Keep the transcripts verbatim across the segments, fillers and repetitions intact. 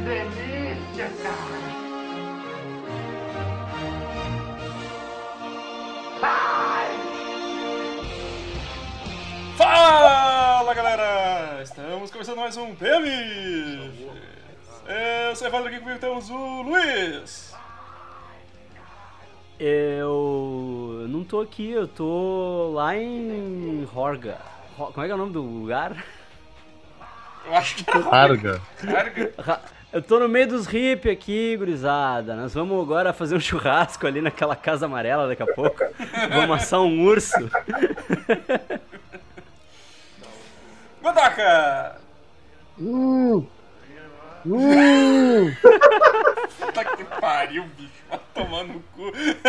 delícia, cara! Ai! Fala, galera! Estamos começando mais um P M! Eu sou o Evandro, aqui comigo temos o Luiz! Eu não tô aqui, eu tô lá em Horga. Ho- Como é que é o nome do lugar? Eu acho que era Carga. Carga. Ra- Eu tô no meio dos hippies aqui, gurizada. Nós vamos agora fazer um churrasco ali naquela casa amarela daqui a pouco. Vamos assar um urso. Godoka! Hum. Hum. Puta que pariu, bicho. Vai tomar no cu.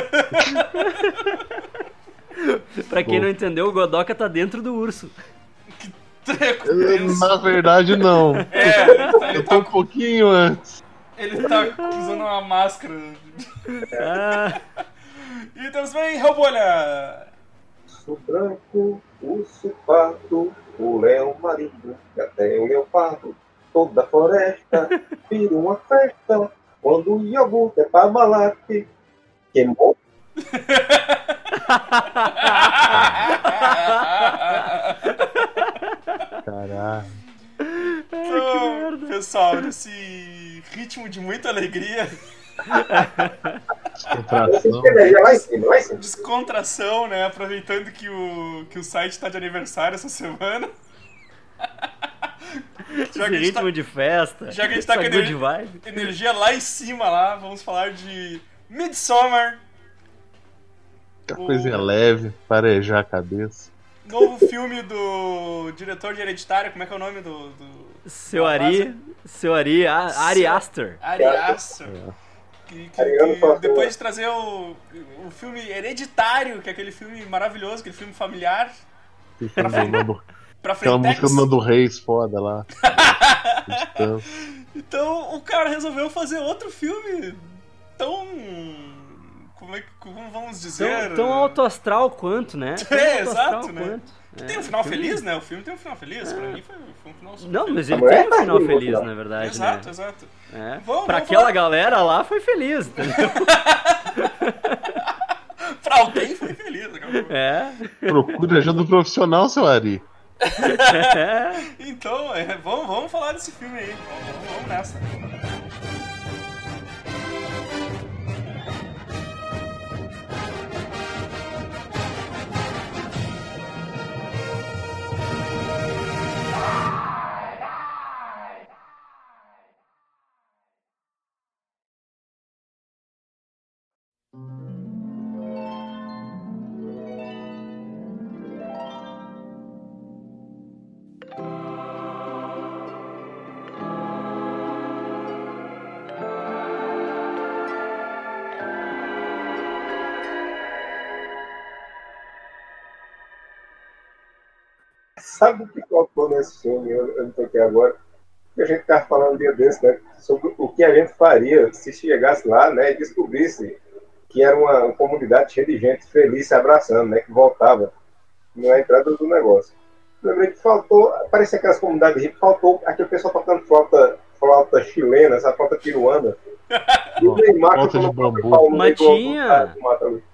Pra quem não entendeu, o Godoka tá dentro do urso. Treco Eu, tenso. Na verdade, não. É, ele tá, ele Eu tô um tá, pouquinho antes. ele tá usando uma máscara. Ah, E temos também Robolha! Urso branco, urso pardo, o leão marinho, e até o leopardo. Toda a floresta vira uma festa, quando o iogurte é pra malate. Queimou. Caralho. Então, pessoal, nesse ritmo de muita alegria, Contração. Energia lá em cima, lá em cima. descontração, né? Aproveitando que o, que o site tá de aniversário essa semana. Já que, a esse gente tá, ritmo de festa. já que a gente tá essa com good ener- vibe. energia lá em cima, lá, vamos falar de Midsommar, Fica coisinha leve, parejar a cabeça. novo filme do diretor de Hereditário. Como é que é o nome do... do... Seu Ari, seu Ari, A- Ari Seu- Aster. Ari Aster. Que, que- Ariano que Pastor. depois de trazer o, o filme Hereditário, que é aquele filme maravilhoso, aquele filme familiar, Fica no Nando- pra Aquela Frentex. música do Nando Reis foda lá. Então, Então o cara resolveu fazer outro filme tão... Como é que como vamos dizer? Tão, tão alto astral quanto, né? Tão É, alto astral exato, né? quanto. Tem É, um final filme- feliz, né? O filme tem um final feliz. Pra mim foi, foi um final super Não, feliz. mas ele mulher tem um tá final rindo, feliz, não. na verdade, Exato, né? exato. É. Vamos- pra vamos aquela falar- galera lá foi feliz, entendeu? Pra alguém foi feliz. acabou. É. procura ajuda do profissional, seu Ari. É. Então, é, vamos, vamos falar desse filme aí. Vamos, vamos nessa. Sabe o que faltou nesse filme? Eu, eu não toquei agora. Que a gente estava falando um dia desse, né? Sobre o que a gente faria se chegasse lá, né? E descobrisse que era uma, uma comunidade cheia de gente feliz se abraçando, né? Que voltava na entrada do negócio. Lembrei que faltou, parecia aquelas comunidades ricas, faltou aquele pessoal tocando flauta, flauta chilena, essa flauta peruana. E o Neymar Flauta de tocando bambu. pau no Mas meio do- tinha. do mato ali.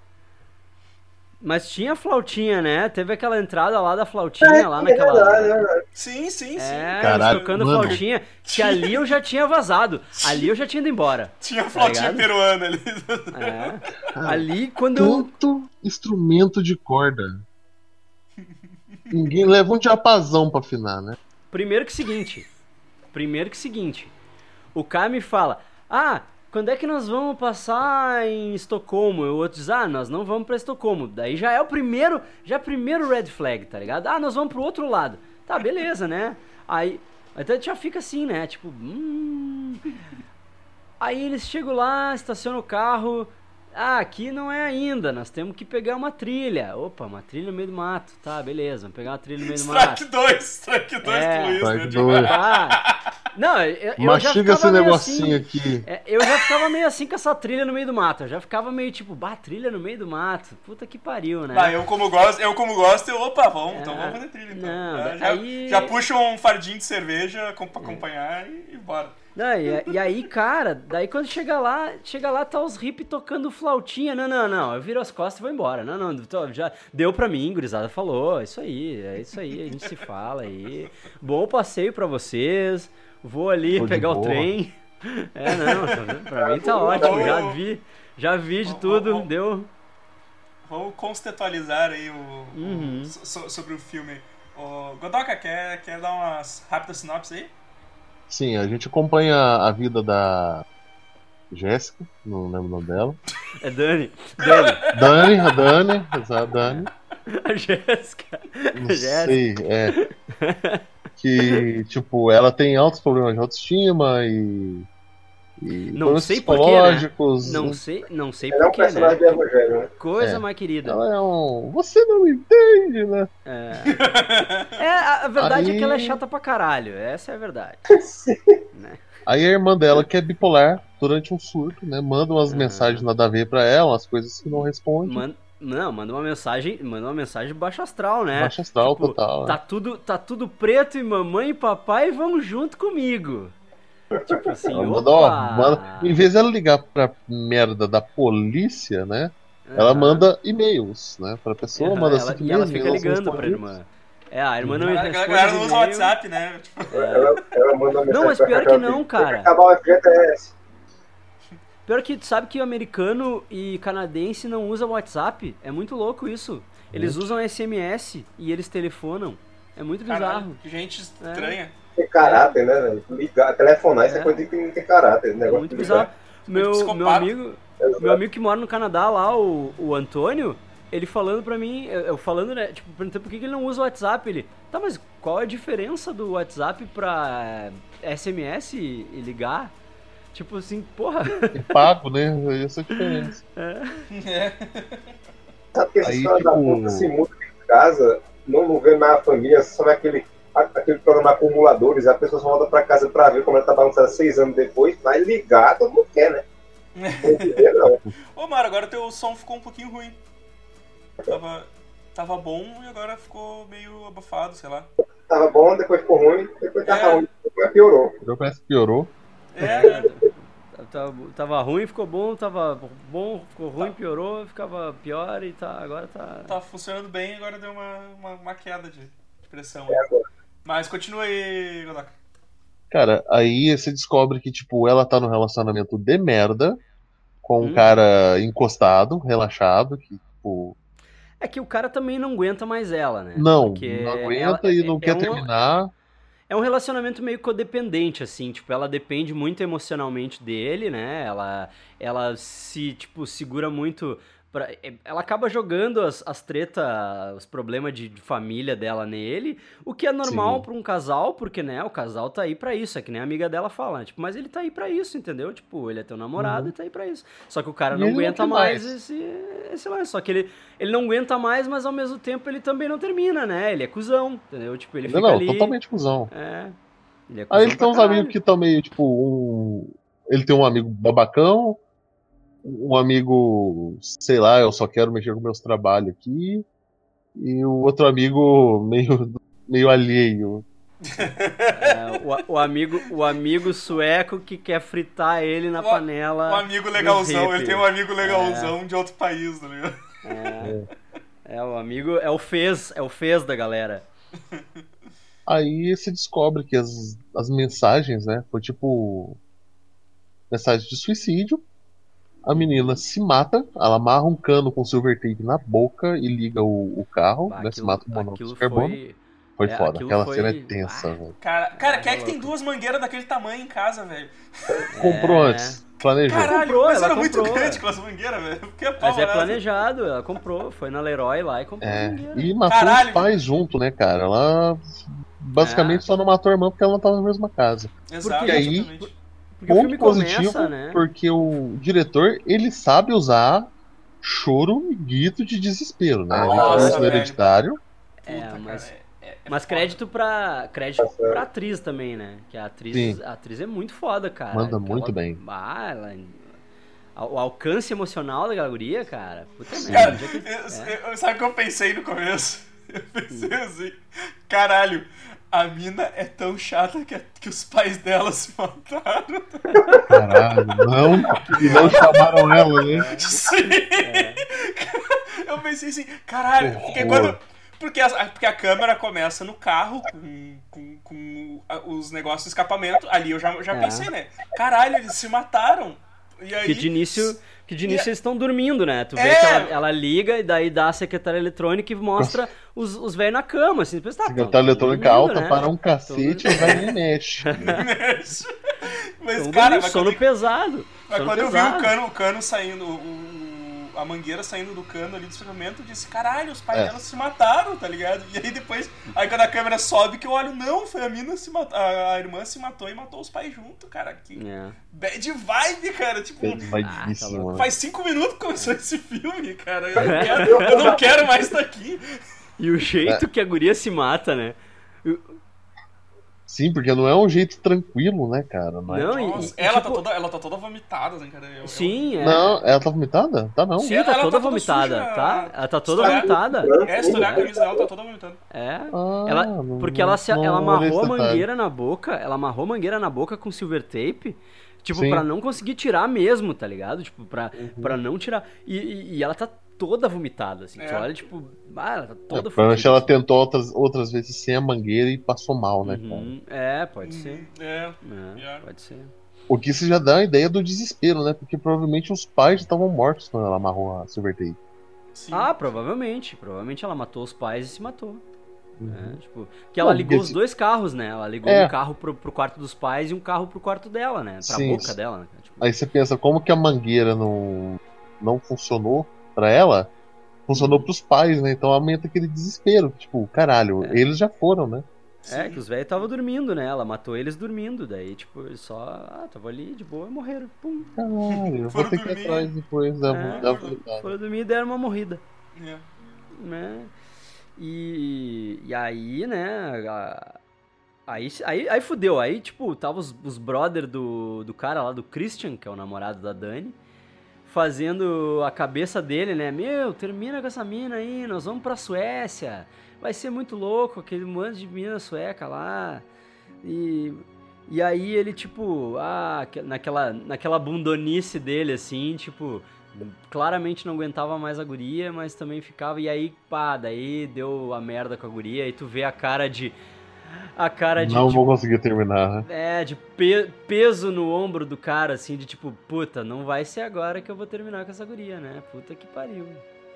Mas tinha flautinha, né? Teve aquela entrada lá da flautinha, lá É verdade, naquela. é verdade. Sim, sim, sim. É, Caralho, eles tocando mano. flautinha, que ali eu já tinha vazado. Ali eu já tinha ido embora. Tinha flautinha ligado? peruana ali. É. Ali quando eu. Tanto instrumento de corda. Ninguém leva um diapasão pra afinar, né? Primeiro que seguinte. Primeiro que seguinte. O cara me fala: Ah, quando é que nós vamos passar em Estocolmo? E o outro diz: Ah, nós não vamos pra Estocolmo. Daí já é o primeiro, já é o primeiro red flag, tá ligado? Ah, nós vamos pro outro lado. Tá, beleza, né? Aí, então já fica assim, né? Tipo, hum. Aí eles chegam lá, estacionam o carro. Ah, aqui não é ainda, nós temos que pegar uma trilha. Opa, uma trilha no meio do mato. Tá, beleza, vamos pegar uma trilha no meio do mato. Strike dois, Strike dois É. pro Luiz, Strike né? dois. Ah, não, eu, eu já Mastiga ficava esse meio negocinho assim, aqui. é, eu já ficava meio assim com essa trilha no meio do mato. Eu já ficava meio tipo, bah, trilha no meio do mato. Puta que pariu, né? Ah, eu como gosto, eu como gosto, eu, opa, vamos, É. então vamos fazer trilha então. Não, já, já, aí- já puxa um fardinho de cerveja com- pra acompanhar e, e bora. Não, e, e aí, cara, daí quando chega lá, chega lá, tá os hippies tocando flautinha. Não, não, não, eu viro as costas e vou embora. Não, não, tô, já deu pra mim, gurizada falou. É isso aí, é isso aí, a gente se fala aí. Bom passeio pra vocês. Vou ali Tô de pegar o boa. trem. É, não, pra mim tá ótimo, já vi, já vi de tudo, deu. Vamos contextualizar aí o, Uhum. o so- sobre o filme. O Godoka, quer, quer dar umas rápidas sinopses aí? Sim, a gente acompanha a vida da Jéssica, não lembro o nome dela. É Dani, Dani, Dani, a Dani, exato, Dani. a Jéssica, Não a Jéssica. sei, é. Que, tipo, ela tem altos problemas de autoestima e. e Não problemas sei por quê, né? psicológicos. Não sei, não sei Ela é um porquê, né? personagem de evangelho, né? Coisa É. mais querida. Ela é um. Você não me entende, né? É, é a, a verdade Aí- é que ela é chata pra caralho, essa é a verdade. Né? Aí a irmã dela, que é bipolar, durante um surto, né? Manda umas Ah. mensagens nada a ver pra ela, umas coisas que não responde. Man- não, manda uma mensagem, manda uma mensagem baixo astral, né? Baixa astral Tipo, total. Tá né? tudo, tá tudo preto e mamãe e papai vão junto comigo. Tipo assim, Ela manda, ó, opa! manda- em vez dela ligar pra merda da polícia, né? Ela Aham. manda e-mails, né? Pra pessoa, Aham, manda ela- cinco E ela e-mails, fica e-mails ligando pra respondidos. irmã. É, a irmã não A responde galera, a galera não usa o e-mail. WhatsApp, né? Tipo, Ela, ela manda uma mensagem Não, mas pra pior que Cacau não, Tem cara. que acabar o F G T S. Pior que tu sabe que o americano e canadense não usam WhatsApp? É muito louco isso. Eles usam S M S e eles telefonam. É muito bizarro. caralho, que gente estranha. Tem caráter, né? velho? Ligar, telefonar, isso é É. coisa que não tem caráter. esse É negócio muito de ligar. bizarro. Meu, psicopata. meu amigo, Exato. meu amigo que mora no Canadá lá, o, o Antônio, ele falando pra mim, eu, eu falando, né, tipo, perguntando por que que ele não usa o WhatsApp, ele, tá, mas qual é a diferença do WhatsApp pra S M S e, e ligar? Tipo assim, porra. E pago, né? Essa é a diferença. É. Sabe que esses Aí, caras da tipo- puta se mudam de casa, não, não vê mais a família, só vê aquele, a- aquele programa acumuladores, a pessoa só volta pra casa pra ver como ela tá balançada seis anos depois, mas ligar todo mundo quer, né? Não quer, não. Ô, Mário, agora teu som ficou um pouquinho ruim. Tava, tava bom e agora ficou meio abafado, sei lá. Tava bom, depois ficou ruim, depois tava É. ruim, depois piorou. Eu parece que piorou. É, né? Tava, tava ruim, ficou bom, tava bom, ficou ruim, piorou, ficava pior e tá, agora tá... Tá funcionando bem, agora deu uma, uma, uma queda de, de pressão. É agora. Mas continua aí, Godoka. Cara, aí você descobre que, tipo, ela tá num relacionamento de merda com um Hum. cara encostado, relaxado, que, tipo, É que o cara também não aguenta mais ela, né? não, Porque não aguenta ela- e é- não é quer um- terminar. É um relacionamento meio codependente, assim, tipo, ela depende muito emocionalmente dele, né? Ela, ela se, tipo, segura muito. Pra, ela acaba jogando as, as tretas, os problemas de, de família dela nele, o que é normal Sim. pra um casal, porque, né, o casal tá aí pra isso, é que nem a amiga dela fala, né? Tipo, mas ele tá aí pra isso, entendeu? Tipo, ele é teu namorado Uhum. e tá aí pra isso. Só que o cara E não ele não aguenta quer mais, mais. esse, esse lance. Só que ele, ele não aguenta mais, mas ao mesmo tempo ele também não termina, né? Ele é cuzão, entendeu? Tipo, ele Não, fica não, ali... totalmente cuzão. É. Ele é Aí cuzão ele tem pra uns caralho. amigos que estão meio, tipo, um. Ele tem um amigo babacão, um amigo, sei lá, eu só quero mexer com meus trabalhos aqui, e o outro amigo meio, meio alheio. É, o, o amigo, o amigo sueco que quer fritar ele na O- panela. Um amigo dos legalzão, ele hippies. tem um amigo legalzão de outro país, tá ligado? É, é, o amigo, é o fez, é o fez da galera. Aí você descobre que as, as mensagens, né, foi tipo. Mensagem de suicídio. A menina se mata, ela amarra um cano com silver tape na boca e liga o, o carro, Bah, né? Se mata com monóxido aquilo de carbono. foi... Foi é, foda. aquilo Aquela foi- cena é tensa, Ah. velho. Cara, cara Ah, quem é é que tem louco. duas mangueiras daquele tamanho em casa, velho? Comprou É. antes, planejou. Caralho, comprou, mas ela era muito comprou. grande aquelas mangueiras, velho. Porque é Mas pau é barato. planejado, ela comprou, foi na Leroy lá e comprou a É, mangueira. e matou Caralho. os pais junto, né, cara? Ela basicamente É. só não matou a irmã porque ela não tava na mesma casa. Exato, Porque aí- exatamente. Porque o Ponto filme positivo, começa, né? porque o diretor, ele sabe usar choro e grito de desespero, né? Ele Nossa, fez isso no velho. Hereditário. É, Puta, mas- cara, é- é Mas foda. crédito pra, crédito Tá certo. pra atriz também, né? Que a atriz, Sim. a atriz é muito foda, cara. Manda Que muito ela- bem. Ah, ela... O alcance emocional da guria, cara. Puta Cara, merda. um dia que- eu- é. eu- sabe o que eu pensei no começo? Eu pensei assim, caralho, A mina é tão chata que, que os pais dela se mataram. Caralho, não. E não chamaram ela, né? Sim! É. Eu pensei assim, caralho, porque quando. Porque a, porque a câmera começa no carro com, com, com os negócios de escapamento. Ali eu já, já É. pensei, né? Caralho, eles se mataram. E aí. Que de início, que de início E- eles estão dormindo, né? Tu vê É. que ela, ela liga e daí dá a secretária eletrônica e mostra os, os velhos na cama, assim. Depois, tá, tão- Secretária tão eletrônica dormindo, alta né? para um cacete e vai nem mexe. Mas, Tão cara, dormindo, mas sono quando, pesado. mas sono quando eu vi pesado. o cano, o cano saindo, o, o- a mangueira saindo do cano ali do esfriamento, eu disse, caralho, os pais É. dela se mataram, tá ligado? E aí depois, aí quando a câmera sobe, que eu olho, não, foi a mina se matou, a, a irmã se matou e matou os pais junto, cara. Que É. bad vibe, cara. Tipo, Pesadíssimo, né? faz cinco minutos que começou esse filme, cara. Eu não quero, eu não quero mais estar aqui. E o jeito que a guria se mata, né? Sim, porque não é um jeito tranquilo, né, cara? Não, é- Não, e, Nossa, e, ela, tipo, tá toda, ela tá toda vomitada, assim, cara. Eu- sim, é. Não, ela tá vomitada? Tá não. Sim, Ela tá tá toda toda vomitada, suja. tá? Ela tá toda Estourar- vomitada. Eu, é, estourar a camisa dela, tá toda vomitada. É. Ah, Ela, não- porque ela, se, não ela olhei amarrou esse a detalhe. mangueira na boca, ela amarrou a mangueira na boca com silver tape, tipo, Sim. pra não conseguir tirar mesmo, tá ligado? Tipo, pra, Uhum. pra não tirar. E, e, e ela tá toda vomitada, assim. É. Tu olha, tipo, ah, ela tá toda É, provavelmente fodida, ela assim. tentou outras, outras vezes sem a mangueira e passou mal, né, cara? Uhum. É, pode ser. É. É, Yeah. pode ser. O que isso já dá a ideia do desespero, né? Porque provavelmente os pais já estavam mortos quando ela amarrou a Silver Tape. Sim. Ah, provavelmente. Provavelmente ela matou os pais e se matou. Uhum. É, tipo, que ela Não, ligou porque os se- dois carros, né? Ela ligou É. um carro pro, pro quarto dos pais e um carro pro quarto dela, né? Pra Sim, boca sim. dela, né? Tipo, Aí você pensa, como que a mangueira não, não funcionou pra ela? Funcionou pros pais, né? Então aumenta aquele desespero. Tipo, caralho, É. eles já foram, né? é, Sim. que os velhos estavam dormindo, né? Ela matou eles dormindo. Daí, tipo, eles só. Ah, tava ali de boa e morreram. Pum. Caralho, eu vou Foram ter que ir dormir. atrás depois da, É. da vomitada. Foram dormir e deram uma morrida. É. Né? E, e aí, né? a- Aí, aí, aí fudeu. Aí, tipo, tava os, os brother do, do cara lá, do Christian, que é o namorado da Dani, fazendo a cabeça dele, né? Meu, termina com essa mina aí, nós vamos pra Suécia. Vai ser muito louco, aquele monte de mina sueca lá. E, e aí ele, tipo, ah, que- naquela, naquela bundonice dele, assim, tipo, claramente não aguentava mais a guria, mas também ficava. E aí, pá, daí deu a merda com a guria. E tu vê a cara de. A cara de. Não tipo, vou conseguir terminar, né? é, de pe- peso no ombro do cara, assim, de tipo, puta, não vai ser agora que eu vou terminar com essa guria, né? Puta que pariu.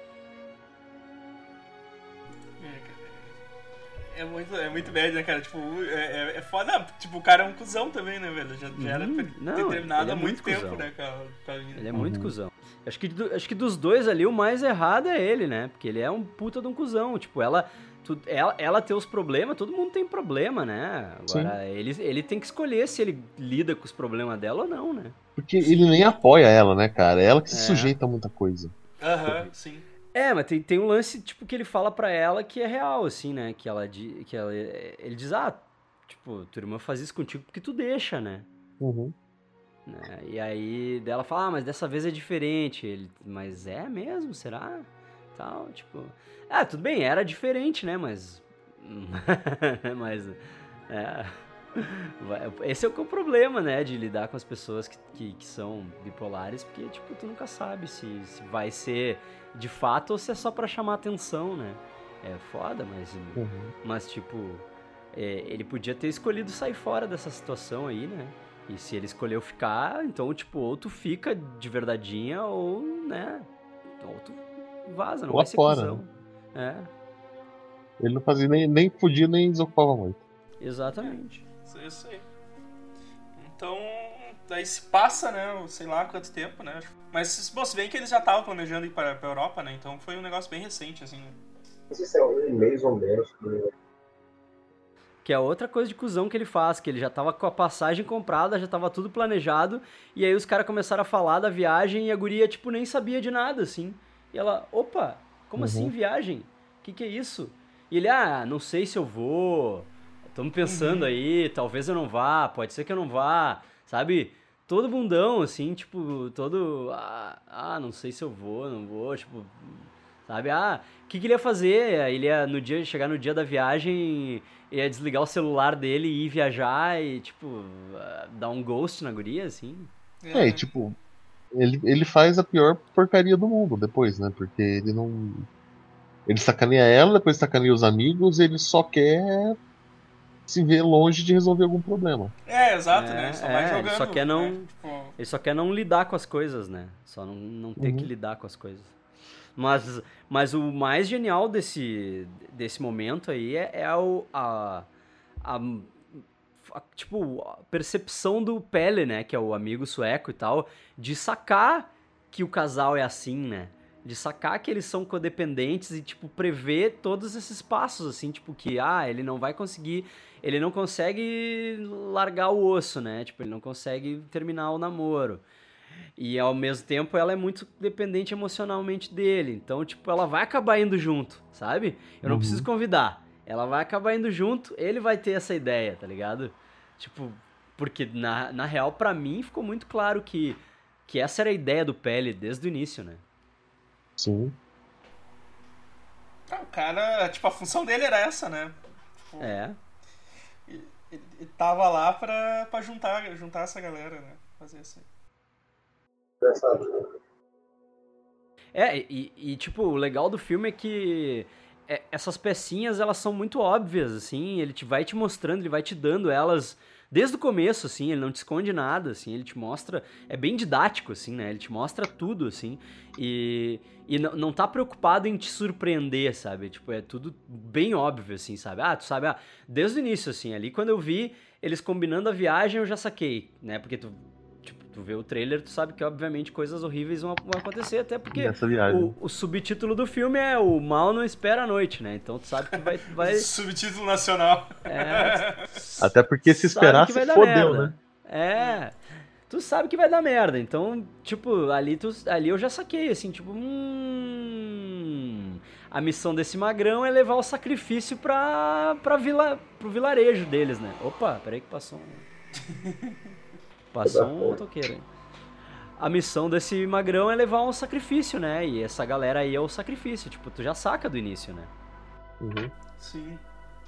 É muito, é muito bad, né, cara? Tipo, é, é, é foda. Não, tipo, o cara é um cuzão também, né, velho? Já, já era Uhum. pra ter Não, terminado ele é há muito muito tempo, cuzão. né, cara? Com a mina. Ele é muito Uhum. cuzão. Acho que, do- acho que dos dois ali, o mais errado é ele, né? Porque ele é um puta de um cuzão. Tipo, ela, tu- ela, ela tem os problemas, todo mundo tem problema, né? Agora, ele, ele tem que escolher se ele lida com os problemas dela ou não, né? Porque ele nem apoia ela, né, cara? É ela que se É. sujeita a muita coisa. Aham, sim. É, mas tem, tem um lance, tipo, que ele fala pra ela que é real, assim, né? Que ela, di- que ela ele diz, ah, tipo, tua irmã faz isso contigo porque tu deixa, né? Uhum. Né? E aí dela fala, ah, mas dessa vez é diferente. Ele, mas é mesmo? Será? Tal, tipo. Ah, tudo bem, era diferente, né? Mas. mas. É. Vai- Esse é o que é o problema, né? De lidar com as pessoas que, que, que são bipolares, porque, tipo, tu nunca sabe se, se vai ser de fato ou se é só pra chamar atenção, né? É foda, mas. Uhum. Mas, tipo, é, ele podia ter escolhido sair fora dessa situação aí, né? E se ele escolheu ficar, então, tipo, ou tu fica de verdadeinha, ou, né? Ou tu vaza, não Ou vai ser fora, cuzão. É, Ele não fazia nem, nem podia nem desocupava muito. exatamente. Isso, isso aí. Então, daí se passa, né? Sei lá quanto tempo, né? Mas, bom, se bem que eles já estavam planejando ir pra, pra Europa, né? Então foi um negócio bem recente, assim. Não sei se é um mês ou menos. Que é outra coisa de cuzão que ele faz, que ele já tava com a passagem comprada, já tava tudo planejado, e aí os caras começaram a falar da viagem e a guria, tipo, nem sabia de nada, assim. E ela, opa, como Uhum. assim viagem? O que que é isso? E ele, ah, não sei se eu vou, estamos pensando aí, talvez eu não vá, pode ser que eu não vá, sabe? Todo bundão, assim, tipo, todo, ah, ah, não sei se eu vou, não vou, tipo, sabe? Ah, o que, que ele ia fazer? Ele ia no dia, chegar no dia da viagem, ia desligar o celular dele e ir viajar e, tipo, dar um ghost na guria, assim. É, e tipo, ele, ele faz a pior porcaria do mundo depois, né? Porque ele não. Ele sacaneia ela, depois sacaneia os amigos, ele só quer se ver longe de resolver algum problema. É, exato, É, né? Ele só é, vai ele jogando. só quer não- né? Tipo, Ele só quer não lidar com as coisas, né? Só não, não ter Uhum. que lidar com as coisas. Mas, mas o mais genial desse, desse momento aí é, é o, a, a, a- tipo, a percepção do Pelle, né? Que é o amigo sueco e tal, de sacar que o casal é assim, né? De sacar que eles são codependentes e, tipo, prever todos esses passos, assim, tipo, que, ah, ele não vai conseguir, ele não consegue largar o osso, né? Tipo, ele não consegue terminar o namoro. E, ao mesmo tempo, ela é muito dependente emocionalmente dele. Então, tipo, ela vai acabar indo junto, sabe? Eu não Uhum. preciso convidar. Ela vai acabar indo junto, ele vai ter essa ideia, tá ligado? Tipo, porque, na, na real, pra mim, ficou muito claro que, que essa era a ideia do Pelle desde o início, né? Sim. ah, o cara, tipo, a função dele era essa, né? Tipo, É. Ele, ele- ele tava lá pra, pra juntar, juntar essa galera, né? Fazer isso aí. Engraçado. É, e, e, tipo, o legal do filme é que é, essas pecinhas, elas são muito óbvias, assim, ele te vai te mostrando, ele vai te dando elas desde o começo, assim, ele não te esconde nada, assim, ele te mostra, é bem didático, assim, né, ele te mostra tudo, assim, e, e não, não tá preocupado em te surpreender, sabe, tipo, é tudo bem óbvio, assim, sabe, ah, tu sabe, ah, desde o início, assim, ali quando eu vi eles combinando a viagem, eu já saquei, né, porque tu... Tipo, tu vê o trailer, tu sabe que, obviamente, coisas horríveis vão, vão acontecer, até porque Nessa viagem. o, o subtítulo do filme é O Mal Não Espera a Noite, né? Então tu sabe que vai... vai Subtítulo nacional. é, Até porque se sabe esperar, que vai se dar fodeu, merda. né? É, tu sabe que vai dar merda. Então, tipo, ali, tu, ali eu já saquei, assim, tipo... Hum, a missão desse magrão é levar o sacrifício pra, pra vila, pro vilarejo deles, né? Opa, peraí que passou um... Passou um motoqueiro aí. A missão desse magrão é levar um sacrifício, né? E essa galera aí é o sacrifício. Tipo, tu já saca do início, né? Uhum. Sim.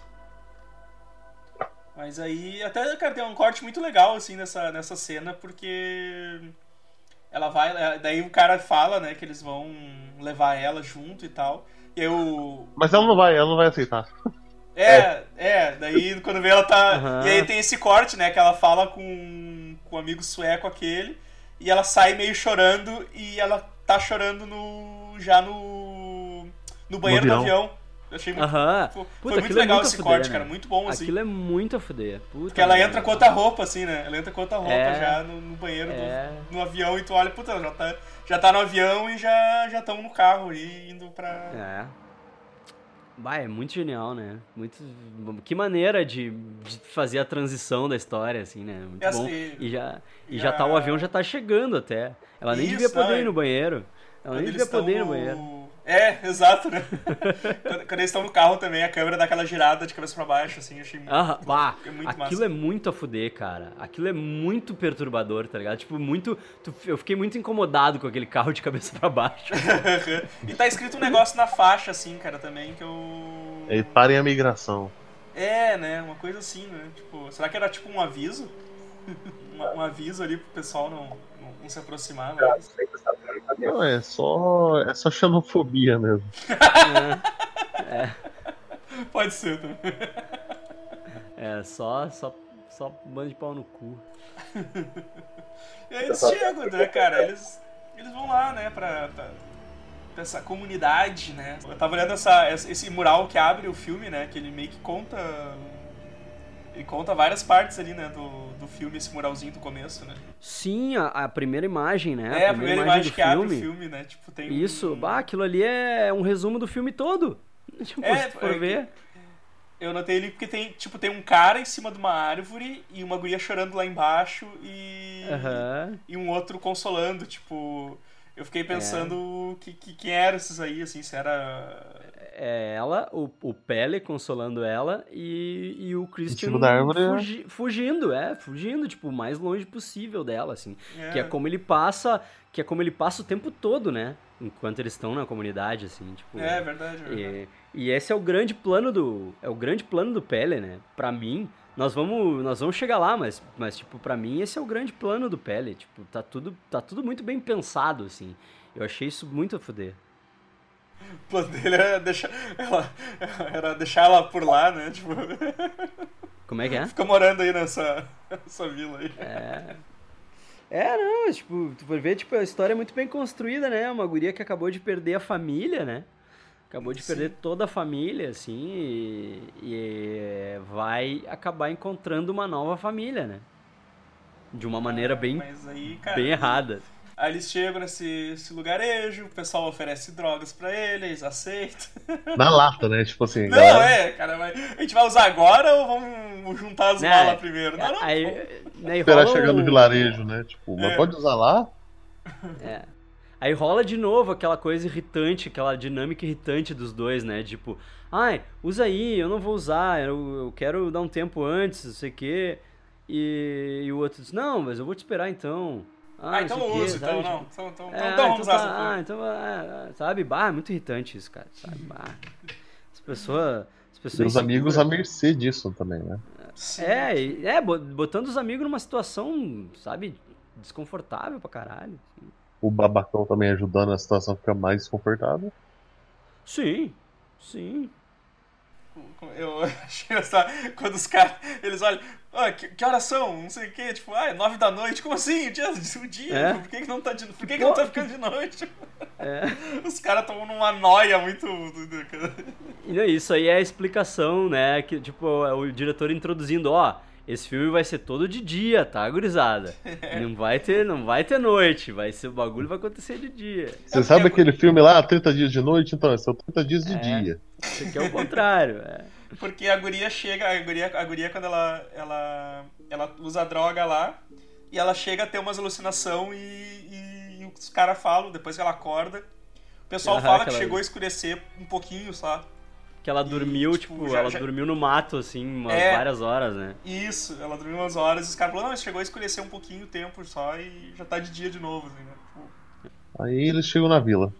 Mas aí, até, cara, tem um corte muito legal, assim, nessa, nessa cena, porque ela vai, daí o cara fala, né, que eles vão levar ela junto e tal, e aí o... Mas ela não vai, ela não vai aceitar. É, é, daí quando vê ela tá... Aham. E aí tem esse corte, né, que ela fala com, com o amigo sueco aquele, e ela sai meio chorando, e ela tá chorando no já no, no banheiro do avião. avião. Eu achei muito, Aham. foi Puta, muito aquilo é legal muito a esse fuder, corte, né? cara, muito bom, assim. Aquilo é muito a fuder. Puta Porque ela merda. entra com outra roupa, assim, né? Ela entra com outra roupa É. já no, no banheiro É. do no avião e tu olha, puta, ela já tá, já tá no avião e já já estão no carro e indo pra... É. Bah, é muito genial, né? Muito... Que maneira de, de fazer a transição da história, assim, né? Muito Essa- bom. e- E já, e e já tá, a- o avião já tá chegando até. Ela nem Isso, devia poder não, ir no banheiro. Ela Quando nem eles devia poder ir no tão banheiro. É, exato, né? quando, quando eles estão no carro também, a câmera dá aquela girada de cabeça pra baixo, assim, eu achei muito, Ah, bah, é muito aquilo massa. é muito a fuder, cara. Aquilo é muito perturbador, tá ligado? Tipo, muito... tu- eu fiquei muito incomodado com aquele carro de cabeça pra baixo. E tá escrito um negócio na faixa, assim, cara, também, que eu... E parem a migração. É, né? Uma coisa assim, né? Tipo, será que era tipo um aviso? um, um aviso ali pro pessoal não, não, não se aproximar, Já mas... sei que você tá falando pra mim. Não, é só. É só xenofobia mesmo. Pode ser também. É, só, só, só bando de pau no cu. E aí eles chegam, né, cara? Eles, eles vão lá, né, pra, pra, pra essa comunidade, né? Eu tava olhando essa, esse mural que abre o filme, né? Que ele meio que conta... Ele conta várias partes ali, né, do, do filme, esse muralzinho do começo, né? Sim, a, a primeira imagem, né? É, a primeira imagem do que abre o filme, né? Tipo, tem um- Isso, bah, aquilo ali é um resumo do filme todo. Tipo, É, se tu for é que- ver. Eu notei ali porque tem, tipo, tem um cara em cima de uma árvore e uma guria chorando lá embaixo e... Aham. E um outro consolando, tipo... Eu fiquei pensando que, que, quem era esses aí, assim, se era... É ela, o, o Pele consolando ela e, e o Christian cima da árvore, fugi- fugindo, é, fugindo, tipo, o mais longe possível dela, assim. É. Que é como ele passa, que é como ele passa o tempo todo, né? Enquanto eles estão na comunidade, assim, tipo... É, verdade, verdade. E, e esse é o grande plano do, é o grande plano do Pele, né? Pra mim, nós vamos, nós vamos chegar lá, mas, mas tipo, pra mim esse é o grande plano do Pele, tipo, tá tudo, tá tudo muito bem pensado, assim. Eu achei isso muito a foder. O plano dele era deixar ela, era deixar ela por lá, né? Tipo, Como é que é? fica morando aí nessa, nessa vila aí. É. É, não, tipo, tu for ver, tipo, a história é muito bem construída, né? Uma guria que acabou de perder a família, né? Acabou de Sim. perder toda a família, assim, e, e vai acabar encontrando uma nova família, né? De uma maneira bem, Mas aí, cara, bem errada. Aí eles chegam nesse esse lugarejo, o pessoal oferece drogas pra eles, aceitam. Na lata, né? Tipo assim, Não, galera, é, cara, mas a gente vai usar agora ou vamos juntar as Né, malas primeiro? Não, não, Aí, vamos- né, e esperar rola chegar no um- vilarejo, né? Tipo, mas É. pode usar lá? É. Aí rola de novo aquela coisa irritante, aquela dinâmica irritante dos dois, né? Tipo, ai, usa aí, eu não vou usar, eu, eu quero dar um tempo antes, não sei o quê. E, e o outro diz, não, mas eu vou te esperar então. Ah, não então sei o eu quê, uso, sabe? então não. Tipo, Então, então, é, então, ah, então vamos usar tá, essa porra. ah, então, é, é, sabe? Bah, é muito irritante isso, cara, sabe? Bah. As pessoas... As E pessoas os amigos à inseguras- mercê disso também, né? Sim. É, e- é, bo- botando os amigos numa situação, sabe, desconfortável pra caralho. O babacão também ajudando a situação a ficar mais desconfortável. Sim, sim. Eu achei engraçado quando os caras, eles olham, ah, que, que horas são? Não sei o que, tipo, ah, é nove da noite, como assim? O dia, o dia? É. Por que, que não tá de, por que, que Pô, não tá ficando de noite? É. Os caras estão numa noia muito. E não, isso aí é a explicação, né? Que, tipo, é o diretor introduzindo, ó, esse filme vai ser todo de dia, tá, gurizada? Não vai ter, não vai ter noite, vai ser, o bagulho vai acontecer de dia. Você sabe aquele filme lá, trinta dias de noite? Então, são trinta dias de É. dia. Isso aqui é o contrário, é. Porque a guria chega, a guria, a guria quando ela, ela, ela usa a droga lá, e ela chega a ter umas alucinação e, e, e os caras falam, depois que ela acorda, o pessoal Aham, fala que aquela- chegou a escurecer um pouquinho só. Que ela E, dormiu, tipo, tipo, já- ela já- dormiu no mato, assim, umas É. várias horas, né? Isso, ela dormiu umas horas e os caras falaram, não, mas chegou a escurecer um pouquinho o tempo só e já tá de dia de novo, assim, né? Tipo, Aí eles chegam na vila.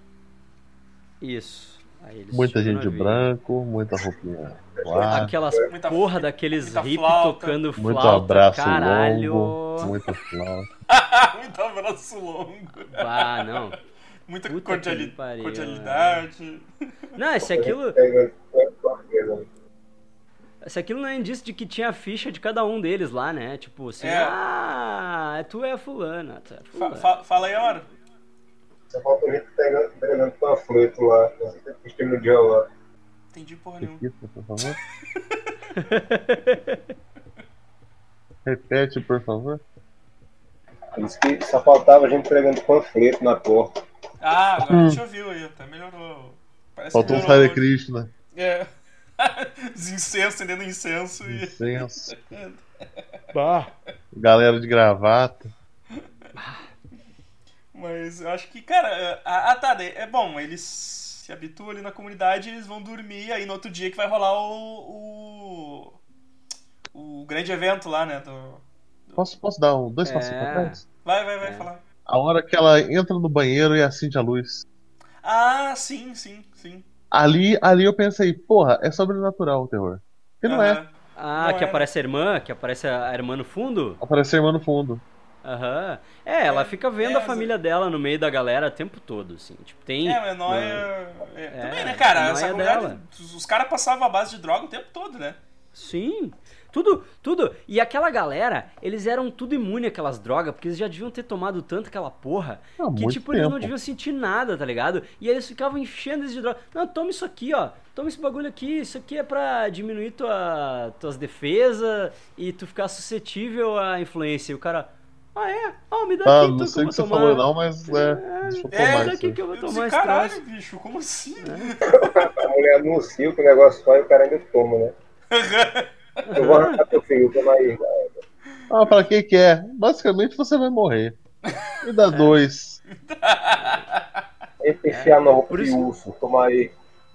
Isso. Aí eles Muita chegam gente de na vila. branco, muita roupinha lá, Aquelas Muita- porra daqueles muita hippies flauta. tocando muito flauta, abraço caralho. longo, muita flauta. muito abraço longo, Ah, não. muita Puta cordiali- que pariu, cordialidade. Não, se aquilo, Pegando portuguesa. se aquilo não é indício de que tinha a ficha de cada um deles lá, né? Tipo assim, É. ah, tu é fulana, tu é Fa- fulana. fa- fala aí a hora. Só falta a gente pegando, pegando panfleto lá, vestindo de lá. Entendi porra nenhuma. Repita, por favor. Repete, por favor. Disse que só faltava a gente pregando panfleto na porta. Ah, agora a gente ouviu aí, até melhorou. Parece Faltou um que melhorou. Hare Krishna. É. Os incensos, acendendo incenso e. Incenso. Bah. Galera de gravata. Mas eu acho que, cara, ah, tá, daí- é bom, eles se habituam ali na comunidade, eles vão dormir, aí no outro dia que vai rolar o. o, o grande evento lá, né? Do... Posso, posso dar um, dois É. passos pra trás? Vai, vai, vai É. falar. A hora que ela entra no banheiro e acende a luz. Ah, sim, sim, sim. Ali, ali eu pensei, porra, é sobrenatural o terror. Porque não é. Aham. Ah, Não que é, aparece a irmã, que aparece a irmã no fundo? Aparece a irmã no fundo. Aham. É, ela É, fica vendo é, a mas- família dela no meio da galera o tempo todo, assim. Tipo, tem... É, mas não é. é- É, também, né, cara? não Essa é comunidade, dela. os, os caras passavam a base de droga o tempo todo, né? Sim, tudo, tudo. E aquela galera, eles eram tudo imune àquelas drogas, porque eles já deviam ter tomado tanto aquela porra, Há que muito tipo, eles não tempo. deviam sentir nada, tá ligado? E eles ficavam enchendo eles de droga. Não, toma isso aqui, ó. Toma esse bagulho aqui, isso aqui é pra diminuir tua, tuas defesas e tu ficar suscetível à influência. E o cara, ah é? Ah, me dá Tá, aqui não então sei que o que eu você vou tomar. falou não, mas é, deixa eu É, tomar daqui isso que eu aí. vou Eu tomar disse, esse caralho, troço. bicho, como assim? A mulher anuncia que o negócio vai e o cara ainda toma, né? Eu vou arrancar teu filho, toma aí. Ah, pra que que é? Basicamente você vai morrer. Me dá dois. Entra enfiar no Por de isso- urso, toma aí.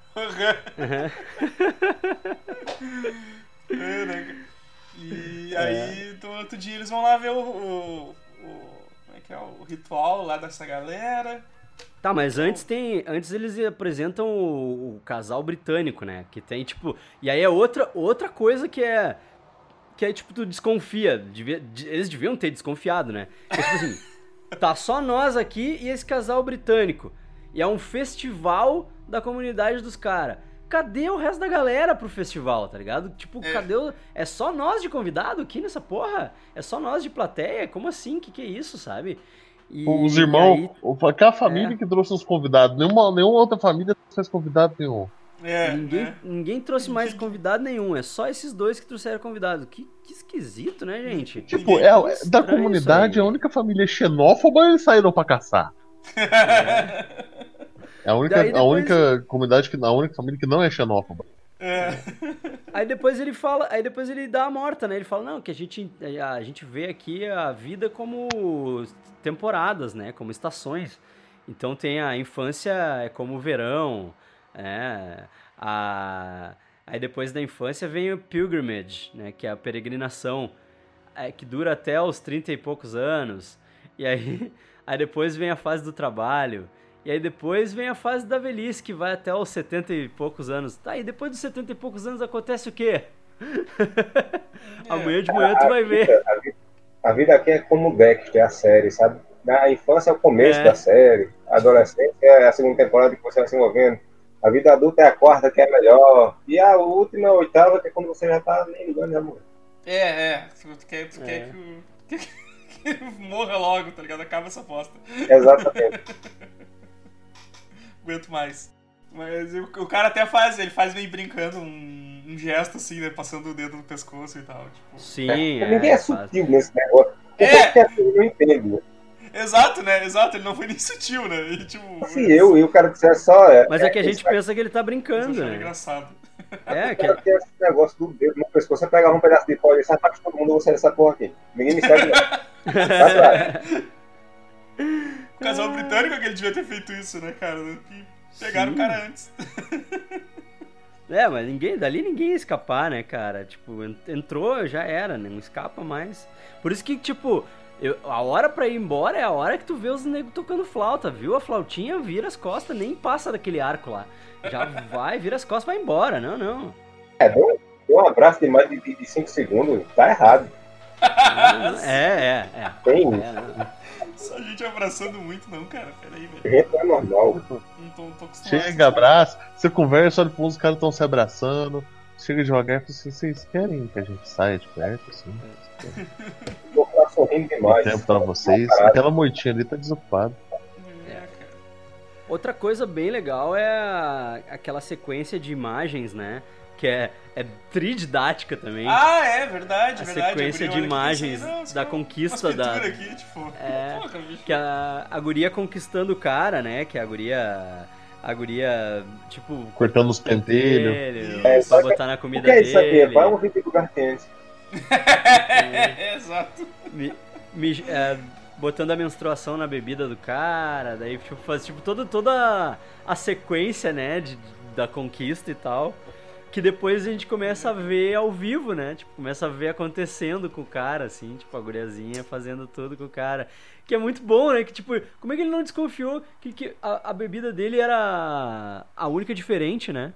É, né, cara? E aí, no outro dia, eles vão lá ver o, o, o- como é que é, o ritual lá dessa galera. Tá, mas antes tem. Antes eles apresentam o, o casal britânico, né? Que tem, tipo. E aí é outra, outra coisa que é. Que é tipo, tu desconfia. Devia- de- eles deviam ter desconfiado, né? Que, tipo assim, tá só nós aqui e esse casal britânico. E é um festival da comunidade dos caras. Cadê o resto da galera pro festival, tá ligado? Tipo, É. cadê o... É só nós de convidado aqui nessa porra? É só nós de plateia? Como assim? Que que é isso, sabe? E- Os e irmãos, aí- o- aquela família É. que trouxe os convidados. Nenhuma, nenhuma outra família fez convidado nenhum. É, Ninguém, né? ninguém trouxe mais convidado nenhum, é só esses dois que trouxeram convidado. Que, que esquisito, né, gente? Tipo, Ninguém- é, é- da estranho comunidade, isso aí. a única família xenófoba eles saíram pra caçar. É a única, Daí a depois- única comunidade, que, a única família que não é xenófoba. É. Aí depois ele fala, aí depois ele dá a morta, né? Ele fala, não, que a gente, a gente vê aqui a vida como temporadas, né? Como estações. Então tem a infância é como o verão, né? A... Aí depois da infância vem o pilgrimage, né? Que é a peregrinação, é, que dura até os trinta e poucos anos. E aí, aí depois vem a fase do trabalho. E aí depois vem a fase da velhice, que vai até os setenta e poucos anos. Tá, e depois dos setenta e poucos anos acontece o quê? Amanhã de manhã tu vai ver. A vida, a vida aqui é como o Dexter, a série, sabe? A infância é o começo É. da série, a adolescência é a segunda temporada que você vai se envolvendo. A vida adulta é a quarta, que é a melhor. E a última, a oitava, que é quando você já tá nem ligando, né, amor? É, é. Tu quer, tu É. quer que o. Que, que ele morra logo, tá ligado? Acaba essa aposta. Exatamente. Aguento mais. Mas o, o cara até faz, ele faz meio brincando um, um gesto assim, né? Passando o dedo no pescoço e tal. Tipo. Sim, Ninguém é faz. sutil nesse negócio. O que É. é que a gente não entende, né? Exato, né? Exato, ele não foi nem sutil, né? E, tipo, Se eu e o cara disser só. É, Mas é que a é, gente isso pensa que ele tá Mas eu brincando, achei né? engraçado. É, que Cara, tem esse negócio do dedo no pescoço. Você pega um pedaço de pau e sai pra todo mundo, você essa porra aqui. Ninguém me segue, não. Tá claro. O casal britânico é que ele devia ter feito isso, né, cara? Que pegaram Sim. o cara antes. É, mas ninguém, dali ninguém ia escapar, né, cara? Tipo, en- entrou, já era, né? Não escapa mais. Por isso que, tipo, eu- a hora pra ir embora é a hora que tu vê os negros tocando flauta, viu? A flautinha vira as costas, nem passa daquele arco lá. Já vai, vira as costas, vai embora. Não, não. É, deu um, deu um abraço de mais de cinco segundos, tá errado. Não, não. É, é, é. Tem É, isso. não. Só a gente abraçando muito, não, cara. Pera aí, velho. Gente, não é normal. Não tô, não tô acostumado. Chega, abraça, você conversa, olha pro os caras estão se abraçando. Chega devagar e fala assim, vocês querem que a gente saia de perto, assim? Vou ficar sorrindo demais. Tempo pra vocês. Aquela moitinha ali tá desocupada. É, cara. Outra coisa bem legal é a- aquela sequência de imagens, né? Que é, é trididática também. Ah, é verdade, A verdade. sequência A de guria olha aqui e imagens pensa, "Não, da só conquista umas da- pinturas aqui, tipo, É. porra, bicho. Que a, a guria conquistando o cara, né? Que a guria. A guria, tipo. Cortando os pentelhos. pentelho, É, pra só que- botar na O comida que é isso aqui? dele. Vai um vídeo do Gartense. É, exato. Mi- mi- é, botando a menstruação na bebida do cara, daí tipo, faz tipo toda, toda a sequência, né, de, da conquista e tal, que depois a gente começa a ver ao vivo, né, tipo, começa a ver acontecendo com o cara, assim, tipo, a guriazinha fazendo tudo com o cara, que é muito bom, né, que tipo, como é que ele não desconfiou que, que a, a bebida dele era a única diferente, né?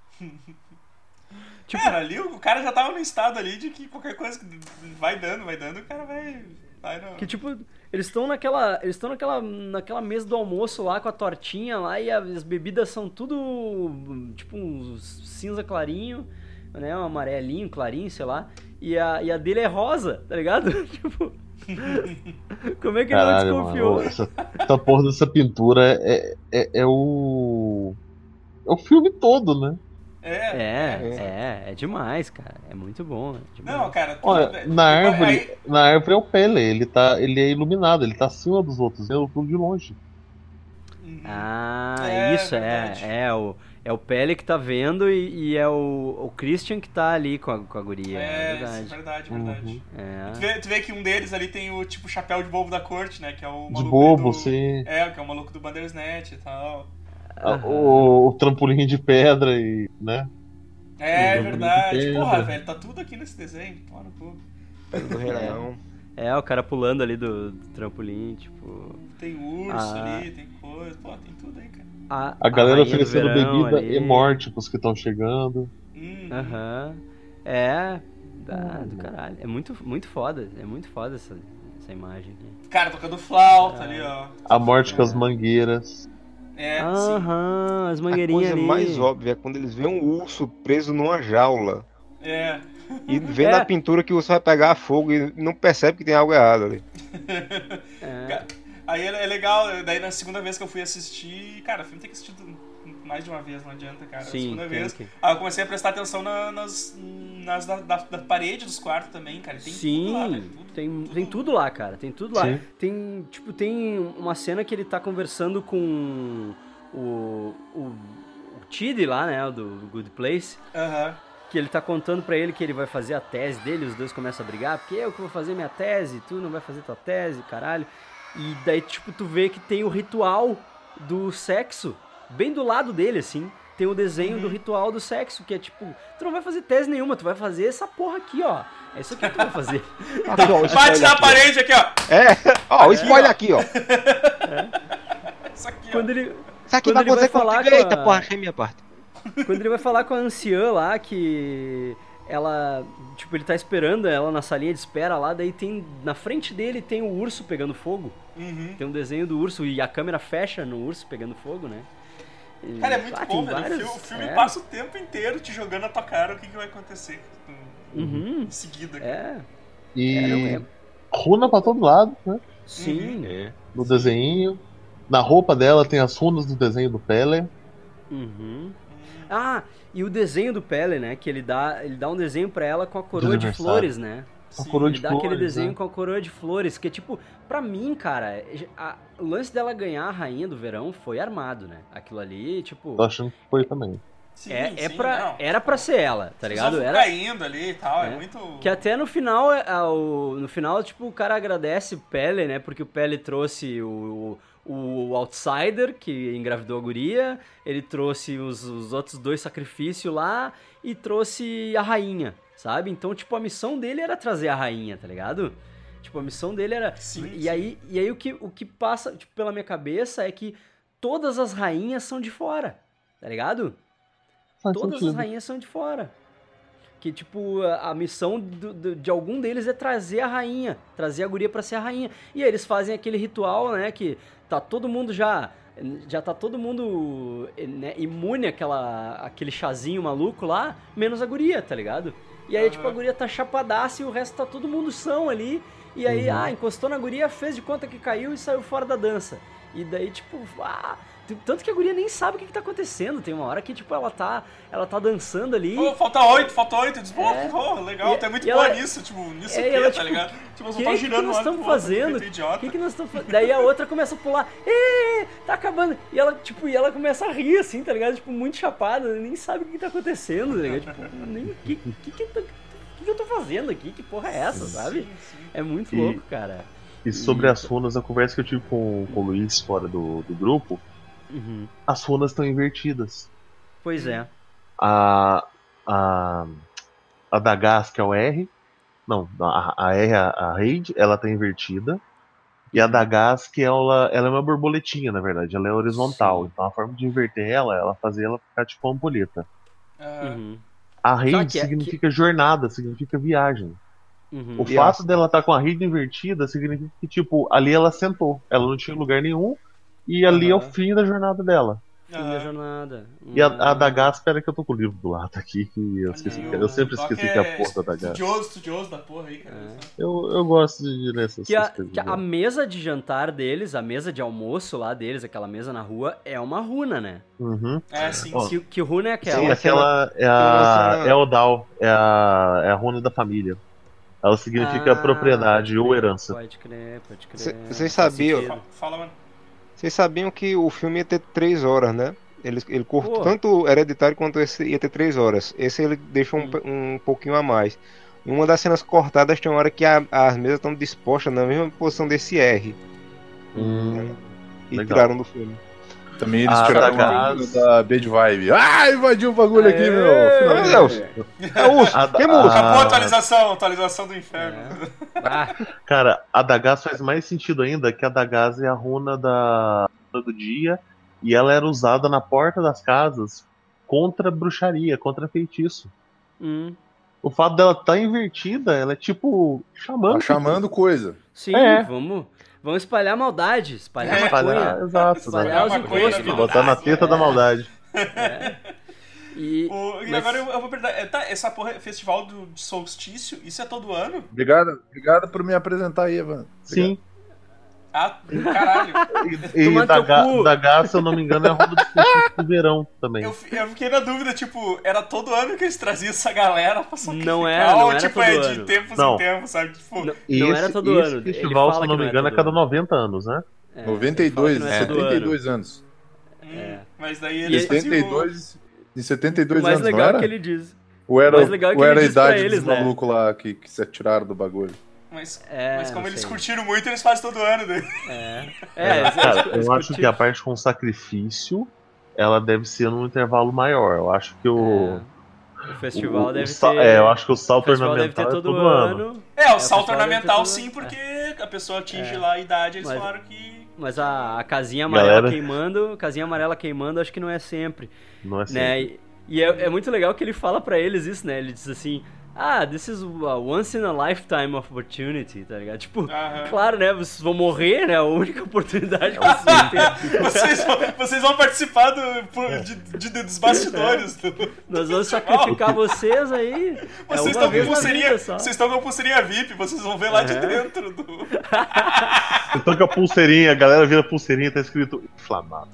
Tipo, Cara, ali o cara já tava no estado ali de que qualquer coisa que vai dando, vai dando, o cara vai. vai no... Que tipo, eles estão naquela, eles estão naquela, naquela mesa do almoço lá com a tortinha lá e as bebidas são tudo tipo um cinza clarinho, né, um amarelinho clarinho, sei lá. E a, e a dele é rosa, tá ligado? Tipo, como é que ele não Caralho, desconfiou? mano. Essa, essa porra dessa pintura é, é, é o. É o filme todo, né? É, É, é, é demais, cara. É muito bom. É demais. Não, cara, tudo, Olha, velho. na Depois- árvore, aí- na árvore é o Pele, ele, tá, ele é iluminado, ele tá acima dos outros, vendo tudo de longe. Ah, É, isso, é, verdade. é o, É o Pele que tá vendo e, e é o, o Christian que tá ali com a, com a guria. É, É isso, verdade. verdade, verdade. Uhum. É. Tu, vê, tu vê que um deles ali tem o tipo chapéu de bobo da corte, né? Que é o De maluco bobo, do... sim. É, que é o maluco do Bandersnatch e tal. Ah, O, o trampolim de pedra e, né? É, O verdade. Bandersnatch. Porra, velho, tá tudo aqui nesse desenho. Toma no cu. Do Rei Leão. É, o cara pulando ali do, do trampolim, tipo... Tem urso Ah. ali, tem coisa. Pô, tem tudo aí, cara. A, A galera rainha do oferecendo verão bebida ali. e morte pros que estão chegando. Hum. Aham. É, ah, do caralho. É muito, muito foda, é muito foda essa, essa imagem aqui. Cara, tocando flauta ali, ó. A morte com as mangueiras. É, sim. Aham, as A mangueirinhas coisa ali. mais óbvia é quando eles veem um urso preso numa jaula É. e vendo É. a pintura que o urso vai pegar fogo e não percebe que tem algo errado ali. É. Aí é é legal, daí na segunda vez que eu fui assistir, cara, o filme tem que assistir mais de uma vez, não adianta, cara. Sim, a segunda tem vez. que- Aí eu comecei a prestar atenção na- nas, nas da, da, da parede dos quartos também, cara. Tem Sim, tudo lá, velho. Tudo, tem, tem tudo lá, cara. Tem tudo lá. Sim. Tem, tipo, tem uma cena que ele tá conversando com o, o, o Tid lá, né, do, do Good Place, Aham. que ele tá contando pra ele que ele vai fazer a tese dele, os dois começam a brigar, porque eu que vou fazer minha tese, tu não vai fazer tua tese, caralho. E daí, tipo, tu vê que tem o ritual do sexo bem do lado dele, assim. Tem o desenho do ritual do sexo, que é tipo, tu não vai fazer tese nenhuma, tu vai fazer essa porra aqui, ó. É isso aqui que tu vai fazer. Aqui, ó, o Bate spoiler na aqui, ó. parede aqui, ó. É, ó, o spoiler aqui, ó. Isso aqui, ó. Quando ele, Isso aqui Quando vai ele vai acontecer falar contigo. com a- Eita, porra, achei minha parte. Quando ele vai falar com a anciã lá, que ela, tipo, ele tá esperando ela na salinha de espera lá, daí tem, na frente dele tem o urso pegando fogo. Uhum. Tem um desenho do urso e a câmera fecha no urso pegando fogo, né? E, Cara, é muito ah, bom, tem velho. O vários- filme, o filme é. passa o tempo inteiro te jogando na tua cara o que, que vai acontecer Uhum, em seguida. é, E É, não é- runa pra todo lado, né? sim. É. No desenho. Na roupa dela tem as runas do desenho do Pele. Uhum. Ah, e o desenho do Pele, né? Que ele dá, ele dá um desenho pra ela com a coroa de, aniversário. flores, né? A Sim. coroa Ele de dá flores, aquele desenho né? com a coroa de flores, que é tipo, pra mim, cara, a- o lance dela ganhar a rainha do verão foi armado, né? Aquilo ali, tipo, Tô achando que foi também. Sim, é, é sim, pra, não. era pra ser ela, tá Os ligado? ovos Era, caindo ali e tal, é, É. muito... que até no final, é, a- o- no final, tipo, o cara agradece o Pele, né? Porque o Pele trouxe o, o, o Outsider, que engravidou a guria, ele trouxe os, os outros dois sacrifícios lá e trouxe a rainha, sabe? Então, tipo, a missão dele era trazer a rainha, tá ligado? Tipo, a missão dele era... Sim, e sim. aí, e aí o, que, o que passa, tipo, pela minha cabeça é que todas as rainhas são de fora, tá ligado? Faz Todas sentido. as rainhas são de fora. Que, tipo, a, a missão do- do- de algum deles é trazer a rainha, trazer a guria pra ser a rainha. E aí eles fazem aquele ritual, né, que tá todo mundo já... Já tá todo mundo, né, imune àquela, àquele chazinho maluco lá, menos a guria, tá ligado? E aí, Aham. tipo, a guria tá chapadaça e o resto tá todo mundo são ali. E aí, Uhum. ah, encostou na guria, fez de conta que caiu e saiu fora da dança. E daí, tipo, ah... t- Tanto que a guria nem sabe o que, que tá acontecendo. Tem uma hora que, tipo, ela tá, ela tá dançando ali. Pô, falta oito, falta oito. Diz, pô, É. pô, legal, E- tu é muito e boa ela- nisso, tipo, nisso É, o e quê, ela, tá tipo, ligado? Tipo, eu só que, tô que girando que nós um lado estamos pro outro, fazendo? feito idiota. O que, que nós estamos fazendo? Daí a outra começa a pular. Ê, tá acabando. E ela, tipo, e ela começa a rir, assim, tá ligado? Tipo, muito chapada. Nem sabe o que, que tá acontecendo, tá ligado? Tipo, nem o que, que, que, eu tô- que que eu tô fazendo aqui? Que porra é essa, sabe? Sim, sim. É muito E- louco, cara. E sobre as runas, a conversa que eu tive com, com o Luiz fora do, do grupo, Uhum. as runas estão invertidas. Pois é. A, a, a da Gas, que é o R, não, a, a R, a, a Raid, ela tá invertida. E a da Gas, que ela, ela é uma borboletinha, na verdade, ela é horizontal. Sim. Então a forma de inverter ela, ela fazer ela ficar tipo uma ampulheta. Aham. Uhum. A Raid que é- significa jornada, significa viagem. Uhum. O E fato essa? dela estar com a rede invertida significa que, tipo, ali ela sentou. Ela não tinha lugar nenhum. E ali é o Aham. fim da jornada dela. Fim da Aham. jornada. E a, a da Uhum. Gás, espera que eu tô com o livro do lado aqui, que eu esqueci. Não, que- eu sempre Doc esqueci que é a porra da Gás. Estudioso, estudioso da porra aí, cara. É. Eu, eu gosto de ler essas, Que a, essas coisas. que a né? mesa de jantar deles, a mesa de almoço lá deles, aquela mesa na rua, é uma runa, né? Uhum. É, sim, Ó, sim. Que, que runa é aquela? Sim, aquela é uma a, cena- é o Dal, é a, é a runa da família. Ela significa Ah, propriedade pode ou crer, herança. Pode crer, pode crer. Cê- Faz vocês sabiam- sentido. Fa- Fala, mano. Vocês sabiam que o filme ia ter três horas, né? Ele, ele cortou Pô. tanto o Hereditário quanto esse ia ter três horas. Esse ele deixou um, um pouquinho a mais. Em uma das cenas cortadas tem uma hora que a- as mesas estão dispostas na mesma posição desse R. Hum, E legal. tiraram do filme. Também eles Ah, tiraram da a Gás. da Bad Vibe. Ah, invadiu o bagulho aqui, Aê! meu. Meu Finalmente. Deus! É urso! A- Quem a- urso? Acabou a Ah. atualização, atualização do inferno. Ah, Cara, a Dagaz faz mais sentido ainda que a Dagaz é a runa da runa do dia e ela era usada na porta das casas contra bruxaria, contra feitiço. hum. O fato dela estar tá invertida, ela é tipo chamando. Tá chamando coisa. Sim, É. vamos, vamos espalhar maldade, espalhar Espalhar, maconha. exato, Espalhar né? os encostos. né? Botar na teta da maldade. E, O- e mas- agora eu, eu vou perguntar, é, tá, essa porra, festival do, de solstício, isso é todo ano? Obrigado, obrigado por me apresentar aí, Evan. Sim. Ah, caralho. E, e Toma teu Daga- cu. Dagaz, se eu não me engano, é a roda de feitiço do verão também. Eu, fi- eu fiquei na dúvida, tipo, era todo ano que eles traziam essa galera pra sacrificar? Não era, não ou, era tipo, todo é de ano. tempos Não. em tempos, sabe? Tipo, Não, E não esse, era todo esse ano. Ele festival, fala se eu não que me é engano, é todo cada ano. noventa anos, né? É, noventa e ele fala dois, que não é todo setenta e ano. dois anos. hum, mas daí E eles faziam... setenta e dois, em setenta e dois O mais anos, legal não é era? que ele diz. Ou era, o mais legal é que ou ele era a diz pra idade eles, dos né? malucos lá que, que se atiraram do bagulho? Mas, É, mas como não eles sei. curtiram muito, eles fazem todo ano, né? É, é, eles- Cara, eles- eles eu acho curtiram- que a parte com sacrifício, ela deve ser num intervalo maior. Eu acho que o... É, o festival o- o deve sa- ter... É, eu acho que o o salto festival deve ter ornamental é todo, todo ano. ano. É, o É, o salto festival deve ter ornamental todo sim, ano. porque a pessoa atinge É. lá a idade, eles Mas- falaram que... Mas a, a casinha amarela Galera. queimando, casinha amarela queimando, acho que não é sempre, Não é assim. né? E, e é, é muito legal que ele fala pra eles isso, né? Ele diz assim: ah, this is a once in a lifetime opportunity, tá ligado? Tipo, Aham. claro, né? Vocês vão morrer, né? A única oportunidade que vocês vão ter. Vocês vão, vocês vão participar do, por- de, de- de- dos bastidores. do- Nós vamos sacrificar vocês aí. Vocês é uma estão com vez na pulseirinha, vida só. vocês estão com pulseirinha V I P, vocês vão ver lá de É. dentro do. Você toca a pulseirinha, a galera vira a pulseirinha, tá escrito inflamado.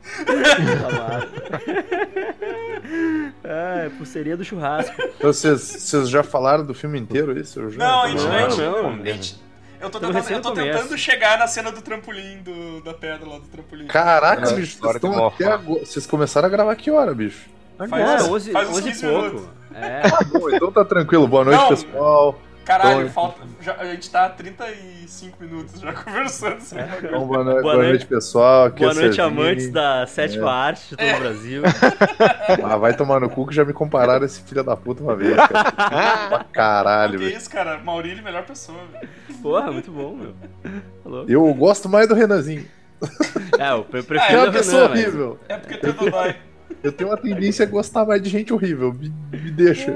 Ah, é pulseirinha do churrasco. Então, vocês, vocês já falaram do filme inteiro, isso? Eu já- Não, a gente, Não, a gente, não. a gente- eu tô, Estamos tentando, recém eu no tô começo. tentando chegar na cena do trampolim do, da pedra lá do trampolim. Caraca, É, bicho, vocês agora que estão eu até vou agora. Vocês começaram a gravar que hora, bicho? É, Faz- onze, faz uns onze e quinze pouco. minutos. É. Bom, então tá tranquilo. Boa noite, Não. pessoal. Caralho, Então- falta, já- a gente tá há trinta e cinco minutos já conversando. Assim, Então, boa, no- boa Boa noite, noite. pessoal. Aqui Boa é noite, Serginho. amantes da sétima arte de todo o Brasil. Ah, vai tomar no cu que já me compararam esse filho da puta uma vez, cara. Pra caralho, que velho. isso, cara? Maurílio, melhor pessoa. velho. Porra, muito bom, meu. Falou. Eu gosto mais do Renanzinho. É, eu pre- Que prefiro é o uma pessoa Renan, mas- horrível. É porque tudo dói. Eu tenho uma tendência a gostar mais de gente horrível. Me, me deixa.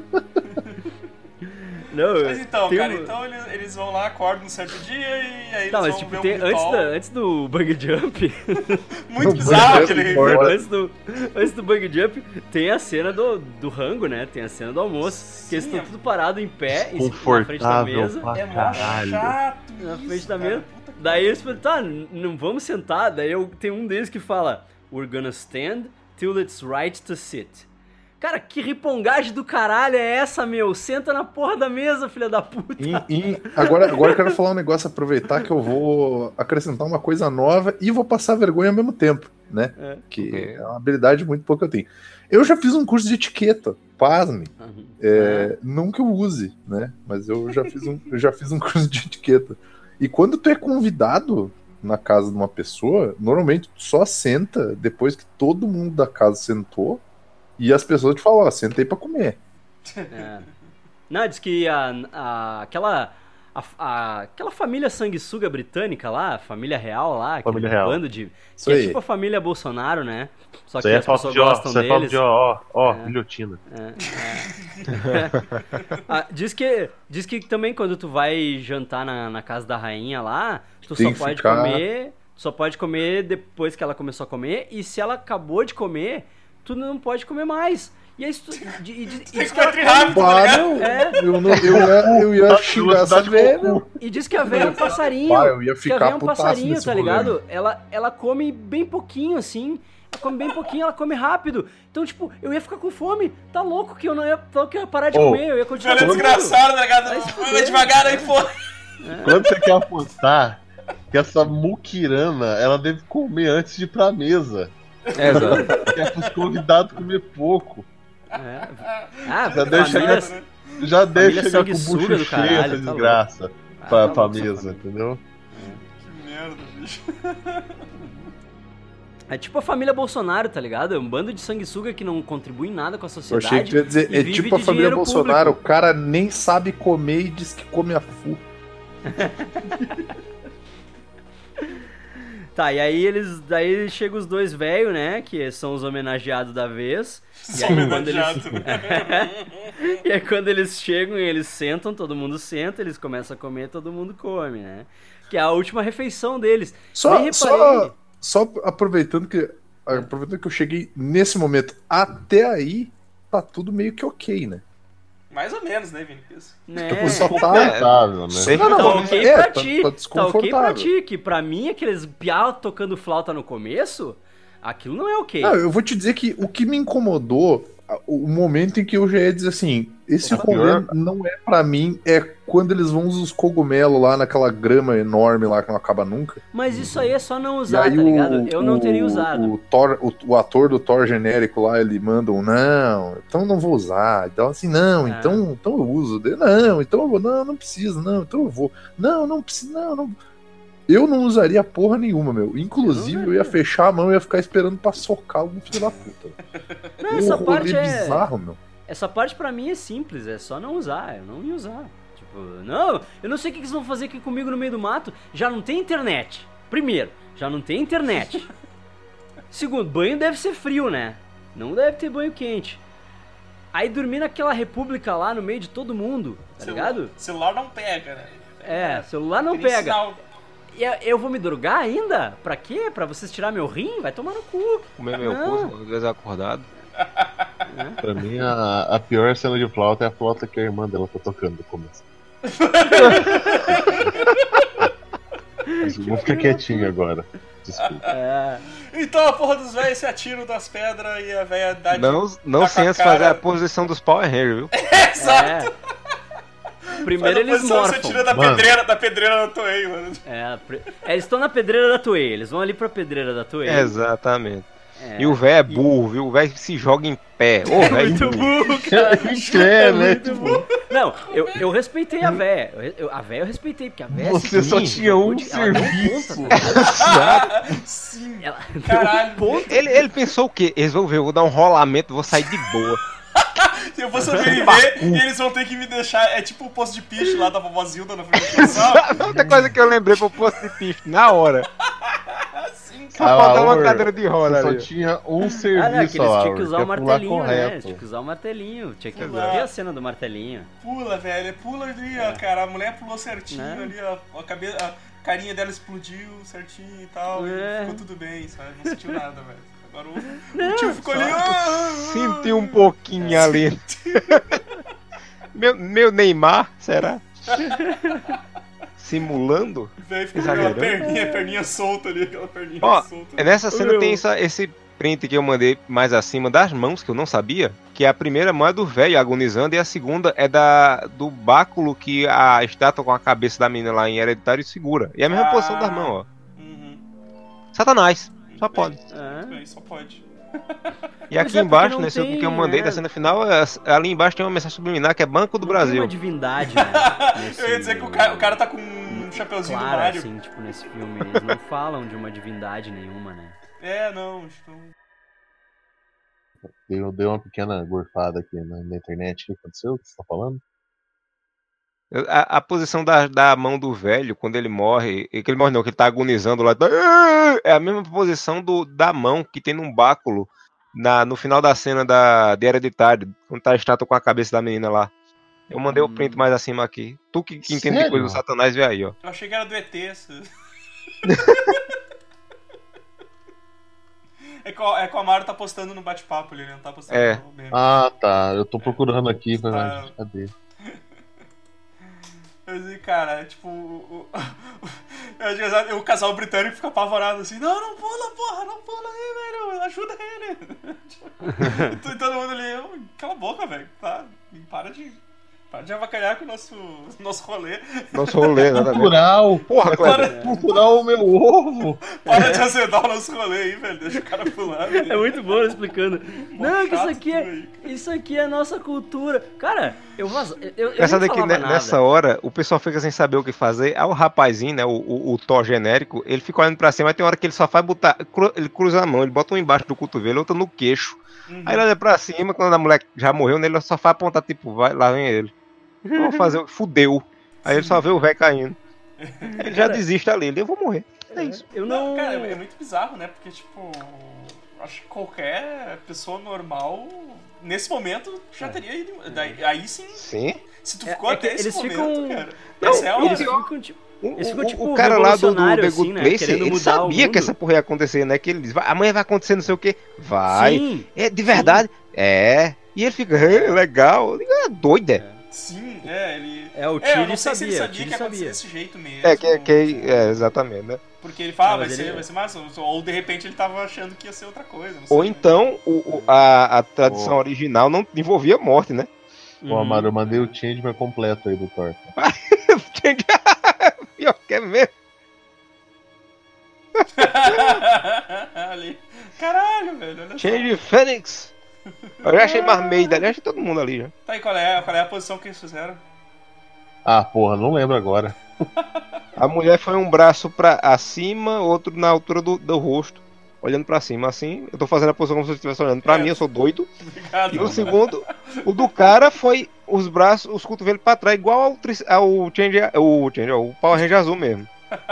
Não, eu- Mas então, tem cara, um- então eles, eles vão lá, acordam um certo dia e aí eles Tá, mas vão tipo, ver tem, um antes, ritual da, antes do bug jump, muito bizarro Bug aquele Jump, ritual. antes do, antes do bug jump, tem a cena do, do rango, né? Tem a cena do almoço, que eles Sim, estão tudo parado em pé, em, na frente da Confortável mesa. pra É mó caralho. chato Na isso, frente da cara. mesa. Puta que Daí eles falam, tá, n- não vamos sentar. Daí eu, tem um deles que fala, we're gonna stand till it's right to sit. Cara, que ripongagem do caralho é essa, meu? Senta na porra da mesa, filha da puta. E- e agora, agora eu quero falar um negócio, aproveitar que eu vou acrescentar uma coisa nova e vou passar vergonha ao mesmo tempo, né? É. Que é uma habilidade muito pouco que eu tenho. Eu já fiz um curso de etiqueta, pasme. É, não que eu use, né? Mas eu já fiz um, eu já fiz um curso de etiqueta. E quando tu é convidado na casa de uma pessoa, normalmente tu só senta depois que todo mundo da casa sentou e as pessoas te falam, ó, sentei pra comer. É. Não, diz que a, a- aquela, a, a- aquela família sanguessuga britânica lá, a família real lá, aquele Família real. bando de... Isso Que é aí. tipo a família Bolsonaro, né? Só Isso que aí é as falta pessoas de ó, gostam isso é falta deles. de ó, ó, ó, É. guilhotina. É, é. Ah, diz, que, diz que também quando tu vai jantar na, na casa da rainha lá, tu Tem só que pode ficar- comer. Só pode comer depois que ela começou a comer. E se ela acabou de comer, tu não pode comer mais. E aí, tu, e, e, e, Tem diz que que ficar ela tri come- rápido, tá Pá, ligado? não, É. eu, não, eu, ia, eu ia xingar essa Velocidade velha. com o cu. E diz que a velha é um passarinho. Pá, eu ia que a ficar velha é um putaço passarinho, nesse tá rolê. ligado? Ela, ela come bem pouquinho, assim. Ela come bem pouquinho, ela come rápido. Então, tipo, eu ia ficar com fome. Tá louco que eu não ia, tá louco que eu ia parar de Oh. comer, eu ia continuar Velho comendo. desgraçado, tá ligado? Vai se fuder. Vai devagar aí, pô. Quando você quer apostar que essa muquirana, ela deve comer antes de ir pra mesa. É, exato. Quer os convidados comer pouco. É. Ah, Já deixa, família, já deixa família com o sanguessuga bucho do cheio caralho, essa tá desgraça Ah, pra, tá pra louco, essa mesa, família. entendeu? Que merda, bicho. É tipo a família Bolsonaro, tá ligado? É um bando de sanguessuga que não contribui em nada com a Eu sociedade. achei que tu ia dizer, e é vive tipo a de família dinheiro Bolsonaro, público. o cara nem sabe comer e diz que come a fu. Tá, e aí eles. Daí chegam os dois velhos, né? Que são os homenageados da vez. E Só aí, quando eles... homenageado, né? E aí quando eles chegam e eles sentam, todo mundo senta, eles começam a comer, todo mundo come, né? Que é a última refeição deles. Só, Nem só, só aproveitando que aproveitando que eu cheguei nesse momento, até aí tá tudo meio que ok, né? Mais ou menos, né, Vini? Isso. Né? Tipo, só tá... Confortável, né? Sempre Não, não, Tá não, ok é, pra tá- ti, tá tá ok pra desconfortável. ti, que pra mim aqueles piau tocando flauta no começo, aquilo não é ok. Não, eu vou te dizer que o que me incomodou, o momento em que eu já ia dizer assim, esse O rolê pior- não é pra mim, é quando eles vão usar os cogumelos lá naquela grama enorme lá que não acaba nunca. Mas isso aí é só não E usar, aí tá o, ligado? Eu não teria o- usado. O, Thor, o, o ator do Thor genérico lá, ele manda um, não, então não vou usar. Então assim, não, Ah. então, então eu uso. Não, então eu vou, não, não precisa, não, então eu vou. Não, não precisa, não, não. Eu não usaria porra nenhuma, meu. Inclusive, Eu eu, não ia fechar a mão e ia ficar esperando pra socar algum filho da puta. Não, Um essa rolê parte é... bizarro, meu. Essa parte pra mim é simples, é só não usar, eu não ia usar. Tipo, não, eu não sei o que eles vão fazer aqui comigo no meio do mato, já não tem internet. Primeiro, já não tem internet. Segundo, banho deve ser frio, né? Não deve ter banho quente. Aí dormir naquela república lá no meio de todo mundo, tá ligado? Celular não pega, né? É, celular não Tem pega. sinal. E eu- eu vou me drogar ainda? Pra quê? Pra vocês tirar meu rim? Vai tomar no cu. Comer meu Não. cu, às vezes acordado. Pra mim, a, a pior cena de flauta é a flauta que a irmã dela tá tocando no começo. Mas eu vou ficar quietinho agora. Desculpa. É. Então a porra dos velhos se atiram das pedras e a velha dá de... Não, não tá sem com a antes fazer cara- a posição dos Power Rangers, viu? Exato! É. Primeiro Faz a eles posição, Você morfam. tira da Mano. pedreira, da pedreira da Toei, mano. É, pre- é, eles estão na pedreira da Toei, eles vão ali pra pedreira da Toei. Exatamente. É. E o velho é burro, viu? O velho se joga em pé. Ô, velho Muito burro. burro, cara. É, né? Muito burro. Não, eu, eu respeitei a véia. Eu- eu- a véia eu respeitei, porque a véia Você é só seguinte, tinha um ela deu serviço. ponta, tá ligado? Sim. Ela Caralho. deu ponta. Ele, ele pensou o quê? Eles vão ver, eu vou dar um rolamento, vou sair de boa. Se eu for sobreviver, e eles vão ter que me deixar. É tipo o poço de piche lá da vovó Zilda no filme de animação. Outra coisa que eu lembrei foi o posto de pife, na hora. Assim, Só Ah, faltava uma Aur, cadeira de roda Você só ali. tinha um Ah, serviço, não, que eles Aur, tinham que usar que o é pular martelinho, né? correto. Tinha que usar o martelinho. Tinha que Pular. ver a cena do martelinho. pula, velho. Pula ali, ó, cara. A mulher pulou certinho Né? ali, ó. A, cabeça, a carinha dela explodiu certinho e tal. É. E ficou tudo bem, sabe? Não sentiu nada, velho. Agora o, Não, o tio ficou ali. "Ah!" Senti um pouquinho ali. meu, meu Neymar, será? Simulando? Velho, ficou com aquela Exagerando. perninha, perninha solta ali, aquela perninha Ó, solta. é nessa cena Meu. tem essa- esse print que eu mandei mais acima das mãos, que eu não sabia, que a primeira mão é do velho agonizando e a segunda é da do báculo que a estátua com a cabeça da menina lá em Hereditário segura. E é a mesma Ah. posição das mãos, ó. Uhum. Satanás, só pode. É. Bem, só pode. E Pois aqui é, porque embaixo, não nesse tem, que eu mandei né? da cena final, é- ali embaixo tem uma mensagem subliminar que é Banco do Não tem Brasil. uma divindade, né? nesse- Eu ia dizer que o cara, o cara tá com um chapeuzinho do Claro, Mario. assim, tipo, nesse filme, eles não falam de uma divindade nenhuma, né? É, não, então. Eu dei uma pequena gorfada aqui na, na internet. O que aconteceu? O que você tá falando? A, a posição da, da mão do velho, quando ele morre, e que ele morre não, que ele tá agonizando lá, é a mesma posição do, da mão que tem num báculo na, no final da cena da, de Hereditário, quando tá a estátua com a cabeça da menina lá. Eu mandei o print mais acima aqui. Tu que, que entende de Sério? coisa do Satanás, vê aí, ó. Eu achei que era do E T. essa. É que, o- é que o Amaro tá postando no bate-papo ali, ele não tá postando É. no meme. Ah, tá. Eu tô procurando aqui. Tá. Pra... Cadê? Mas, e, cara, tipo, o, o, o, o casal britânico fica apavorado assim, não, não pula, porra, não pula aí, velho, ajuda ele. E todo mundo ali, "Eu, cala a boca, velho, tá, para de Para de avacalhar com o nosso, nosso rolê. Nosso rolê, nada Cultural. Porra, Para, Kleber. Cultural o meu ovo. para de azedar o nosso rolê aí, velho. Deixa o cara pular, velho. É muito bom ele explicando. Não, que isso chato aqui, é, tu aí. isso aqui é a nossa cultura. Cara, eu vazo. Eu, eu Engraçado nem é que falava ne- nada. nessa hora o pessoal fica sem saber o que fazer. Aí o rapazinho, né? O, o, o Thor genérico, ele fica olhando pra cima, mas tem hora que ele só faz botar. cru- Ele cruza a mão, ele bota um embaixo do cotovelo, outra no queixo. Uhum. Aí ele olha pra cima, quando a mulher já morreu nele, ele só faz apontar, tipo, vai, lá vem ele. Vamos fazer, fudeu. Aí ele só vê o velho caindo. Ele já desiste ali, ele, eu vou morrer. É isso. Eu não. Não, cara, é muito bizarro, né? Porque, tipo, acho que qualquer pessoa normal, nesse momento, já teria ido. Daí, aí sim, Sim. se tu É- ficou é que até esse eles momento, ficam- cara. Não, Essa é a Eles hora. ficam tipo. O, Eles ficam, o- tipo, o cara lá do, do The revolucionário, Good assim, né? Place, Querendo ele mudar o sabia que mundo. essa porra ia acontecer, né? Que ele diz, "Vai, amanhã vai acontecer não sei o que. Vai. Sim. É, de verdade? É. E ele fica, "É, legal. É doido, é. Sim, é, ele. É, o É, eu Tyrion não sei se ele sabia, o sabia Tyrion que ia acontecer sabia. desse jeito mesmo. É, que, que, é, exatamente, né? Porque ele fala, Não, ah, vai, mas ser, ele- vai ser massa. Ou de repente ele tava achando que ia ser outra coisa. Não Ou sei, né? então o, o- a, a tradição Oh. original não envolvia morte, né? Pô, Amaro, eu mandei o changeman completo aí do Thor. Tinha que- Pior que é mesmo. Ali. Caralho, velho, olha só. Change Fênix. Eu já achei Marmeida, já achei todo mundo ali já. Tá, e qual é, qual é a posição que eles fizeram? Ah, porra, não lembro agora. A mulher foi um braço pra acima, outro na altura do, do rosto, olhando pra cima. Assim, eu tô fazendo a posição como se eu estivesse olhando pra É. mim, eu sou doido. Obrigado. E o segundo, o do cara foi os braços, os cotovelos pra trás, igual ao, tri- ao Change, o Change, ó, o Power Ranger azul mesmo.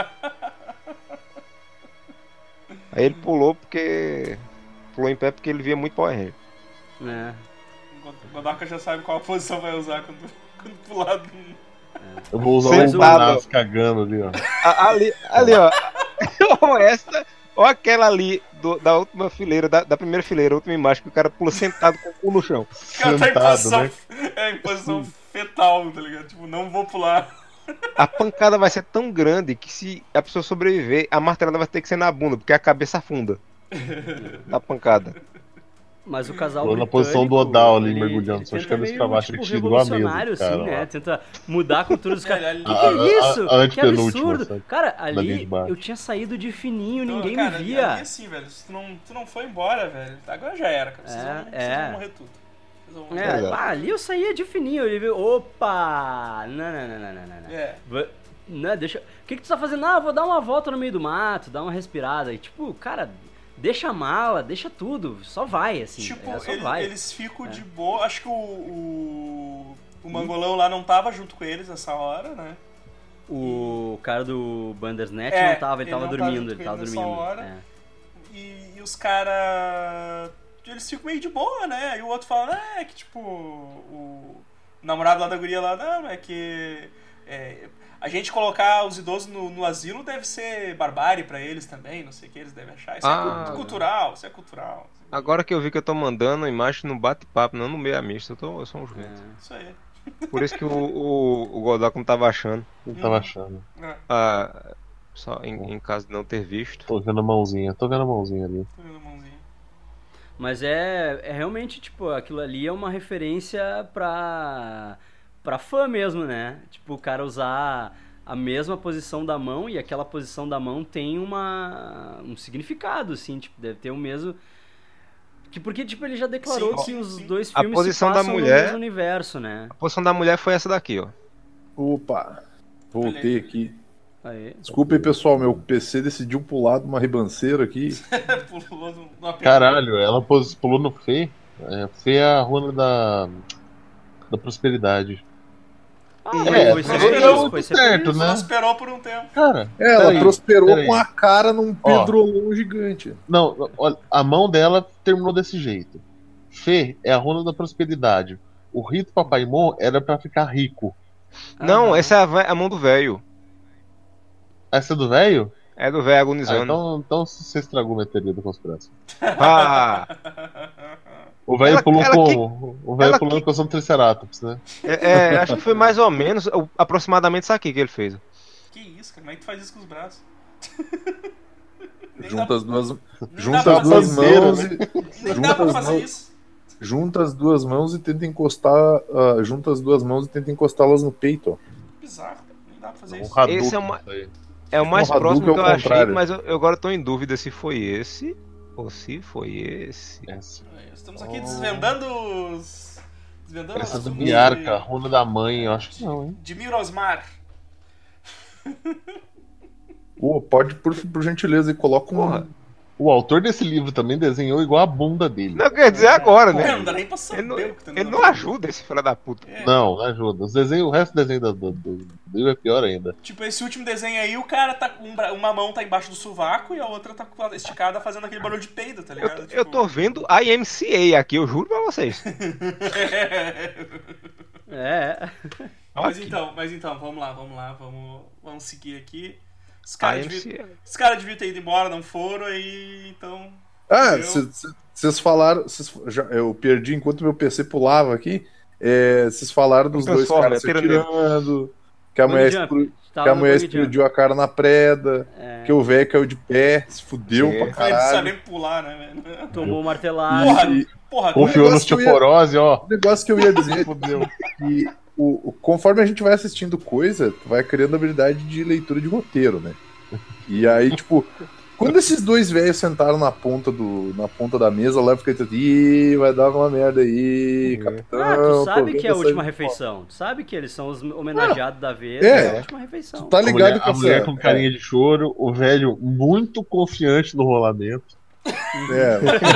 Aí ele pulou porque. Pulou em pé porque ele via muito Power Ranger. É. O Godoka já sabe qual posição vai usar quando, quando pular do... Eu vou usar Sentado. o Manas cagando ali, ó. A- Ali, ali ó. Ou essa, ou aquela ali do- da última fileira, da, da primeira fileira, a última imagem, que o cara pula sentado com o cu no chão. O cara tá em Sentado, posição, né? é, em posição fetal, tá ligado? Tipo, não vou pular. A pancada vai ser tão grande que se a pessoa sobreviver, a martelada vai ter que ser na bunda, porque a cabeça afunda na pancada. Mas o casal Tô na britânico, posição do Odal ali, ele- mergulhando, ele só acho tenta que é meio, pra baixo, tipo, ele tirou a mesa, revolucionário, cara, assim, né? ó. Tenta mudar a cultura dos caras. Ele Que ali- que A- é a- isso? a Que antepenúltima, absurdo. sabe? Cara, Na linha de ali baixo. eu tinha saído de fininho, Então, ninguém cara, me ali- via. ali assim, velho, se tu não, tu não foi embora, velho, agora já era, cara. Vocês, É, vão, vocês é. vão morrer tudo. Vocês vão morrer. É, Exato. ah, ali eu saía de fininho, ele viu, opa, não, não, não, não, não, não, não. É. Va- Não, deixa. O que, que tu tá fazendo? Ah, vou dar uma volta no meio do mato, dar uma respirada. E tipo, cara, deixa a mala, deixa tudo, só vai, assim. Tipo, é, só ele- vai. eles ficam de boa. Acho que o, o, o mangolão lá não tava junto com eles nessa hora, né? O cara do Bandersnatch É, não tava, ele, ele tava não tava dormindo, junto ele com tava ele nessa dormindo. hora. é. E, e os caras. Eles ficam meio de boa, né? E o outro fala, ah, é que tipo. O namorado lá da guria lá, não, é que. é, a gente colocar os idosos no, no asilo deve ser barbárie pra eles também, não sei o que eles devem achar. Isso Ah. é cu- cultural, isso é cultural. Agora que eu vi que eu tô mandando imagem no bate-papo, não no meio mista, eu, tô, eu sou um jumento. É. Isso aí. Por isso que o, o, o Godoka não tava achando. Eu tava achando. É, Ah, só em, em caso de não ter visto. Tô vendo a mãozinha, tô vendo a mãozinha ali. tô vendo a mãozinha. Mas é, é realmente, tipo, aquilo ali é uma referência pra, pra fã mesmo, né? Tipo, o cara usar a mesma posição da mão e aquela posição da mão tem uma, um significado, assim, tipo, deve ter o mesmo... Que porque, tipo, ele já declarou Sim, que sim, os sim. dois A filmes posição se da passam mulher- no mesmo universo, né? A posição da mulher foi essa daqui, ó. Opa, voltei aqui. Aí. Desculpa aí, pessoal, meu P C decidiu pular de uma ribanceira aqui. Pulou no- numa Caralho, ela pos- pulou no Fê. É, Fê é a runa da. da prosperidade. Ah, É, foi ser foi feliz, tudo foi ser certo, feliz. né? Só esperou por um tempo. Cara, É, ela peraí, prosperou peraí. com a cara num Ó. pedrolão gigante. Não, olha, a mão dela terminou desse jeito. Fê é a runa da prosperidade. O rito Papaimon era pra ficar rico. Não, Aham. essa é a, ve- a mão do velho. Essa é do velho? É do velho Ah, agonizando. então, então você estragou minha teoria da conspiração. Ah, O velho Ela- pulou ela com. O velho ela pulou que- com o Triceratops, né? é, é, acho que foi mais ou menos, o- aproximadamente isso aqui que ele fez. Que isso, cara? Como é que tu faz isso com os braços? Nem Junta dá- as duas, nem junta dá as pra duas fazer- mãos e. Nem junta dá pra as fazer mãos. isso. junta as duas mãos e tenta encostar. Uh, junta as duas mãos e tenta encostá-las no peito, ó. Bizarro, não dá pra fazer isso. Um Hadouken, Esse é uma- isso aí. É o mais Um Hadouken próximo que eu ao achei, contrário. mas eu, eu agora tô em dúvida se foi esse ou se foi esse. Essa. Estamos aqui desvendando os... Desvendando Essa os do assuntos Miarca, a runa da mãe, eu acho que não, hein? de, de Mirosmar. Pô, pode, por, por gentileza, e coloca um. Porra. O autor desse livro também desenhou igual a bunda dele. Não, quer dizer agora, Pô, né? não dá nem pra saber Ele não, o que tá ele no- não ajuda esse filho da puta. É, Não, não ajuda. Os desenhos, o resto do desenho do, do, do livro é pior ainda. Tipo, esse último desenho aí, o cara tá com um bra- uma mão tá embaixo do sovaco e a outra tá com a esticada fazendo aquele barulho de peido, tá Eu, ligado? eu tô vendo a I M C A aqui, eu juro pra vocês. É. Mas Aqui. então, mas então, vamos lá, vamos lá, vamos, vamos seguir aqui. Os A caras I M deviam, C A. os cara deviam ter ido embora, não foram, aí então. Ah, Eu- vocês falaram. cês- já- eu perdi enquanto meu P C pulava aqui. É, Vocês falaram dos dois Transforma, caras se atira nele. atirando. Que a Bungee mulher, jump. explo- Tava que a no mulher bungee jump. explodiu a cara na preda. É, Que o velho caiu de pé, se fudeu Sim. pra Eles caralho. sabem pular, né, velho? tomou martelado. Porra, E- porra, Confiou no negócio que eu ia- osteoporose, ó. O negócio que eu ia dizer Fudeu. que o, o- conforme a gente vai assistindo coisa, tu vai criando habilidade de leitura de roteiro, né? E aí, tipo, quando esses dois velhos sentaram na ponta, do, na ponta da mesa, lá eu fiquei tipo, ih, vai dar uma merda aí, capitão. Ah, tu tô sabe vendo que é a essa- última refeição. Tu sabe que eles são os homenageados da vez. É. É a última refeição. Tu tá A ligado mulher, que a mulher essa- com carinha de choro, o velho muito confiante no rolamento. É.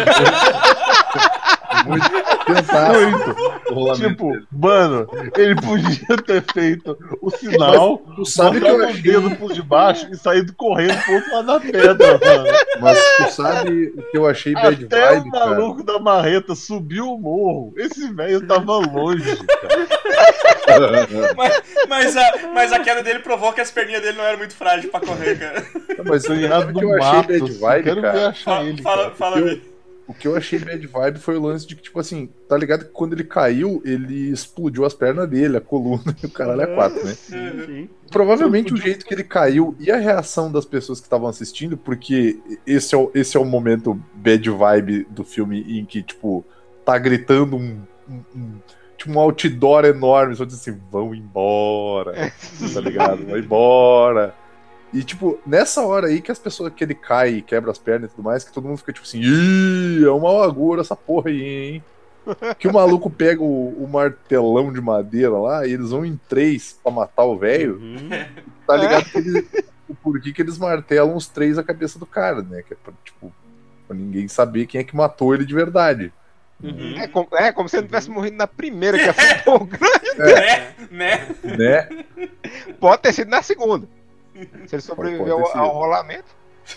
Muito tentar. o rolamento Tipo, dele. mano, ele podia ter feito o sinal, Tu sabe que eu botado o achei, dedo por debaixo e saído correndo pro outro lado da pedra, mano. mas tu sabe o que eu achei bad Até vibe, o cara? maluco da marreta subiu o morro. Esse velho tava longe, cara. mas, mas, a, mas a queda dele provou que as perninhas dele não eram muito frágeis pra correr, cara. Não, mas Tô sabe ligado o que no eu achei mato, bad assim, vibe, quero ver cara? achar Fala, ele, fala, cara. fala Eu- aí. O que eu achei bad vibe foi o lance de que, tipo assim, tá ligado que quando ele caiu, ele explodiu as pernas dele, a coluna e o caralho é quatro, né? Sim. Provavelmente o jeito que ele caiu e a reação das pessoas que estavam assistindo, porque esse é, o, esse é o momento bad vibe do filme em que, tipo, tá gritando um, um, um- tipo, um outdoor enorme, só diz assim, vão embora, tá ligado? Vão embora. E, tipo, nessa hora aí que as pessoas, que ele cai e quebra as pernas e tudo mais, que todo mundo fica tipo assim, ih, é uma lagoura essa porra aí, hein? Que o maluco pega o, o martelão de madeira lá e eles vão em três pra matar o velho, Uhum. tá ligado? Que eles, o porquê que eles martelam os três a cabeça do cara, né? Que é pra, tipo, pra ninguém saber quem é que matou ele de verdade. Uhum. É como, é como se ele tivesse morrido na primeira, que foi um pouco grande. Né? Né? Né? Pode ter sido na segunda. Se ele sobreviveu Pode ter ao sido. rolamento.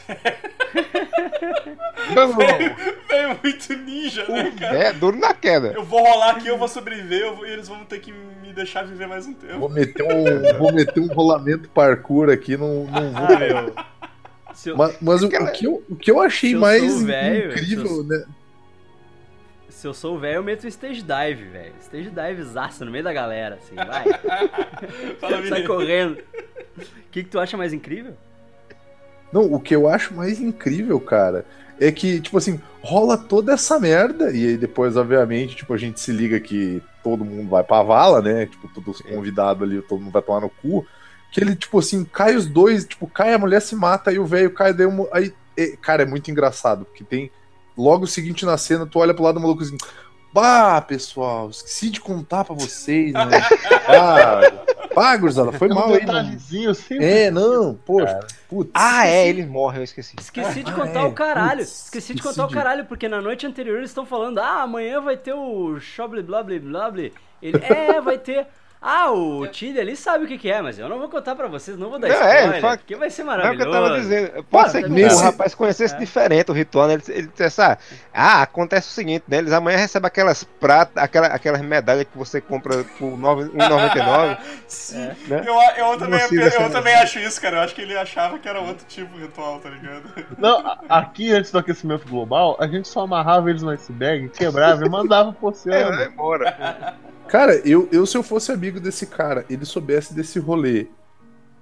Não, Veio muito ninja, né, cara? é duro na queda. Eu vou rolar aqui, eu vou sobreviver, eu vou- e eles vão ter que me deixar viver mais um tempo. Vou meter um, vou meter um rolamento parkour aqui, não, não vou. Ah, meu. Se eu, Mas, mas o, o que eu, o que eu achei Se eu mais sou velho, incrível, se eu- né? se eu sou o velho, eu meto um stage dive, velho. Stage dive zaço no meio da galera, assim, vai. Fala, Sai menino. correndo. O que, que tu acha mais incrível? Não, o que eu acho mais incrível, cara, é que, tipo assim, rola toda essa merda, e aí depois, obviamente, tipo, a gente se liga que todo mundo vai pra vala, né? Tipo, todos convidados ali, todo mundo vai tomar no cu. Que ele, tipo assim, cai os dois, tipo, cai a mulher se mata, aí o velho cai, daí um, aí, é, cara, é muito engraçado, porque tem logo o seguinte na cena, tu olha pro lado do maluco assim, bah, pessoal, esqueci de contar pra vocês, né? Ah, pá, gurizada, foi É um mal aí, mano. detalhezinho sempre. É, não, poxa, putz. Ah, é, ele morre, eu esqueci. Esqueci de Ah, contar é. o caralho. Putz, Esqueci de esqueci contar o de- caralho, porque na noite anterior eles estão falando, ah, amanhã vai ter o Shoble blá blá blá blá. Ele, é, vai ter. Ah, o Tilly ali sabe o que, que é, mas eu não vou contar pra vocês, não vou dar Não, é, spoiler, ele fala- porque vai ser Não é o maravilhoso. que eu tava dizendo. Pode ser que nesse- o rapaz conhecesse É. diferente o ritual, né? Ele, ele disse, ah, ah, acontece o seguinte, né? Eles amanhã recebem aquelas pratas, aquela, aquelas medalhas que você compra por nove- um e noventa e nove. Sim. né? Eu, eu, também, Você eu, dessa- também acho isso, cara. Eu acho que ele achava que era outro tipo de ritual, tá ligado? Não, a- aqui antes do aquecimento global, a gente só amarrava eles no iceberg, quebrava e mandava pro É, oceano. vai embora. Cara, eu, eu se eu fosse amigo desse cara, ele soubesse desse rolê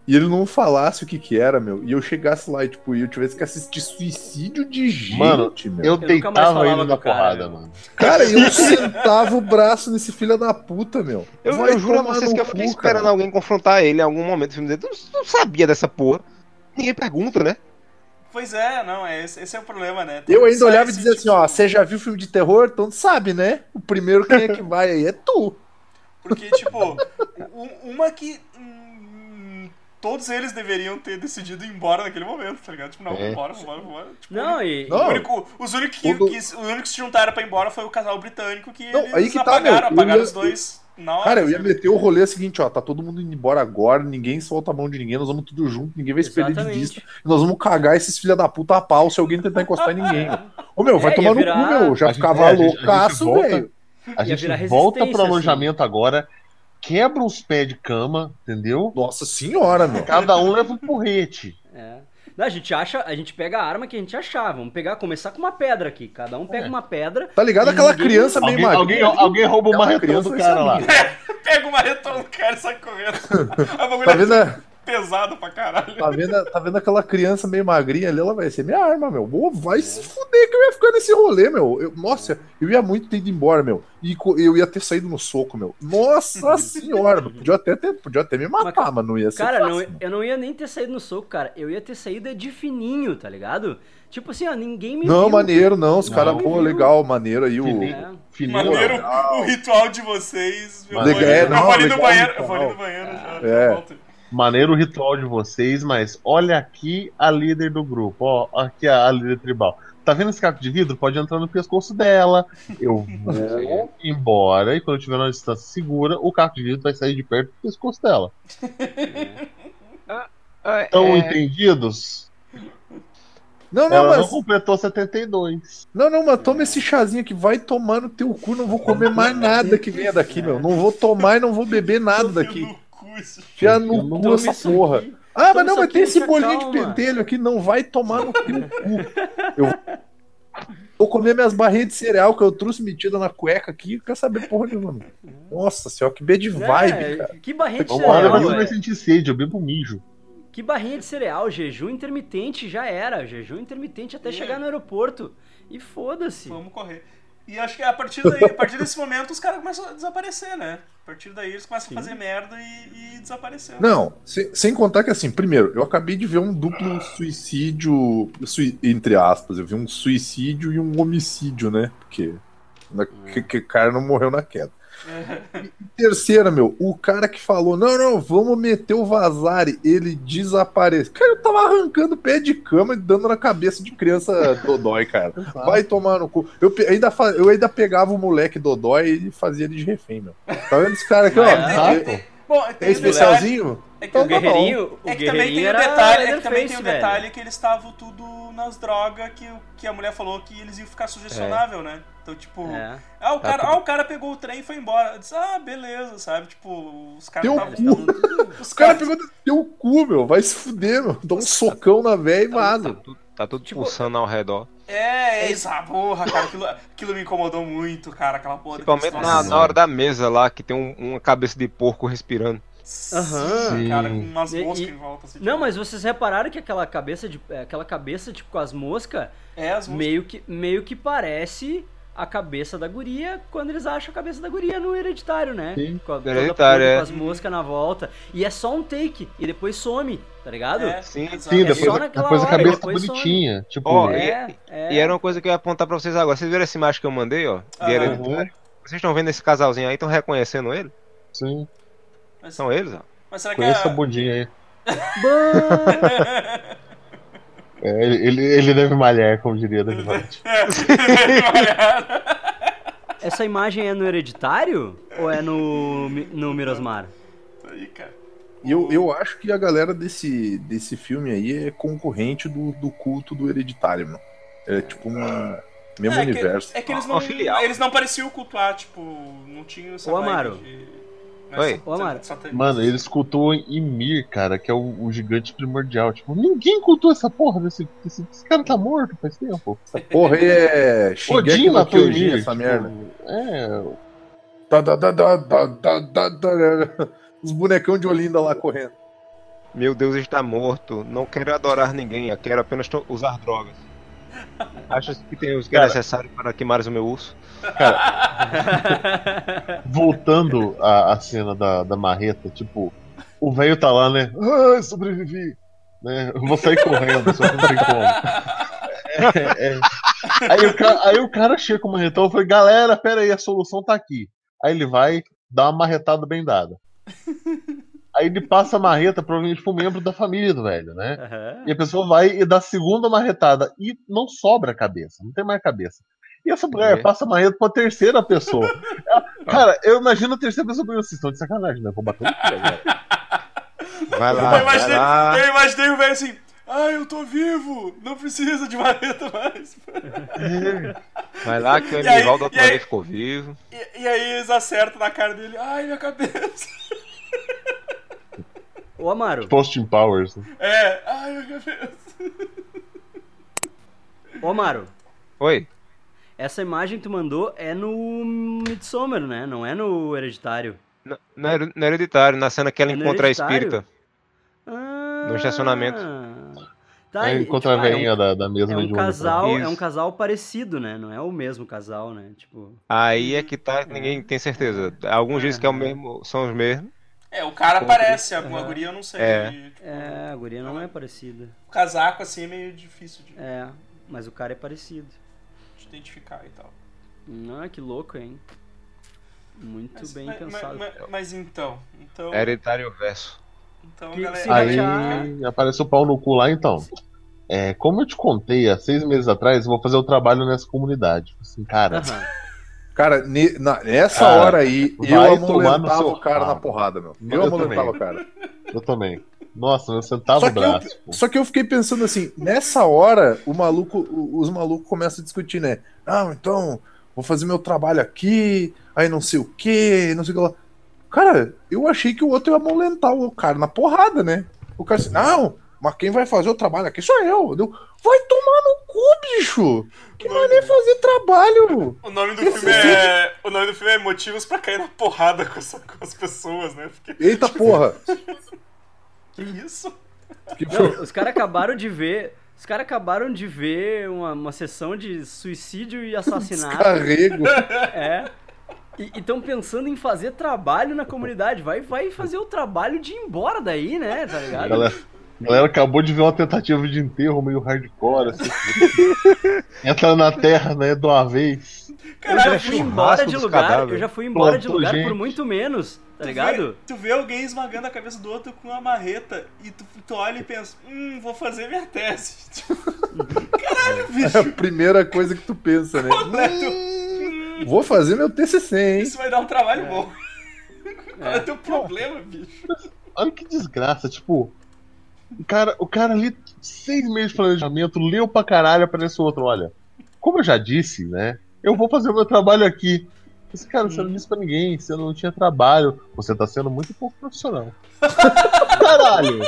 e ele não falasse o que que era, meu, e eu chegasse lá e, tipo, eu tivesse que assistir suicídio de gente, Mano, meu. eu nunca mais deitava falava ele com na o cara, porrada, meu. mano. Cara, eu sentava o braço nesse filho da puta, meu. Eu, Vai eu juro a tomar vocês no que eu fiquei cu, esperando cara. alguém confrontar ele em algum momento do filme dele. Tu não sabia dessa porra. Ninguém pergunta, né? Pois é, não, é, esse, esse é o problema, né? Eu ainda Sai olhava e esse dizia assim, tipo- ó, você já viu filme de terror? Então tu sabe, né? O primeiro quem é que vai aí é tu. Porque, tipo, um- uma que hum, todos eles deveriam ter decidido ir embora naquele momento, tá ligado? Tipo, não, É. vambora, vambora, vambora. Tipo, Não, e. Não. o único, os únicos que, Todo- que, os únicos que se juntaram pra ir embora foi o casal britânico que Não, eles aí que tá, apagaram, meu, eu apagaram ia- os dois na hora. Cara, eu ia sabe? meter o rolê seguinte, ó, tá todo mundo indo embora agora, ninguém solta a mão de ninguém, nós vamos tudo junto, ninguém vai se perder de Exatamente. vista, e nós vamos cagar esses filha da puta a pau se alguém tentar encostar em ninguém. Meu. Ô, meu, vai É, tomar ia no virar- cu, meu, já A gente- ficava é, a gente- a gente loucaço, volta- velho. A Ia gente virar volta resistência, pro alojamento agora, quebra os pés de cama, entendeu? Nossa senhora, meu. Cada um leva um porrete. É. Não, a gente acha, a gente pega a arma que a gente achar. Vamos pegar, começar com uma pedra aqui. Cada um pega É. uma pedra. Tá ligado E aquela ninguém- criança meio Alguém, alguém, magrinha? alguém rouba o Aquela marretão criança do vai cara ser lá. minha. Pega o marretão do cara e sai correndo. A bagulho Tá é vendo, a- pesado pra caralho. tá, vendo, a- tá vendo aquela criança meio magrinha ali? Ela vai ser minha arma, meu. Ô, vai se fuder que eu ia ficar nesse rolê, meu. Eu- nossa, eu ia muito ter ido embora, meu. E co- eu ia ter saído no soco, meu. Nossa senhora, meu. Podia até, ter, podia até me matar, Mas, mas não ia ser Cara, não, fácil. eu não ia nem ter saído no soco, cara. Eu ia ter saído de fininho, tá ligado? Tipo assim, ó, ninguém me Não, viu. maneiro, não. Os Não, caras, me pô, viu. legal, maneiro aí. O... Fininho. É. Fininho, Maneiro ó. o ritual de vocês. Eu vou Legal, ali, é, eu não, vou ali no legal, banheiro. legal. Eu vou ali no banheiro já. É. já volto. Maneiro o ritual de vocês, mas olha aqui a líder do grupo. Ó, aqui a, a líder tribal. Tá vendo esse caco de vidro? Pode entrar no pescoço dela. Eu vou embora e quando eu tiver numa distância segura, o caco de vidro vai sair de perto do pescoço dela. É, Estão é, entendidos? Não, não, Ela não mas. completou setenta e dois. Não, não, mas toma esse chazinho aqui, vai tomar no teu cu, não vou comer mais nada que venha daqui, meu. Não vou tomar e não vou beber nada daqui. No cu, esse Fia Eu no não cu Toma essa isso porra. aqui. Ah, Toma mas não, isso mas tem aqui, esse se bolinho de acalma. pentelho aqui, não vai tomar no teu cu. Eu vou comer minhas barrinhas de cereal que eu trouxe metida na cueca aqui, quer saber porra nenhuma. meu. Nossa senhora, que bad vibe, É, cara. que barrinha de Vamos lá, cereal, mas você velho. vai sentir sede, eu bebo mijo. Que barrinha de cereal, jejum intermitente já era. Jejum intermitente até É. chegar no aeroporto. E foda-se. Vamos correr. E acho que a partir daí, a partir desse momento, os caras começam a desaparecer, né? A partir daí eles começam Sim. a fazer merda e, e desaparecer. Não, sem, sem contar que assim, primeiro, eu acabei de ver um duplo suicídio, sui- entre aspas, eu vi um suicídio e um homicídio, né? Porque na, que, que o cara não morreu na queda. E terceira, meu, o cara que falou, não, não, vamos meter o Vazari, ele desapareceu. Cara, eu tava arrancando pé de cama e dando na cabeça de criança dodói, cara. Vai tomar no cu. Eu pe- ainda, fa- eu ainda pegava o moleque dodói e fazia ele de refém, meu. Tá vendo esse cara aqui, ó? É, É, tem- Bom, tem é um detalhe- especialzinho? É que, O Então tá bom. guerreirinho, o é que também guerreirinho tem o era detalhe, é que também Leatherface, tem o velho. detalhe que eles estavam tudo nas drogas que, o- que a mulher falou que eles iam ficar sugestionável, né? Então, tipo, É. ah, o cara, Tá ah, o cara pegou o trem e foi embora. Eu disse, ah, beleza, sabe? Tipo, os caras Teu estavam. cu. Os Os caras caras. pegou do teu cu, meu. Vai se fuder, meu. Dá um socão na véia e tá, vaza. tudo, tá tudo Tipo, pulsando ao redor. É, essa porra, cara. Aquilo, aquilo me incomodou muito, cara. Aquela porra. Principalmente daquele na, troço. na hora da mesa lá, que tem um- uma cabeça de porco respirando. Aham. Sim, cara, com Sim. umas E- moscas e- em volta. Assim, Não, tipo, mas vocês repararam que aquela cabeça, de, é, aquela cabeça tipo, com as moscas, É, as moscas. meio que, meio que parece a cabeça da guria quando eles acham a cabeça da guria no Hereditário, né? Sim. Com, a, toda Hereditário, podre, é. com as moscas na volta. E é só um take, e depois some, tá ligado? É, Sim, exato. Sim, É depois, só a- naquela depois a hora, cabeça tá depois some. bonitinha. Tipo, Ó, É, é. E era uma coisa que eu ia apontar pra vocês agora. Vocês viram essa imagem que eu mandei, ó? De Aham. Hereditário? Vocês estão vendo esse casalzinho aí? Estão reconhecendo ele? sim. Mas, São eles, ó. mas será que Conheço essa a... budinha aí. Bah! É, ele, ele, ele deve malhar, como diria David White. Essa imagem é no Hereditário? Ou é no, Mi- no Mirosmar? Aí, cara. E eu, eu acho que a galera desse, desse filme aí é concorrente do, do culto do Hereditário, meu. É tipo um mesmo é, universo. Que, é que eles Uma não, filial. eles não pareciam cultuar, tipo, não tinham essa Ô, vibe Amaro. de... Oi. Ô, Amaro. Mano, ele escutou Ymir, cara, que é o, o gigante primordial. Tipo, ninguém cultou essa porra desse, desse. Esse cara tá morto faz tempo. Essa porra aí é Odin Shingeki no matou Kyojin, Ymir. essa tipo, merda. É. Tá, tá, tá, tá, tá, tá, tá, tá. Os bonecão de Olinda lá correndo. Meu Deus está morto. Não quero adorar ninguém. Quero apenas to- usar drogas. Achas que tem os que é Cara. necessário para queimares o meu urso? Voltando à, à cena da, da marreta, tipo, o velho tá lá, né? Ah, sobrevivi. Né? Eu vou sair correndo, só que não tem como. É, é. Aí, o cara, aí o cara chega com o marretão e fala, galera, pera aí, a solução tá aqui. Aí ele vai dar uma marretada bem dada. Aí ele passa a marreta provavelmente pro membro da família do velho, né? Aham. E a pessoa vai e dá a segunda marretada. E não sobra a cabeça, não tem mais cabeça. E essa mulher É. passa a marreta pra terceira pessoa. Ela- cara, eu imagino a terceira pessoa pensando assim, estão de sacanagem, né? Vou bater no filho agora. Vai Eu lá, vai imaginei, lá. eu imaginei o velho assim, ai, eu tô vivo, não precisa de marreta mais. Vai lá que o E aí- Emivaldo outra e aí- vez ficou vivo. E, e aí eles acertam na cara dele, ai, minha cabeça. Ô, Amaro, Austin Powers. Né? É, ai, minha cabeça. ô, Amaro, Oi? essa imagem que tu mandou é no Midsommar, né? Não é no Hereditário. N- Não é, não é hereditário, na cena que ela É no encontra a Hereditário? espírita. Ah, No estacionamento. Tá, Aí e, encontra tipo, a ah, é um- veinha da, da É mesma um de ônibus, casal, né? é um Isso. casal parecido, né? Não é o mesmo casal, né? Tipo, Aí é que tá, ninguém tem certeza. Alguns dizem que é o mesmo, são os mesmos. É, o cara Como aparece, a, a Aham. guria eu não sei. É. Tipo, é, a guria não é parecida. O casaco assim é meio difícil de, É, mas o cara é parecido. de identificar e tal. Ah, que louco, hein? Muito Mas, bem mas, pensado. mas- mas então, então, É hereditário verso. então Que galera, se Aí ratear- apareceu o pau no cu lá, então. É, como eu te contei há seis meses atrás, eu vou fazer o trabalho nessa comunidade. Assim, cara, Aham. Cara, ne- na- nessa Cara, hora aí, eu vai tomar no amolentava seu o cara na rabo. porrada, meu. Eu Eu amolentava também. o cara. eu também. Nossa, eu sentava Só o que, eu, braço. pô. só que eu fiquei pensando assim, nessa hora, o maluco, o- os malucos começam a discutir, né? Ah, então, vou fazer meu trabalho aqui, aí não sei o que, não sei o que lá. Cara, eu achei que o outro ia amolentar o cara na porrada, né? O cara assim, não, mas quem vai fazer o trabalho aqui sou eu. Eu, vai tomar no cu, bicho! Que não é nem fazer trabalho! o nome do filme é o nome do filme é Motivos pra cair na porrada com, essa- com as pessoas, né? Porque Eita porra! que isso? Que Não, foi? os caras acabaram de ver. Os caras acabaram de ver uma, uma sessão de suicídio e assassinato. Descarrego. É. E estão pensando em fazer trabalho na comunidade. Vai, vai fazer o trabalho de ir embora daí, né? Tá A ligado? galera, a galera acabou de ver uma tentativa de enterro meio hardcore, assim. Entra na terra, né, de uma vez. Eu já Cara, fui churrasco embora de dos lugar. cadáveres. Eu já fui embora de Plantou lugar gente. por muito menos, tá Tu ligado? vê, tu vê alguém esmagando a cabeça do outro com uma marreta e tu, tu olha e pensa, hum, vou fazer minha tese. Caralho, É a bicho. primeira coisa que tu pensa, né? Hum, Vou fazer meu T C C, hein? isso vai dar um trabalho bom. Qual é o teu problema, bicho? Olha que desgraça, tipo. O cara, o cara ali, seis meses de planejamento, leu pra caralho, aparece o outro, olha. Como eu já disse, né? Eu vou fazer o meu trabalho aqui. Esse cara, você não disse pra ninguém, você não tinha trabalho. Você tá sendo muito pouco profissional. Caralho!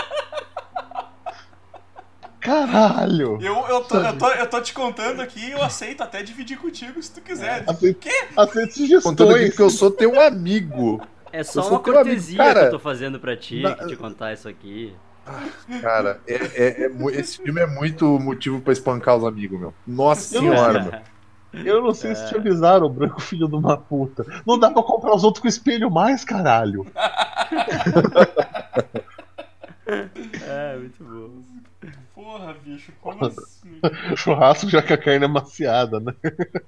Caralho! Eu, eu, tô, eu, tô, eu tô te contando aqui, eu aceito até dividir contigo se tu quiser. Aceito, Quê? aceito Contando aqui sugestões. porque eu sou teu amigo. É Eu só sou uma teu amigo. cortesia Cara, que eu tô fazendo pra ti, na- que te contar isso aqui. Cara, é, é- é mu- esse filme é muito motivo pra espancar os amigos, meu. Nossa Eu não senhora, sei. meu. Eu não sei se te avisaram, o branco filho de uma puta. Não dá pra comprar os outros com espelho mais, caralho. É, muito bom. Porra, bicho, como assim? Churrasco já com a carne amaciada, né?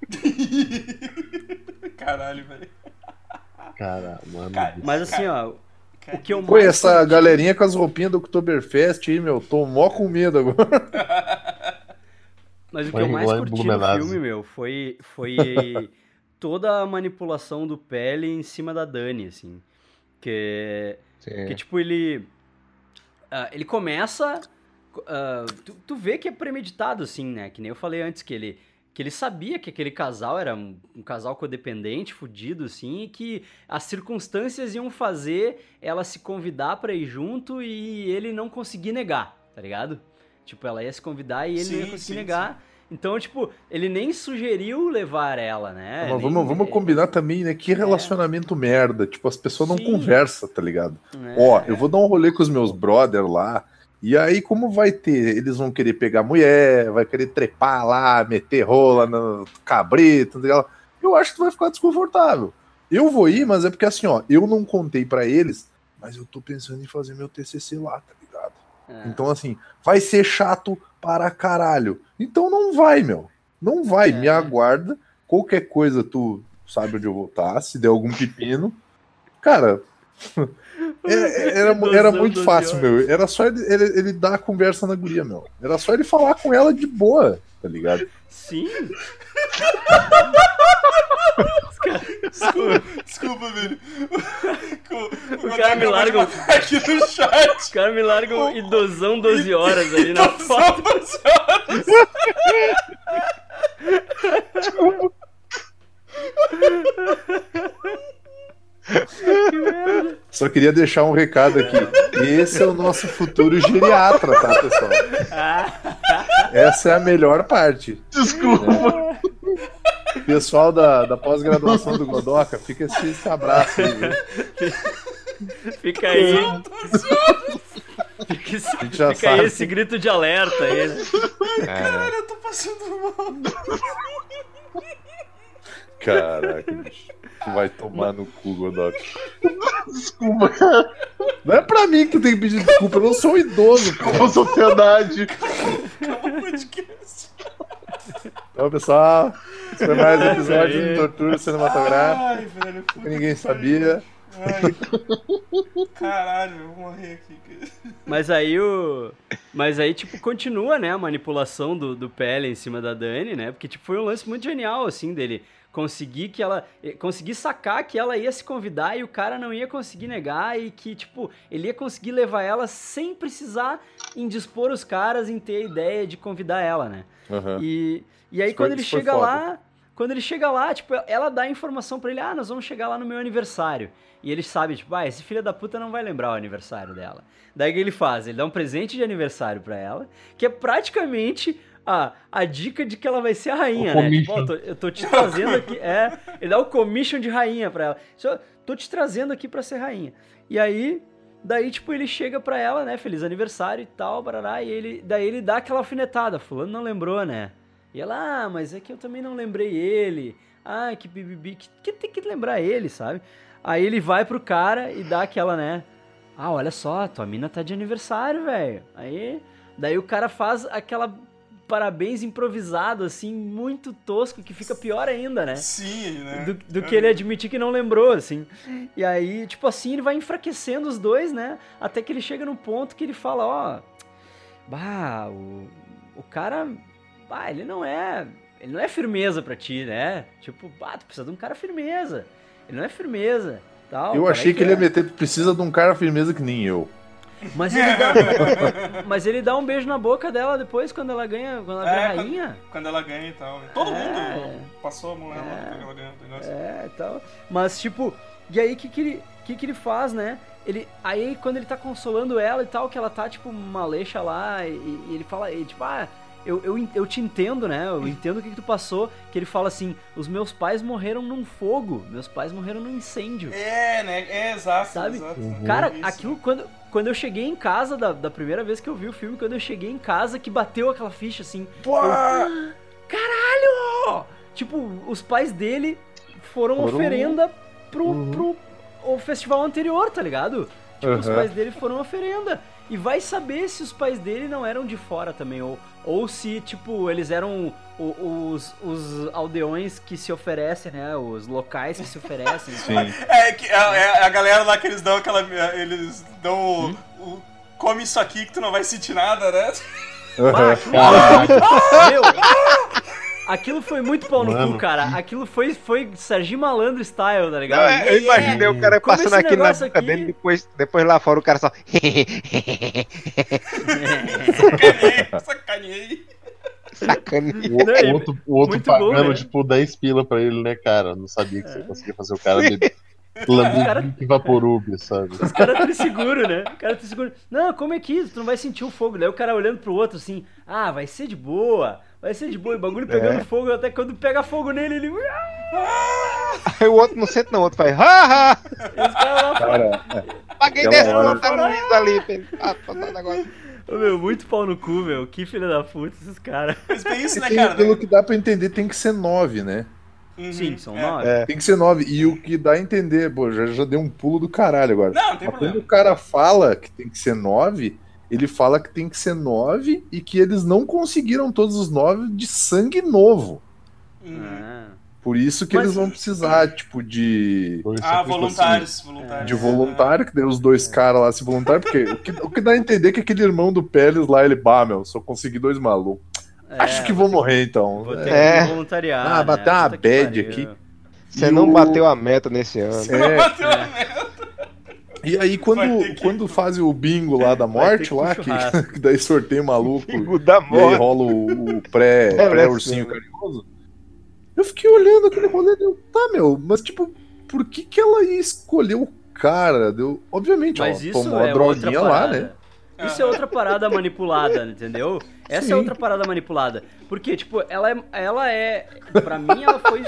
Caralho, velho. Caralho, mano. Cara, Mas assim, ó, o que eu Pô, mais essa curti- galerinha com as roupinhas do Oktoberfest aí, meu, tô mó com medo agora. Mas o que Lá eu em- mais lá em curti no Blumenau. filme, meu, foi, foi toda a manipulação do Pele em cima da Dani, assim. Que, Sim. que tipo, ele... ah, ele começa... ah, tu, tu vê que é premeditado, assim, né? Que nem eu falei antes, que ele, que ele sabia que aquele casal era um, um casal codependente, fudido, assim, e que as circunstâncias iam fazer ela se convidar pra ir junto e ele não conseguir negar, tá ligado? Tipo, ela ia se convidar e ele não ia Sim, conseguir sim, negar. Então, tipo, ele nem sugeriu levar ela, né? Mas Nem- vamos, vamos combinar também, né? Que relacionamento merda. Tipo, as pessoas não Sim. conversam, tá ligado? É. Ó, eu vou dar um rolê com os meus brother lá. E aí, como vai ter? Eles vão querer pegar mulher, vai querer trepar lá, meter rola no cabrito, tá ligado? Eu acho que tu vai ficar desconfortável. Eu vou ir, mas é porque assim, ó, eu não contei pra eles, mas eu tô pensando em fazer meu T C C lá, tá ligado? É. Então, assim, vai ser chato para caralho. Então não vai, meu. Não vai, É. me aguarda. Qualquer coisa tu sabe onde eu vou estar, se der algum pepino. Cara, é- é- era, Dozão, era muito doze fácil, horas. meu. Era só ele, ele, ele dar a conversa na guria, meu. Era só ele falar com ela de boa, tá ligado? Sim. Desculpa, desculpa, velho. O, O cara me larga- aqui no chat. Os caras me largam idosão doze horas ali na foto. Só queria deixar um recado aqui. Esse é o nosso futuro geriatra, tá, pessoal? Essa é a melhor parte. Desculpa. Pessoal da, da pós-graduação do Godoka, fica esse, esse abraço aí, viu? Fica aí. Fica, esse, gente já fica aí sabe. esse grito de alerta aí, né? Caralho, eu tô passando mal. Caraca, bicho. Tu vai tomar no cu, Godoka. Desculpa, cara. Não é pra mim que tu tem que pedir desculpa, eu não sou um idoso, pô. Com sociedade. Calma, podcast. Então, pessoal, esse foi mais um episódio aí. do Tortura Cinematográfica. Ai, velho. puta Que ninguém que pariu. sabia. Ai. Caralho, eu vou morrer aqui. cara. Mas aí o. Mas aí, tipo, continua, né, a manipulação do, do Pele em cima da Dani, né? Porque, tipo, foi um lance muito genial, assim, dele conseguir que ela. Conseguir sacar que ela ia se convidar e o cara não ia conseguir negar e que, tipo, ele ia conseguir levar ela sem precisar indispor os caras em ter a ideia de convidar ela, né? Uhum. E, e aí Isso foi- quando ele isso foi chega foda. lá, quando ele chega lá, tipo, ela dá a informação pra ele, ah, nós vamos chegar lá no meu aniversário. E ele sabe, tipo, ah, esse filho da puta não vai lembrar o aniversário dela. Daí o que ele faz? Ele dá um presente de aniversário pra ela, que é praticamente a, a dica de que ela vai ser a rainha, O né? Tipo, commission. ó, tô- eu tô te trazendo aqui, é, ele dá o commission de rainha pra ela. Só, tô te trazendo aqui pra ser rainha. E aí, daí, tipo, ele chega pra ela, né, feliz aniversário e tal, barará, e ele, daí ele dá aquela alfinetada, fulano não lembrou, né? E ela, ah, mas é que eu também não lembrei ele. Ah, que bibibi, que, que tem que lembrar ele, sabe? Aí ele vai pro cara e dá aquela, né? Ah, olha só, tua mina tá de aniversário, velho. Aí, daí o cara faz aquela parabéns improvisado, assim, muito tosco, que fica pior ainda, né? Sim, né? Do, do que ele admitir que não lembrou, assim. E aí, tipo assim, ele vai enfraquecendo os dois, né? Até que ele chega num ponto que ele fala, ó... Bah, o, o cara... Bah, ele não é... Ele não é firmeza pra ti, né? Tipo, bah, tu precisa de um cara firmeza. Ele não é firmeza, tal. Eu cara, achei aí que ele ia é. meter, precisa de um cara firmeza que nem eu. Mas ele dá... Mas ele dá um beijo na boca dela depois, quando ela ganha... Quando ela É, vira quando- rainha. Quando ela ganha e tal. Todo É. mundo passou a mão nela quando ela ganhou o negócio. É, e tal. Mas, tipo, e aí o que que ele, que que ele faz, né? Ele, aí, quando ele tá consolando ela e tal, que ela tá, tipo, uma leixa lá, e, e ele fala, e, tipo, ah, eu, eu, eu te entendo, né? Eu entendo o que que tu passou. Que ele fala assim, os meus pais morreram num fogo, meus pais morreram num incêndio. É, né? É, exato. Sabe? exato. Cara, Isso. aquilo, quando, quando eu cheguei em casa, da, da primeira vez que eu vi o filme, quando eu cheguei em casa, que bateu aquela ficha, assim, eu, caralho! Tipo, os pais dele foram Foram- oferenda pro, Uhum. pro o festival anterior, tá ligado? Tipo, os Uhum. pais dele foram oferenda. E vai saber se os pais dele não eram de fora também, ou, ou se, tipo, eles eram o- os, os aldeões que se oferecem, né? Os locais que se oferecem. Sim. É, que, é, é a galera lá que eles dão aquela. Eles dão o, Hum? o- come isso aqui que tu não vai sentir nada, né? Ah, aquilo, Caralho. meu, aquilo foi muito pau no Mano. cu, cara. Aquilo foi, foi Serginho Malandro style, tá Não, ligado? é, eu imaginei o cara Como passando esse aqui na negócio boca aqui- dele, depois, depois lá fora o cara só. Sacanei, sacanei. Sacaninha. O, Não, e- o outro, o outro muito bom, pagando, né? tipo, dez pila pra ele, né, cara? Não sabia que você conseguia fazer o cara beber. Lamber cara- Drink Vaporub, sabe? Os caras tão seguro, né? O cara tá seguro. Não, como é que isso? Tu não vai sentir o fogo. Daí o cara olhando pro outro assim, ah, vai ser de boa. vai ser de boa, e o bagulho pegando É. fogo, até quando pega fogo nele, ele... Aí o outro não sente não, o outro faz, haha, Esse cara lá Cara, paguei Aquela dez hora- conto a Luiz ali, pra ele, ah, fazer um negócio. Ô, meu, muito pau no cu, meu. Que filho da puta esses caras. Mas bem isso, né, tem- cara? pelo que dá pra entender, tem que ser nove, né? Uhum, Sim, são é. nove. É. Tem que ser nove. E o que dá a entender, pô, já, já deu um pulo do caralho agora. Não, não tem Mas problema. quando o cara fala que tem que ser nove, ele fala que tem que ser nove e que eles não conseguiram todos os nove de sangue novo. Uhum. Ah. Por isso que Mas- eles vão precisar, tipo, de. Ah, voluntários, voluntários. De voluntário, que daí os dois caras lá se voluntário, porque o que, o que dá a entender é que aquele irmão do Pérez lá, ele, bah, meu, só consegui dois malucos. É, Acho que vou morrer então. Vou ter É. que voluntariar. Ah, né? bateu uma Puta que bad pariu. aqui. Você E não o- bateu a meta nesse ano. É, Bateu a merda. e aí, Vai ter quando, que- quando fazem o bingo lá da Vai ter morte, que lá, ir que, pro churrasco. que daí sorteio maluco, Pingo da e aí morte. rola o, o pré, É, pré-ursinho parece- carinhoso. Eu fiquei olhando aquele rolê, deu, tá, meu, mas tipo, por que que ela ia escolher o cara? Deu, obviamente, Mas ela isso tomou a é outra droguinha lá, parada. né? Isso é outra parada manipulada, entendeu? Essa Sim. é outra parada manipulada. Porque, tipo, ela é. Ela é pra mim, ela foi.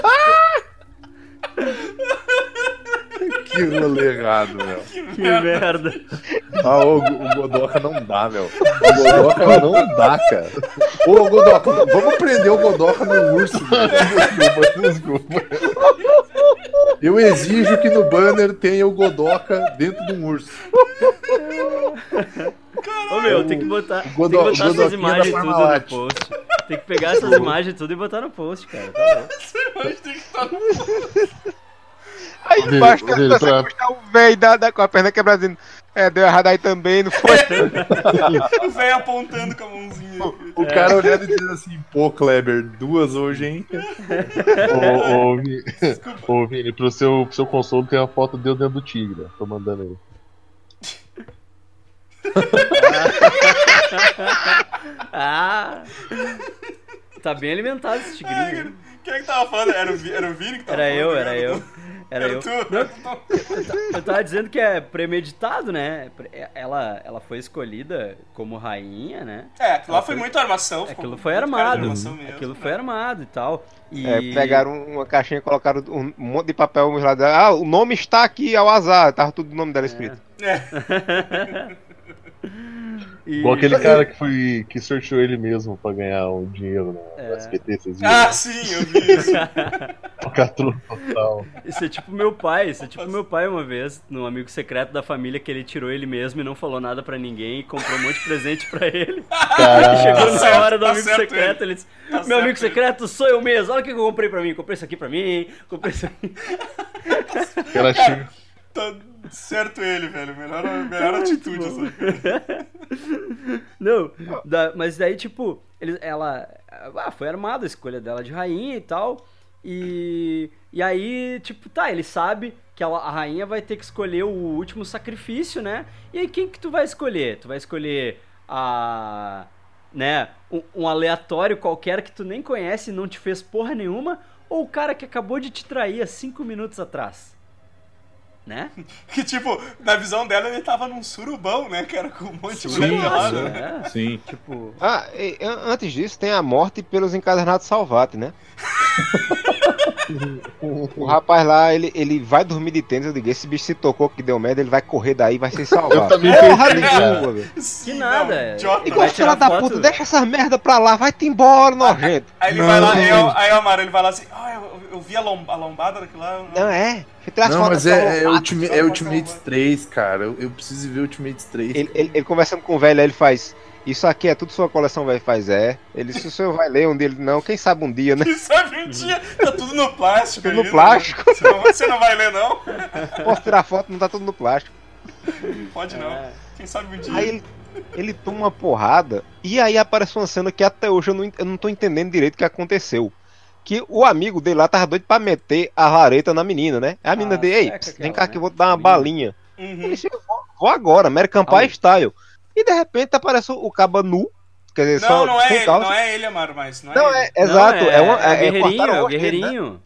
Que rolê errado, meu. Que merda. Ah, o, o Godoka não dá, meu. O Godoka não dá, cara. Ô, Godoka, vamos prender o Godoka no urso, meu. Desculpa, desculpa. Eu exijo que no banner tenha o Godoka dentro de um urso. Ô meu, tem que botar, tem que Godo- botar essas Godoquinha imagens da tudo no Parmalat. post. Tem que pegar essas imagens tudo e botar no post, cara. Tá bom. Mas tem que estar no... Aí Vini, embaixo, cara, Vini, você pra- puxar o velho da, da, com a perna quebrada dizendo, é, deu errado aí também, não foi? O velho apontando com a mãozinha. O cara olhando e dizendo assim, pô, Kleber, duas hoje, hein? Ô, ô, Vi- ô, Vini, pro seu, pro seu consolo tem a foto dele dentro do tigre. Ó. Tô mandando aí. Ah! Tá bem alimentado esse tigrinho. Quem é que tava falando? Era o, Vi- era o Vini que tava Era falando? eu, era eu. Era eu. tu? Eu tava dizendo que é premeditado, né? Ela, ela foi escolhida como rainha, né? É, aquilo lá foi muito armação. ficou Aquilo foi muito cara de armado. armação mesmo, Aquilo né? foi armado e tal. E... É, pegaram uma caixinha e colocaram um monte de papel lá dela. Ah, o nome está aqui ao azar. Tava tudo o nome dela escrito. É. E- Igual aquele cara que foi que sorteou ele mesmo pra ganhar um dinheiro no É. S B T, vocês viram? Ah, sim, eu vi isso. Falcatrua total. Isso é tipo meu pai, isso é tipo meu pai uma vez, num amigo secreto da família, que ele tirou ele mesmo e não falou nada pra ninguém e comprou um monte de presente pra ele. Caralho. Chegou Tá na certo, hora do tá amigo certo secreto, ele disse, Tá meu certo amigo ele. secreto sou eu mesmo, olha o que eu comprei pra mim, comprei isso aqui pra mim, comprei isso aqui. Cara, chega. Tá certo ele, velho. Melhor, melhor atitude essa aí. Não, da- mas daí, tipo, ele, ela ah, foi armada a escolha dela de rainha e tal. E, e aí, tipo, tá, ele sabe que ela, a rainha vai ter que escolher o último sacrifício, né? E aí, quem que tu vai escolher? Tu vai escolher a. Né? Um, um aleatório qualquer que tu nem conhece e não te fez porra nenhuma? Ou o cara que acabou de te trair há cinco minutos atrás? Né? Que, tipo, na visão dela, ele tava num surubão, né, cara? Com um monte de Sim, mulher pelada. sim. né? É, Sim. tipo. Ah, e, an- antes disso tem a morte pelos encadernados Salvati, né? O rapaz lá, ele, ele vai dormir de tênis, eu digo, esse bicho se tocou que deu merda, ele vai correr daí e vai se salvar. Eu também Porra pensei, cara. nenhuma, velho. Sim, Que nada, não, é. idiota. E Vai qual tirar filha da foto- puta, deixa essas merda pra lá, vai-te embora, nojento. Aí ele Não, vai lá, aí, não. o- aí o Amaro, ele vai lá assim, ah, eu, eu vi a, lom, a lombada daquilo lá. eu- Não, é. Tem as Não, fotos mas dessa é, é, lombada. Ultima- é Ultimates três, cara. Eu, eu preciso ver Ultimates três. Ele, ele, ele conversando com o velho, aí ele faz, isso aqui é tudo sua coleção, velho, faz, é. Ele, se o senhor vai ler um dia, ele, não, quem sabe um dia, né? Quem sabe um dia, tá tudo no plástico Tudo no ainda, plástico. né? Você não, você não vai ler, não? Posso tirar foto, não tá tudo no plástico. Pode não. É. Quem sabe um dia. Aí ele, ele toma uma porrada e aí aparece uma cena que até hoje eu não, eu não tô entendendo direito o que aconteceu. Que o amigo dele lá tava doido pra meter a vareta na menina, né? A menina Ah, dele, ei, seca vem aquela, cá né? que eu vou te dar uma Linda. balinha. Uhum. Ele disse, eu vou, vou agora, American Pie Alô. Style. E de repente aparece o caba nu, quer dizer, Não, só não é com ele, calça. não é ele, Amaro, mas não é Não, ele. é, exato, Não, é, uma, é, é, guerreirinho, cortaram é o rosto dele, né? guerreirinho.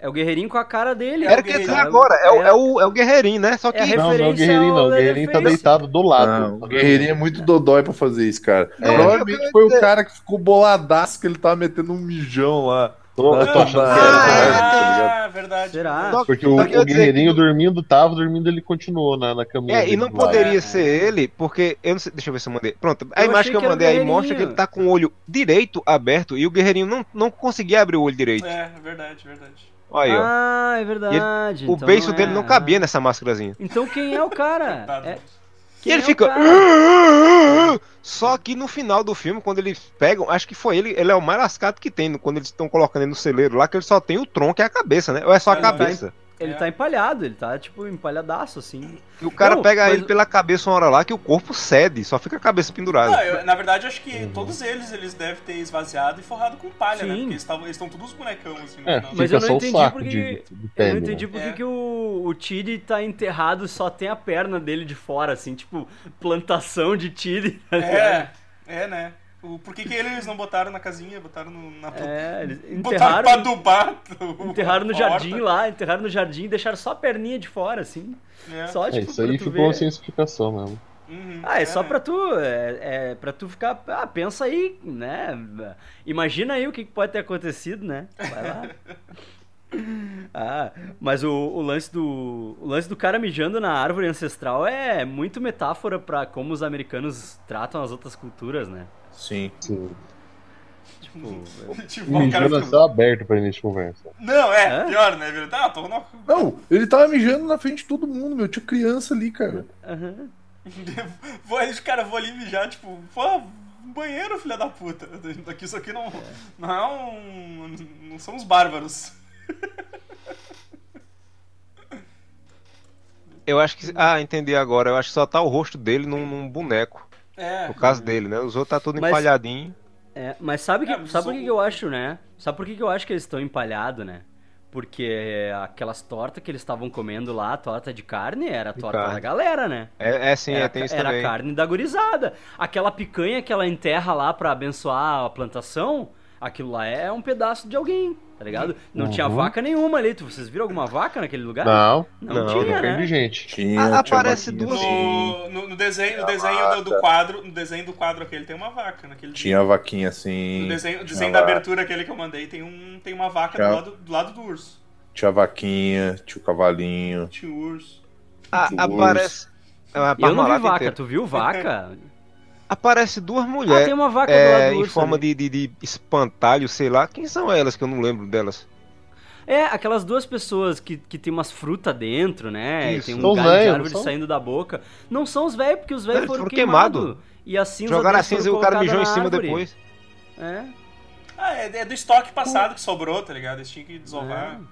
É o guerreirinho com a cara dele. Era o que ia dizer agora, é, o, é, o, é o guerreirinho, né? Só que. É a Não, não é o referência guerreirinho, não. ao O guerreirinho tá Leatherface. deitado do lado. Não, o guerreirinho é muito dodói pra fazer isso, cara. É. Provavelmente foi o cara que ficou boladaço que ele tava metendo um mijão lá. Tô, eu tô Ah, achando ah, que era é. verdade, tá ligado? Ah, verdade. Será? Só- Porque o, só que eu o ia dizer guerreirinho que- dormindo tava, dormindo ele continuou na, na caminha. É, e dele não do lado. poderia É. ser ele, porque. Eu não sei, deixa eu ver se eu mandei. Pronto, a Eu imagem achei que eu que era o mandei aí guerreirinho. mostra que ele tá com o olho direito aberto e o guerreirinho não, não conseguia abrir o olho direito. É, verdade, verdade. Olha aí, ó. Ah, é verdade. O então beiço não é- dele não cabia nessa máscarazinha. Então quem é o cara? Coitado. É- E quem ele é o fica. cara? Só que no final do filme, quando eles pegam, acho que foi ele, ele é o mais lascado que tem, quando eles estão colocando ele no celeiro lá, que ele só tem o tronco e a cabeça, né? Ou é só a É, não, cabeça? Ele É. tá empalhado, ele tá tipo empalhadaço assim. E o cara Não, pega mas- ele pela cabeça uma hora lá que o corpo cede, só fica a cabeça pendurada. Não, eu, na verdade, acho que todos eles, eles devem ter esvaziado e forrado com palha, né? Sim. Porque eles estavam- eles estão todos bonecão, assim, no É, final. Mas fica eu não só entendi o saco porque- de, de Eu pele. não entendi né? porque É. que o, o Tiri tá enterrado só tem a perna dele de fora, assim, tipo, plantação de Tiri. tá ligado? É, é, né? O, por que, que eles não botaram na casinha, botaram no, na... É, eles botaram enterraram, pra adubar o- enterraram no a jardim horta. lá, enterraram no jardim e deixaram só a perninha de fora, assim. É. Só, É, tipo, isso aí pra tu ficou ver. uma cientificação mesmo. Uhum, Ah, é só né? pra tu, é, é pra tu ficar, ah, pensa aí, né, imagina aí o que que pode ter acontecido, né, vai lá. Ah, mas o, o lance do o lance do cara mijando na árvore ancestral é muito metáfora pra como os americanos tratam as outras culturas, né, Sim. Sim. tipo, Tipo, o cara Mijando a fica... céu aberto pra início de conversa. Não, é, Hã? pior, né? Viu? Ah, tô no... Não, ele tava mijando na frente de todo mundo, meu. Tinha criança ali, cara. aham. vou, aí os caras vão ali mijar, tipo, pô, um banheiro, filha da puta. Daqui isso aqui não, não é um... Não somos bárbaros. Eu acho que. Ah, entendi agora. Eu acho que só tá o rosto dele num, num boneco. É. No caso dele, né? Os outros tá tudo Mas- empalhadinho. É, mas sabe, que, É, mas sabe por que o- que eu acho, né? Sabe por que que eu acho que eles estão empalhados, né? Porque aquelas tortas que eles estavam comendo lá, a torta de carne, era a De torta carne. da galera, né? É, é sim, Era, é, tem isso era também. a carne da gurizada. Aquela picanha que ela enterra lá pra abençoar a plantação, aquilo lá é um pedaço de alguém, tá ligado? Não tinha Uhum. vaca nenhuma ali. Tu- Vocês viram alguma vaca naquele lugar? Não, Não, não, tinha, depende de né? gente. Tinha, Ah, tinha aparece vaquinha, duas- sim. No, no, no desenho, no Tinha desenho do, do vaca. quadro, no desenho do quadro aquele tem uma vaca naquele Tinha dia. vaquinha assim. No desenho, o tinha desenho da vaca, abertura aquele que eu mandei tem, um, tem uma vaca Tinha- do lado, do lado do urso. Tinha vaquinha, tinha o cavalinho. Tinha o urso. Ah, Urso. aparece. É uma Eu não vi parmalata vaca, inteira. tu viu vaca? Aparece duas Ah, mulheres. tem uma vaca é, do lado do em urso forma ali. de, de, de espantalho, sei lá. Quem são elas que eu não lembro delas? É, aquelas duas pessoas que, que tem umas frutas dentro, né? Isso. E tem um São os galho de velhos, árvore não são? saindo da boca. Não são os velhos, porque os velhos Eles foram, foram queimados. queimados. E a cinza Jogaram a deles foram cinza e o cara colocada mijou em na cima árvore. depois. É. Ah, é, é do estoque passado que sobrou, tá ligado? Eles tinham que desovar.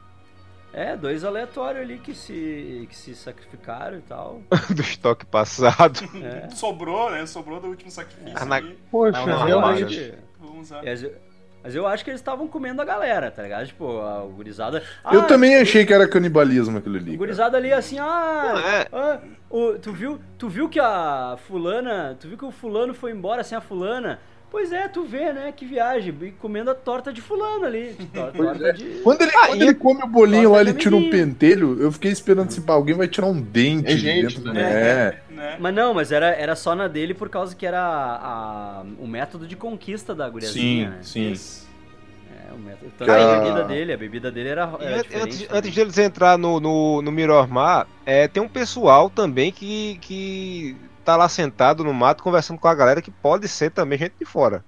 É, dois aleatórios ali que se, que se sacrificaram e tal. Do estoque passado. É. Sobrou, né? Sobrou do último sacrifício Ah, na- ali. Poxa, Não, não, realmente. Vamos usar. Mas eu, mas eu acho que eles estavam comendo a galera, tá ligado? Tipo, a gurizada. Eu Ah, também achei que era canibalismo aquilo ali. O cara. gurizada ali assim, ah, Não, é. ah, o- tu viu, tu viu que a fulana, tu viu que o fulano foi embora sem a fulana? Pois é, tu vê, né, que viagem, e comendo a torta de fulano ali, tor- torta de... Quando ele, Ah, quando e- ele come o bolinho Torta lá, de ele tira um amiguinho. pentelho, eu fiquei esperando se pá, alguém vai tirar um dente É gente, dentro, né? né? Né? Mas não, mas era, era só na dele por causa que era a, o método de conquista da guriazinha, Sim, né? sim. Isso. É, o método, tanto Que a a- bebida dele, a bebida dele era, E era an- diferente. antes, também. antes de eles entrar no, no, no Mirormar, é, tem um pessoal também que, que tá lá sentado no mato conversando com a galera que pode ser também gente de fora.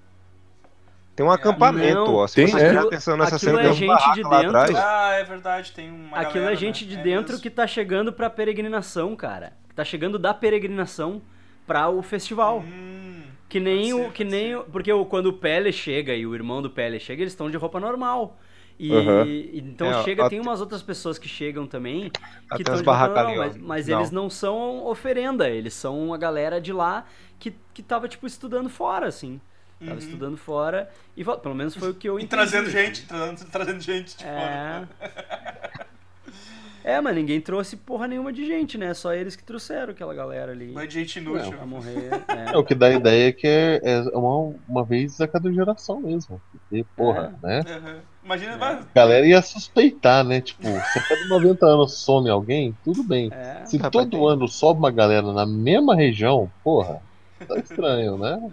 Tem um acampamento, não, ó. Se tem, você é. prestar atenção nessa Aquilo cena, é tem um gente barraco de lá dentro. atrás. Ah, é verdade, tem uma Aquilo galera, é gente né? de É dentro mesmo. que tá chegando pra peregrinação, cara. Que tá chegando da peregrinação pra o festival. Hum, Que nem pode o. ser, Que pode nem o, porque o, quando o Pele chega e o irmão do Pele chega, eles estão de roupa normal. E, Aham. e- então É, chega, ó, tem umas outras pessoas que chegam também que Até estão as de roupa barracas normal, ali, ó. mas, mas Não. eles não são oferenda, eles são a galera de lá que, que tava, tipo, estudando fora, assim. Tava Uhum. estudando fora e vol- pelo menos foi o que eu E entendi. trazendo gente, trazendo, trazendo gente de É. fora. É, mas ninguém trouxe porra nenhuma de gente, né? Só eles que trouxeram aquela galera ali. Mas de gente inútil. Pra morrer. É, o que dá a ideia é que é, é uma, uma vez a cada geração mesmo. Porque, porra, É. né? Uhum. Imagina, É. mas- A galera ia suspeitar, né? Tipo, se a cada noventa anos some alguém, tudo bem. É. Se Rapaz, todo tem- ano sobe uma galera na mesma região, porra, tá estranho, né?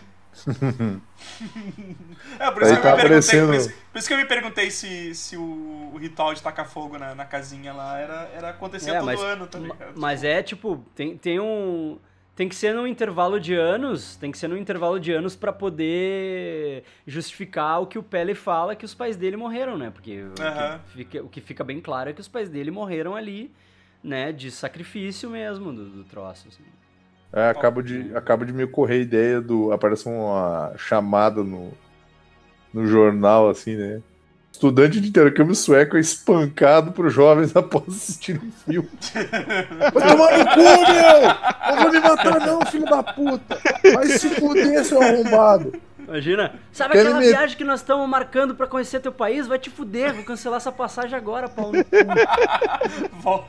É, por isso, Aí que eu tá me perguntei, aparecendo- por, isso, por isso que eu me perguntei se, se o, o ritual de tacar fogo na, na casinha lá era, era acontecia É, todo mas, ano, tá ma- ligado? mas é tipo, tem, tem um. Tem que ser num intervalo de anos, tem que ser num intervalo de anos pra poder justificar o que o Pele fala que os pais dele morreram, né? Porque o, Aham. que fica, o que fica bem claro é que os pais dele morreram ali, né? De sacrifício mesmo do, do troço. Assim. É, acabo de, acabo de me ocorrer a ideia do. Aparece uma chamada no, no jornal, assim, né? Estudante de intercâmbio sueco é espancado por jovens após assistir um filme. Vai tomar no cu, meu! Não vou me matar, não, filho da puta! Vai se fuder, seu arrombado! Imagina, sabe Quero aquela me- viagem que nós estamos marcando pra conhecer teu país? Vai te fuder, vou cancelar essa passagem agora, Paulo. no cu. Vol-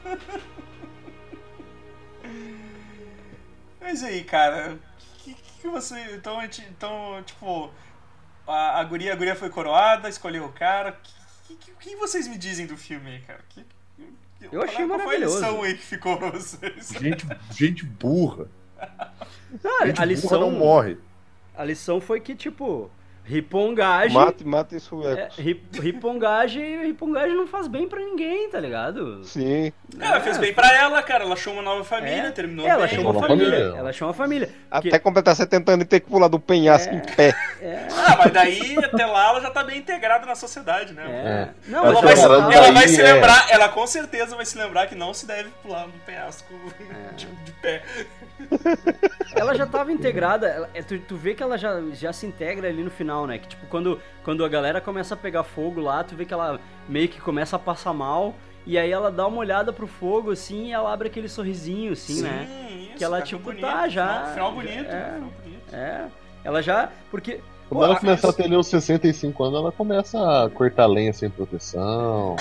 Mas aí, cara, que, que você. Então, a gente- então tipo, a, a, guria, a guria foi coroada, escolheu o cara. O que, que, que vocês me dizem do filme aí, cara? Que, que- Eu achei qual maravilhoso. foi a lição aí que ficou pra vocês? Gente, gente burra. Ah, Gente a burra lição, não morre. a lição foi que, tipo, ripongagem. Mata, mata isso, É, ri- ripongagem, ripongagem não faz bem pra ninguém, tá ligado? Sim. Ela fez bem pra ela, cara. Ela achou uma nova família, É. terminou Ela bem. achou uma Uma família. família. Ela achou uma família. Até Porque- completar setenta anos e ter que pular do penhasco É. em pé. é, Ah, mas daí até lá ela já tá bem integrada na sociedade, né? é. Não, Ela Ela vai, se, tá ela daí, vai se é. lembrar, ela com certeza vai se lembrar que não se deve pular no penhasco É. de, de pé. ela já tava integrada. ela- é, tu, tu vê que ela já, já se integra ali no final, né? Que tipo, quando, quando a galera começa a pegar fogo lá, tu vê que ela meio que começa a passar mal. E aí ela dá uma olhada pro fogo, assim, e ela abre aquele sorrisinho, assim, né? isso, Que ela, cara, tipo, bonito, tá, já- Final, final bonito, é. final bonito. É. Ela já. Porque. Quando pô, ela a- começar a ter ali uns sessenta e cinco anos, ela começa a cortar lenha sem proteção.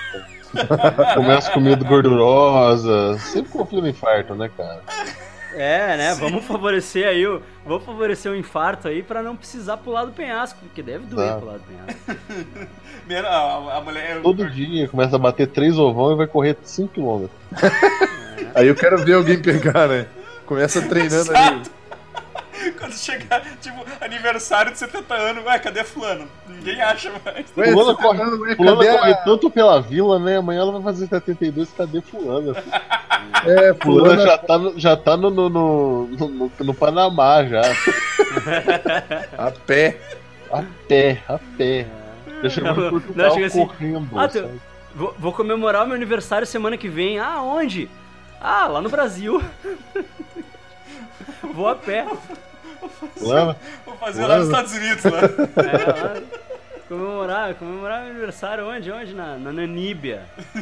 Começa com comida gordurosa. Sempre confia no infarto, né, cara? É, né? Vamos favorecer aí o. Vamos favorecer o infarto aí pra não precisar pular do penhasco, porque deve doer Exato. pular do penhasco. Menos- A, a mulher. Todo dia começa a bater três ovão e vai correr cinco quilômetros. Aí eu quero ver alguém pegar, né? Começa treinando ali. Quando chegar, tipo, aniversário de setenta anos, ué, cadê fulano? Ninguém acha mais. Ué, Fulana você tá corre, falando, ué, fulana cadê corre a- tanto pela vila, né? Amanhã ela vai fazer setenta e dois, cadê fulana? É, Fulana fulana já tá, no, já tá no, no, no, no, no Panamá já. a pé. A pé, a pé. Já chegou Não, em Portugal não, chega assim, correndo. ah, tu- sabe? Vou, vou comemorar o meu aniversário semana que vem. Ah, onde? Ah, lá no Brasil. Vou a pé. Fulana, Vou fazer lá nos Estados Unidos, lá. É, lá, comemorar, comemorar meu aniversário onde? Onde? Na, na Namíbia.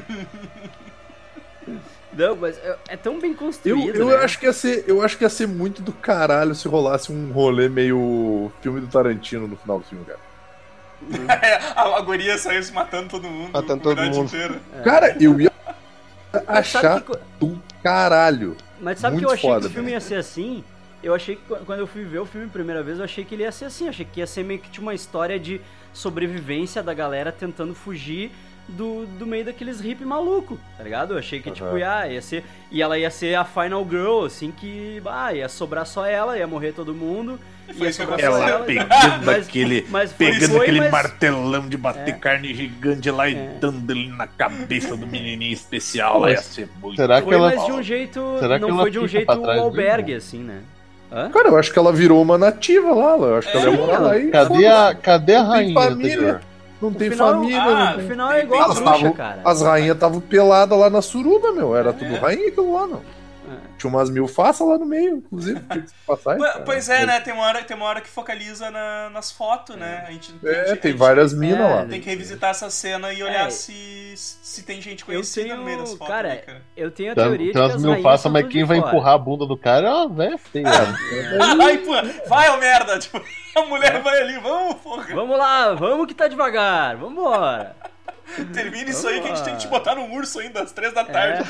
Não, mas é, é tão bem Eu, construído, eu, né? acho que ia ser, eu acho que ia ser muito do caralho se rolasse um rolê meio filme do Tarantino no final do filme, cara. a, a guria saiu se matando todo mundo. Matando a todo comunidade mundo. inteira. Cara, eu ia Mas achar sabe que, do caralho. mas sabe que Muito eu achei foda, que o filme velho. ia ser assim? Eu achei que quando eu fui ver o filme a primeira vez, eu achei que ele ia ser assim. Eu achei que ia ser meio que tipo uma história de sobrevivência da galera tentando fugir do, do meio daqueles hippie maluco, tá ligado? Eu achei que, Uhum. tipo, ia, ia ser. E ela ia ser a final girl, assim, que. Ah, ia sobrar só ela, ia morrer todo mundo. foi Ia isso que sobrar só aconteceu. Ela ela, pegando mas- aquele, mas foi- pegando foi, aquele mas- martelão de bater É. carne gigante lá e É. dando ele na cabeça do menininho especial. Lá ia ser muito. será que Foi, ela. mas de um jeito. Será que não ela foi de um fica jeito pra trás albergue, mesmo? assim, né? Hã? Cara, eu acho que ela virou uma nativa lá. Eu acho que ela ia É, morar lá e. Cadê a, cadê a Não tem rainha família. anterior? Não tem final- família, ah, não O tem. final é igual a Elas bruxa, tavam- cara. As rainhas estavam peladas lá na suruba, meu. Era É. tudo rainha aquilo lá, não. É. Tinha umas mil faças lá no meio, inclusive. Tinha que se passar, Po- cara. Pois é, né? Tem uma hora, tem uma hora que focaliza na- nas fotos, né? A gente, a É, gente- tem a gente várias minas É, lá. Tem que revisitar essa cena e olhar É. se, se tem gente Eu conhecida no meio das tenho. fotos, Cara, né, cara? eu tenho a Tem, teoria de tem que umas as mil rainhas faças, são mas tudo quem de vai fora. empurrar a bunda do cara é uma velha feia. Ai, pô, vai, ô merda! Tipo, a mulher vai ali, vamos, porra! Vamos lá, vamos que tá devagar, vambora. Termina isso aí que a gente tem que te botar no urso ainda às três da tarde.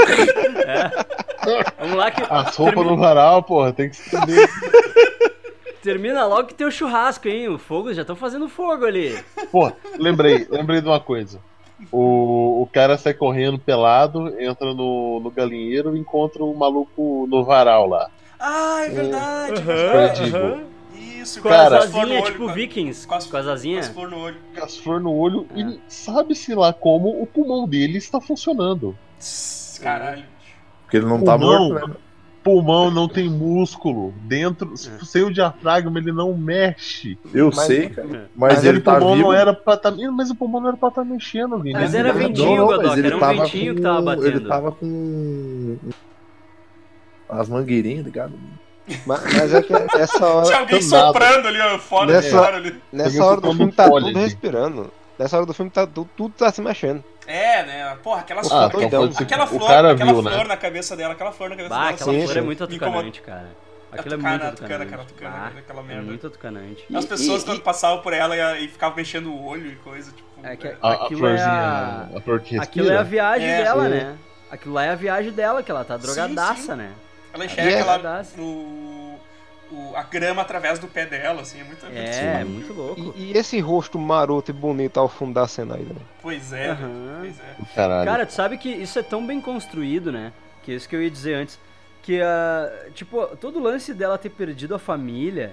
É. É. Vamos lá que... A sopa no varal, porra, tem que se entender. Termina logo que tem o churrasco, hein? O fogo, já estão fazendo fogo ali. Pô, lembrei, lembrei de uma coisa. O, o cara sai correndo pelado, entra no, no galinheiro e encontra o maluco no varal lá. Ah, é verdade. Uhum, é verdade. Perdigo. Isso, Com Cara, as as flor no asinhas, olho, tipo com a- Vikings, com as- com as asinhas. as flor no olho. Com as flores no olho e sabe-se lá como o pulmão dele está funcionando. Tss, Caralho. Porque ele não tá Pulmão. morto, né? Pulmão não tem músculo. Dentro, sem o diafragma, ele não mexe. Eu Mas- sei, cara. Mas, Mas ele o tá pulmão vivo. não era pra tá, mas o pulmão não era pra estar mexendo, Vini. Mas Ele era não- ventinho, Não, não, Godoka, mas ele era um tava ventinho com- que tava batendo. Ele tava com as mangueirinhas, ligado? Mas, mas é que essa hora. Tinha alguém do nada. soprando ali, ó, fora Nessa- de fora ali. Nessa Peguei hora o do botão filme do tá fole, tudo assim. respirando. Nessa hora do filme tá tudo, tudo tá se mexendo. É, né? Porra, aquela, Ah, flor, então doidão. pode ser que aquela o flor, cara aquela viu, flor né? na cabeça dela, aquela flor na cabeça Bah, dela. aquela sim, flor sim. é muito Me incomoda. atucanante, cara. Aquilo é Atucana, muito atucana, atucanante. cara, atucana, Ah, aquela é merda. muito atucanante. As E- pessoas e- quando e- passavam por ela e, e ficavam mexendo o olho e coisa, tipo... É que- é. A, a Aquilo é florzinha, a- a flor que respira. Aquilo é a viagem É, dela, sim. né? Aquilo lá é a viagem dela, que ela tá Sim, drogadaça, sim. né? Ela E enxerga é- ela, o, o, a grama através do pé dela, assim, é muito É, absurdo. muito louco. E, e esse rosto maroto e bonito ao fundo da cena aí, né? Pois é, Aham. pois é. Caralho. Cara, tu sabe que isso é tão bem construído, né? Que é isso que eu ia dizer antes. Que, uh, tipo, todo o lance dela ter perdido a família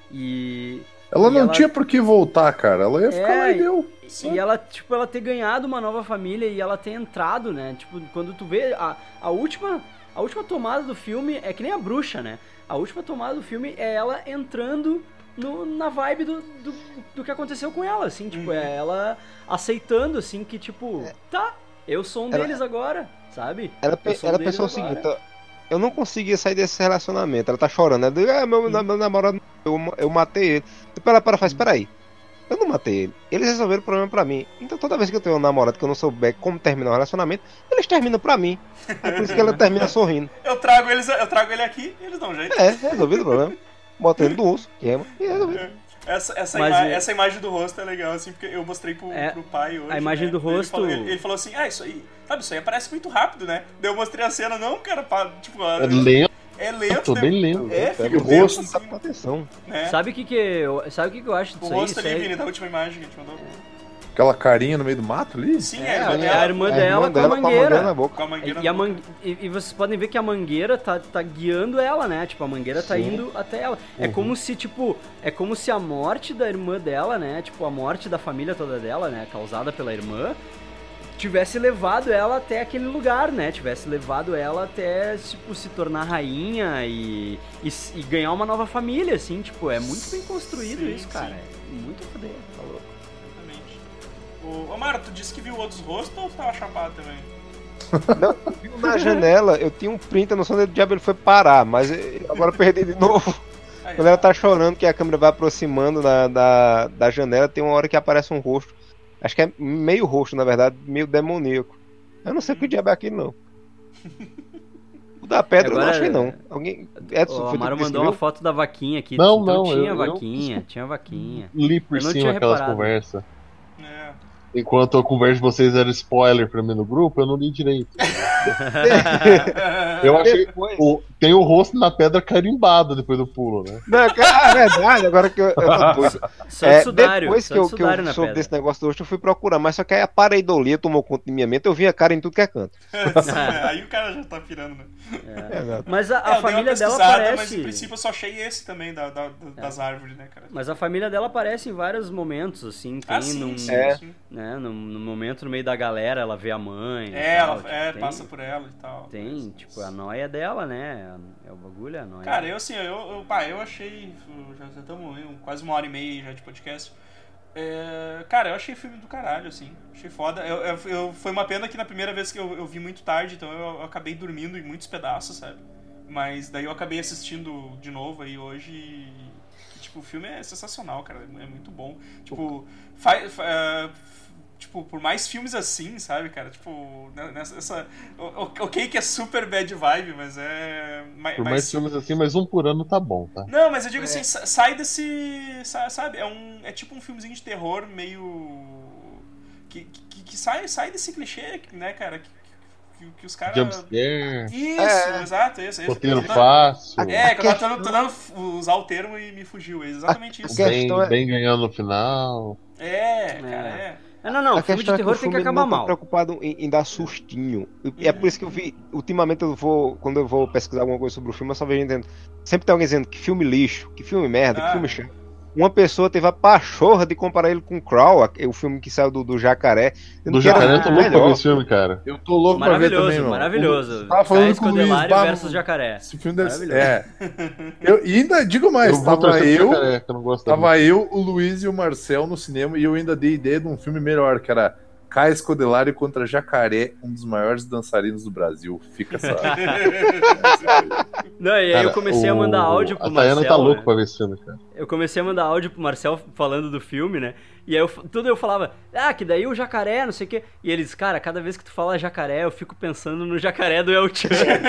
e... Ela e não ela- tinha por que voltar, cara. Ela ia ficar É, lá e deu. E ela, tipo, ela ter ganhado uma nova família e ela ter entrado, né? Tipo, quando tu vê a, a última a última tomada do filme é que nem a bruxa, né? A última tomada do filme é ela entrando no, na vibe do, do, do que aconteceu com ela, assim, tipo, Uhum. é ela aceitando, assim, que, tipo, tá, eu sou um Ela- deles agora, sabe? Ela, pe- Eu sou um ela deles pensou o agora. seguinte: ó, eu não conseguia sair desse relacionamento. Ela tá chorando. Ela diz, ah, meu, meu namorado, eu, eu matei ele. Depois ela para e faz: peraí, eu não matei ele. Eles resolveram o problema pra mim. Então toda vez que eu tenho um namorado que eu não souber como terminar o relacionamento, eles terminam pra mim. É por isso que ela termina sorrindo. Eu trago, eles, eu trago ele aqui e eles dão um jeito. É, resolvido o problema. Bota ele do urso, queima e resolvido. Essa, essa, Mas ima- é- essa imagem do rosto é legal, assim, porque eu mostrei pro, É, pro pai hoje. a imagem né? do Ele rosto- falou- Ele, ele falou assim, ah, isso aí, sabe, isso aí aparece muito rápido, né? Daí eu mostrei a cena, não, cara, pá, tipo, É lento, é lento, tô né? bem lento. É, Pega fica o o tempo, rosto, tá assim, com atenção. né? Sabe o que que eu, sabe o que que eu acho O disso aí? rosto Isso ali, aí- Vini, da última imagem que a gente mandou. Aquela carinha no meio do mato ali. Sim, É, é, a irmã a dela, irmã É, dela com a mangueira. na boca. com a mangueira E, a na man... boca. e, e vocês podem ver que a mangueira tá, tá guiando ela, né? Tipo, a mangueira tá Sim. indo até ela. É como se, tipo, é como se a morte da irmã dela, né? Tipo, a morte da família toda dela, né? Causada pela irmã, tivesse levado ela até aquele lugar, né? Tivesse levado ela até, tipo, se tornar rainha e, e, s- e ganhar uma nova família, assim. Tipo, é muito bem construído Sim, isso, sim. cara. É muito foder, tá louco. Exatamente. Ô, Amaro, tu disse que viu outros rostos ou tu tava chapado também? Não, viu na janela, eu tinha um print, eu não sei onde o diabo ele foi parar, mas eu agora eu perdi de novo. Aí, Quando ela tá chorando, que a câmera vai aproximando da, da, da janela, tem uma hora que aparece um rosto. Acho que é meio rosto, na verdade, meio demoníaco. Eu não sei o que diabo é aquilo, não. O da pedra eu não Agora- achei, não. Alguém. Edson, O foi tu Amaro que mandou uma escreveu? foto da vaquinha aqui. Não, então não, tinha eu- eu- vaquinha, tinha vaquinha. li por Eu não cima tinha aquelas reparado. conversas. É. Enquanto a conversa de vocês era spoiler pra mim no grupo, eu não li direito. Eu achei. Depois. o- tem o rosto na pedra carimbado depois do pulo, né? Não, cara, é verdade, agora que eu, eu tô doido. Só É, de sudário, depois só que eu, de que sudário eu na soube pedra. desse negócio do rosto, eu fui procurar, mas só que aí a pareidolia tomou conta de minha mente, eu vi a cara em tudo que é canto. Aí o cara já tá pirando, né? Exato. Mas a, a É, eu dei uma família dela pesquisada, aparece. Mas em princípio eu só achei esse também da, da- da- das árvores, né, cara? Mas a família dela aparece em vários momentos, assim. Tem Ah, sim, num, sim, É. sim. né, num, num momento no meio da galera, ela vê a mãe. e É, tal, ela tipo, é, tem- passa por ela e tal. Tem, tipo, a noia dela, né? É o bagulho, a noia. Cara, eu assim, eu, eu, pá, eu achei. Já estamos quase uma hora e meia já de podcast. É, cara, eu achei filme do caralho, assim. Achei foda. Eu, eu, eu- foi uma pena que na primeira vez que eu, eu vi muito tarde, então eu, eu acabei dormindo em muitos pedaços, sabe? Mas daí eu acabei assistindo de novo aí hoje e, tipo, o filme é sensacional, cara. É muito bom. Tipo, faz. Tipo, por mais filmes assim, sabe, cara? Tipo, nessa. Essa, o- o- ok que é super bad vibe, mas é. Mas, Por mais filmes assim, mas um por ano tá bom, tá? não, mas eu digo assim, sa- sai desse. sa- Sabe? É, um, é tipo um filmezinho de terror meio. que, que, que sai, sai desse clichê, né, cara? Que, que, que os caras. Jumpscare. Isso, É. exato, isso. isso. Roteiro fácil. É, que eu tava questão- tentando usar o termo e me fugiu. É exatamente isso. A Bem, questão é- bem ganhando no final. É, cara, é. É, não, não, A filme de questão é que terror o tem que filme acabar não tá mal. preocupado em, em dar sustinho. E é por isso que eu vi, ultimamente eu vou, quando eu vou pesquisar alguma coisa sobre o filme, eu só vejo dizendo, sempre tem alguém dizendo que filme lixo, que filme merda, Ah. que filme chato. Uma pessoa teve a pachorra de comparar ele com Crawl, o filme que saiu do, do Jacaré. dizendo Do que era Jacaré, eu tô louco pra ver melhor. esse filme, cara. Eu tô louco pra ver Maravilhoso, também, mano. maravilhoso. O- Tava falando Caio com o Luiz, Escodelário bah, versus Jacaré. Esse filme deve ser. Maravilhoso. É. Eu, e ainda digo mais, eu vou tava torcer pro eu, Jacaré, que eu não gosto da tava eu, o Luiz e o Marcel no cinema e eu ainda dei ideia de um filme melhor, que era Caio Escodelário contra Jacaré, um dos maiores dançarinos do Brasil. Fica essa. Não, e aí Cara, eu comecei a mandar o- áudio pro A Tayana Marcel. tá louca né? pra ver esse filme, cara. Eu comecei a mandar áudio pro Marcel falando do filme, né? E aí eu, tudo eu falava, ah, que daí o jacaré, não sei o quê. E eles, cara, cada vez que tu fala jacaré, eu fico pensando no jacaré do El Chan.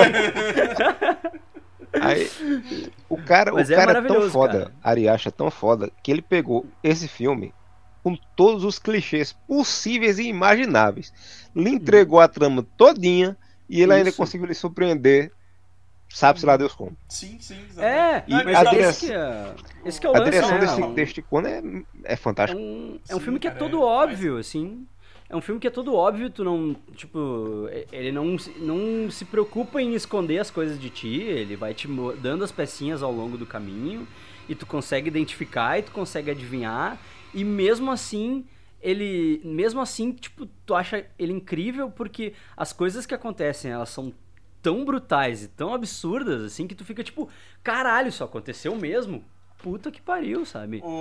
Aí, o cara, o Mas é cara é tão maravilhoso, foda, cara. Ari Aster é tão foda, que ele pegou esse filme com todos os clichês possíveis e imagináveis. Lhe entregou a trama todinha e ele ainda Isso. conseguiu lhe surpreender, sabe-se lá Deus como. Sim, sim, exatamente. É, Não, mas a esse, direção- que é, esse que é o A lance, direção né? desse, É um- deste Conan é, é É fantástica. um, é um Sim, filme que é cara, todo é óbvio, assim. É um filme que é todo óbvio, tu não. Tipo, ele não, se- não se preocupa em esconder as coisas de ti, ele vai te mo- dando as pecinhas ao longo do caminho, e tu consegue identificar, e tu consegue adivinhar, e mesmo assim, ele. Mesmo assim, tipo, tu acha ele incrível porque as coisas que acontecem, elas são tão brutais e tão absurdas, assim, que tu fica tipo, caralho, isso aconteceu mesmo? Puta que pariu, sabe? O,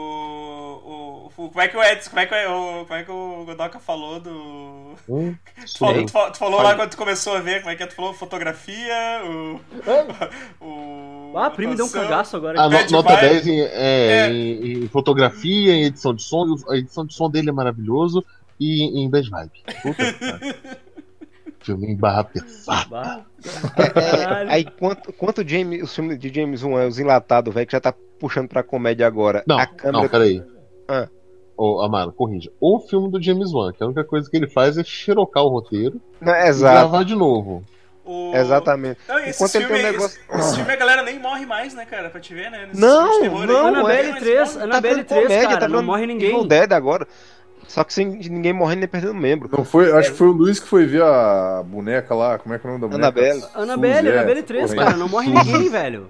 o, o- Como é que o Edson, como é que o, como é que o Godoka falou do. Hum, Tu falou, sim. tu falou, tu falou lá quando tu começou a ver, como é que é? Tu falou fotografia, o. o Ah, primo deu um atuação. cagaço agora. Ah, no- Bad nota vibe. dez em, é, É. em- em fotografia, em edição de som. A edição de som dele é maravilhoso. E em, em Bad Vibe. Puta que pariu. Filme em barra pesada. Bah, É, caralho. aí quanto, quanto James, o filme de James Wan é os enlatados, velho, que já tá puxando pra comédia agora. Não, a câmera. não, peraí. Ah. Ô, Amaro, corrija. O filme do James Wan, que a única coisa que ele faz é xerocar o roteiro Não, e exato, gravar de novo. O... exatamente. Não, e esse Enquanto ele filme, tem um negócio- esse, esse filme a galera nem morre mais, né, cara? Pra te ver, né? Nesses Não, filmes de terror aí, não, ninguém Annabelle mais três, morre. Annabelle virando três, comédia, cara, tá não virando morre ninguém. Evil Dead agora. Só que sem ninguém morrendo nem perdendo membro. Não foi, acho que foi o Luiz que foi ver a boneca lá, como é que é o nome da boneca? Annabelle. Annabelle, Suzy, é, Annabelle três, porra, cara, não morre Suzy. ninguém, velho.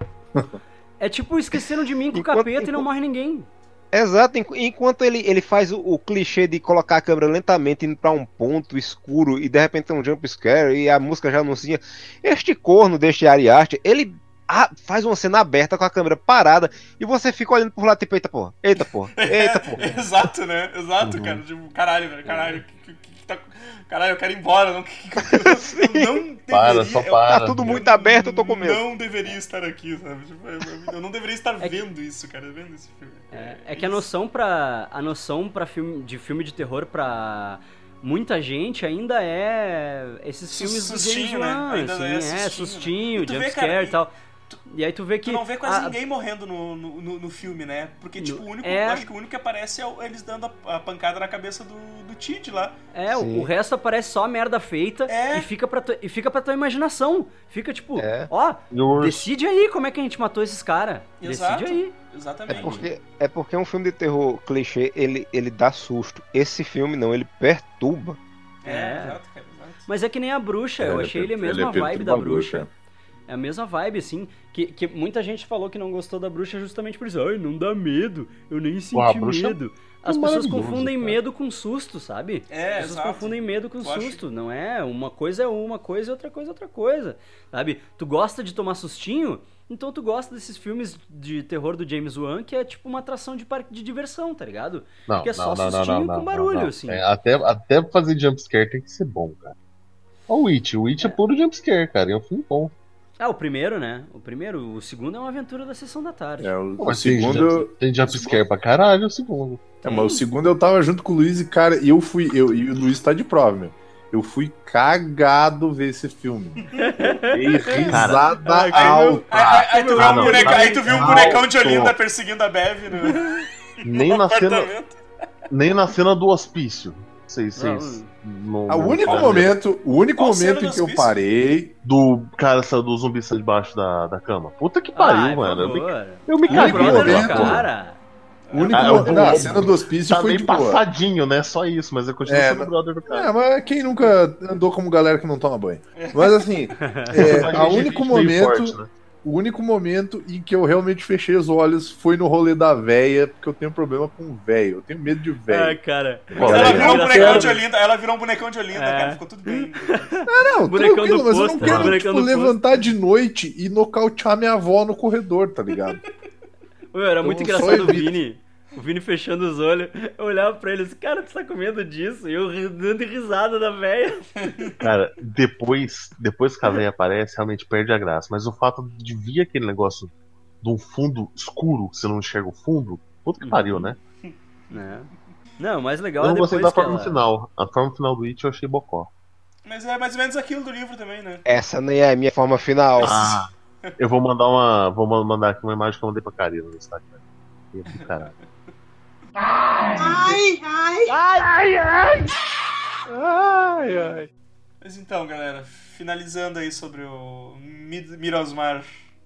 É tipo, esqueceram de mim com o Enquanto- capeta e não enquanto- morre ninguém. Exato, enqu- enquanto ele, ele faz o, o clichê de colocar a câmera lentamente indo pra um ponto escuro e de repente tem um jump scare e a música já anuncia. Este corno deste Ari Aster, ele ah, faz uma cena aberta com a câmera parada e você fica olhando por lá tipo, eita porra, eita porra, eita porra. Exato, né? Exato, Uhum. cara. Tipo, caralho, velho, caralho. Que, que, que tá... Caralho, eu quero ir embora. Não, que, que, eu não deveria. Para, só eu- para. Tá tudo muito aberto, eu tô com medo. Não deveria estar aqui, sabe? Tipo, eu, eu não deveria estar vendo isso, cara. Vendo esse filme. É, é que a noção pra. A noção pra filme, de filme de terror pra muita gente ainda é esses Sus- filmes do sustinho, James né? Wan, Ainda assim, é é, sustinho, sustinho, né? E tu vê, jumpscare cara, e tal. E aí tu vê que. Tu não vê quase a- ninguém morrendo no, no, no, no filme, né? Porque, tipo, No- o único, é. acho que o único que aparece é o- eles dando a, a pancada na cabeça do, do Tid lá. É, o, Sim. o resto aparece só merda feita É. e, fica pra tu- e fica pra tua imaginação. Fica tipo, É. ó, E o urso. decide aí como é que a gente matou esses caras. Exato. Decide aí. É Exatamente. porque, é porque um filme de terror clichê, ele, ele dá susto. Esse filme não, ele perturba. É, É. exato, cara, exato. Mas é que nem a bruxa, eu Ele é achei ele a per- mesma ele é vibe da perturbador, bruxa. cara. É a mesma vibe, assim, que, que muita gente falou que não gostou da bruxa justamente por isso. Ai, não dá medo, eu nem senti Pô, a bruxa medo. As é pessoas maravilhoso, confundem cara. medo com susto, sabe? É, As pessoas exato. confundem medo com Eu acho- susto, não é? Uma coisa é uma coisa e outra coisa é outra coisa, sabe? Tu gosta de tomar sustinho, então tu gosta desses filmes de terror do James Wan, que é tipo uma atração de parque de diversão, tá ligado? Não, que é só não, não, sustinho não, não, com não, barulho, não. assim. É, até, até fazer jumpscare tem que ser bom, cara. Olha o Witch. O Witch é, puro jumpscare, cara. É um filme bom. Ah, o primeiro, né? O primeiro, o segundo é uma aventura da sessão da tarde. É, o, Pô, o mas tem segundo, jump- Tem jumpscare pra caralho, o segundo. é, mas o segundo eu tava junto com o Luiz e, cara, e eu fui, eu, e o Luiz tá de prova, meu. Eu fui cagado ver esse filme. Dei risada Aí, aí, alta. aí, aí tu viu Ah, um não, boneca- tá aí tu viu um alto. bonecão de Olinda perseguindo a Bev no, Nem no na, cena, apartamento. nem na cena do hospício. Vocês, vocês não, Ah, o não único falam momento, o único Qual cena momento do em que eu hospício? parei. do cara essa- do zumbi sair debaixo da, da cama. Puta que pariu, Ai, por mano. Eu me, favor. eu me Ah, o caguei brother do naquela porra. cara. O único Ah, momento. o- Não, a o- cena do hospício Tá foi meio de boa. passadinho, né? Só isso, mas eu continuo É, sendo o não- brother do cara. É, mas quem nunca andou como galera que não toma banho? Mas assim, é, Mas a gente único meio momento. forte, né? O único momento em que eu realmente fechei os olhos foi no rolê da véia, porque eu tenho problema com véio. Eu tenho medo de Ai, véio. cara. Mas Olha ela aí. virou um Engraçado. bonecão de Olinda, ela virou um bonecão de Olinda, É. cara, ficou tudo bem. Não, Bonecão tranquilo, do mas eu não pôster, quero, bonecão tipo, do pôster. levantar de noite e nocautear minha avó no corredor, tá ligado? Meu, era Então, muito só engraçado o evita. Vini. O Vini fechando os olhos. Eu olhava pra ele e disse, cara, tu tá com medo disso? E eu ri- dando risada da velha. Cara, depois, depois que a velha aparece, realmente perde a graça. Mas o fato de vir aquele negócio de um fundo escuro, que você não enxerga o fundo, puta que pariu, né? Né? Não, o mais legal Eu é não depois gostei da que forma ela... final. A forma final do It eu achei bocó. Mas é mais ou menos aquilo do livro também, né? Essa nem é a minha forma final. Ah, eu vou mandar uma. Vou ma- mandar aqui uma imagem que eu mandei pra Karina no Instagram. E aqui, caralho. Ai, ai. Mas então, galera, finalizando aí sobre o Mid- Mirosmar.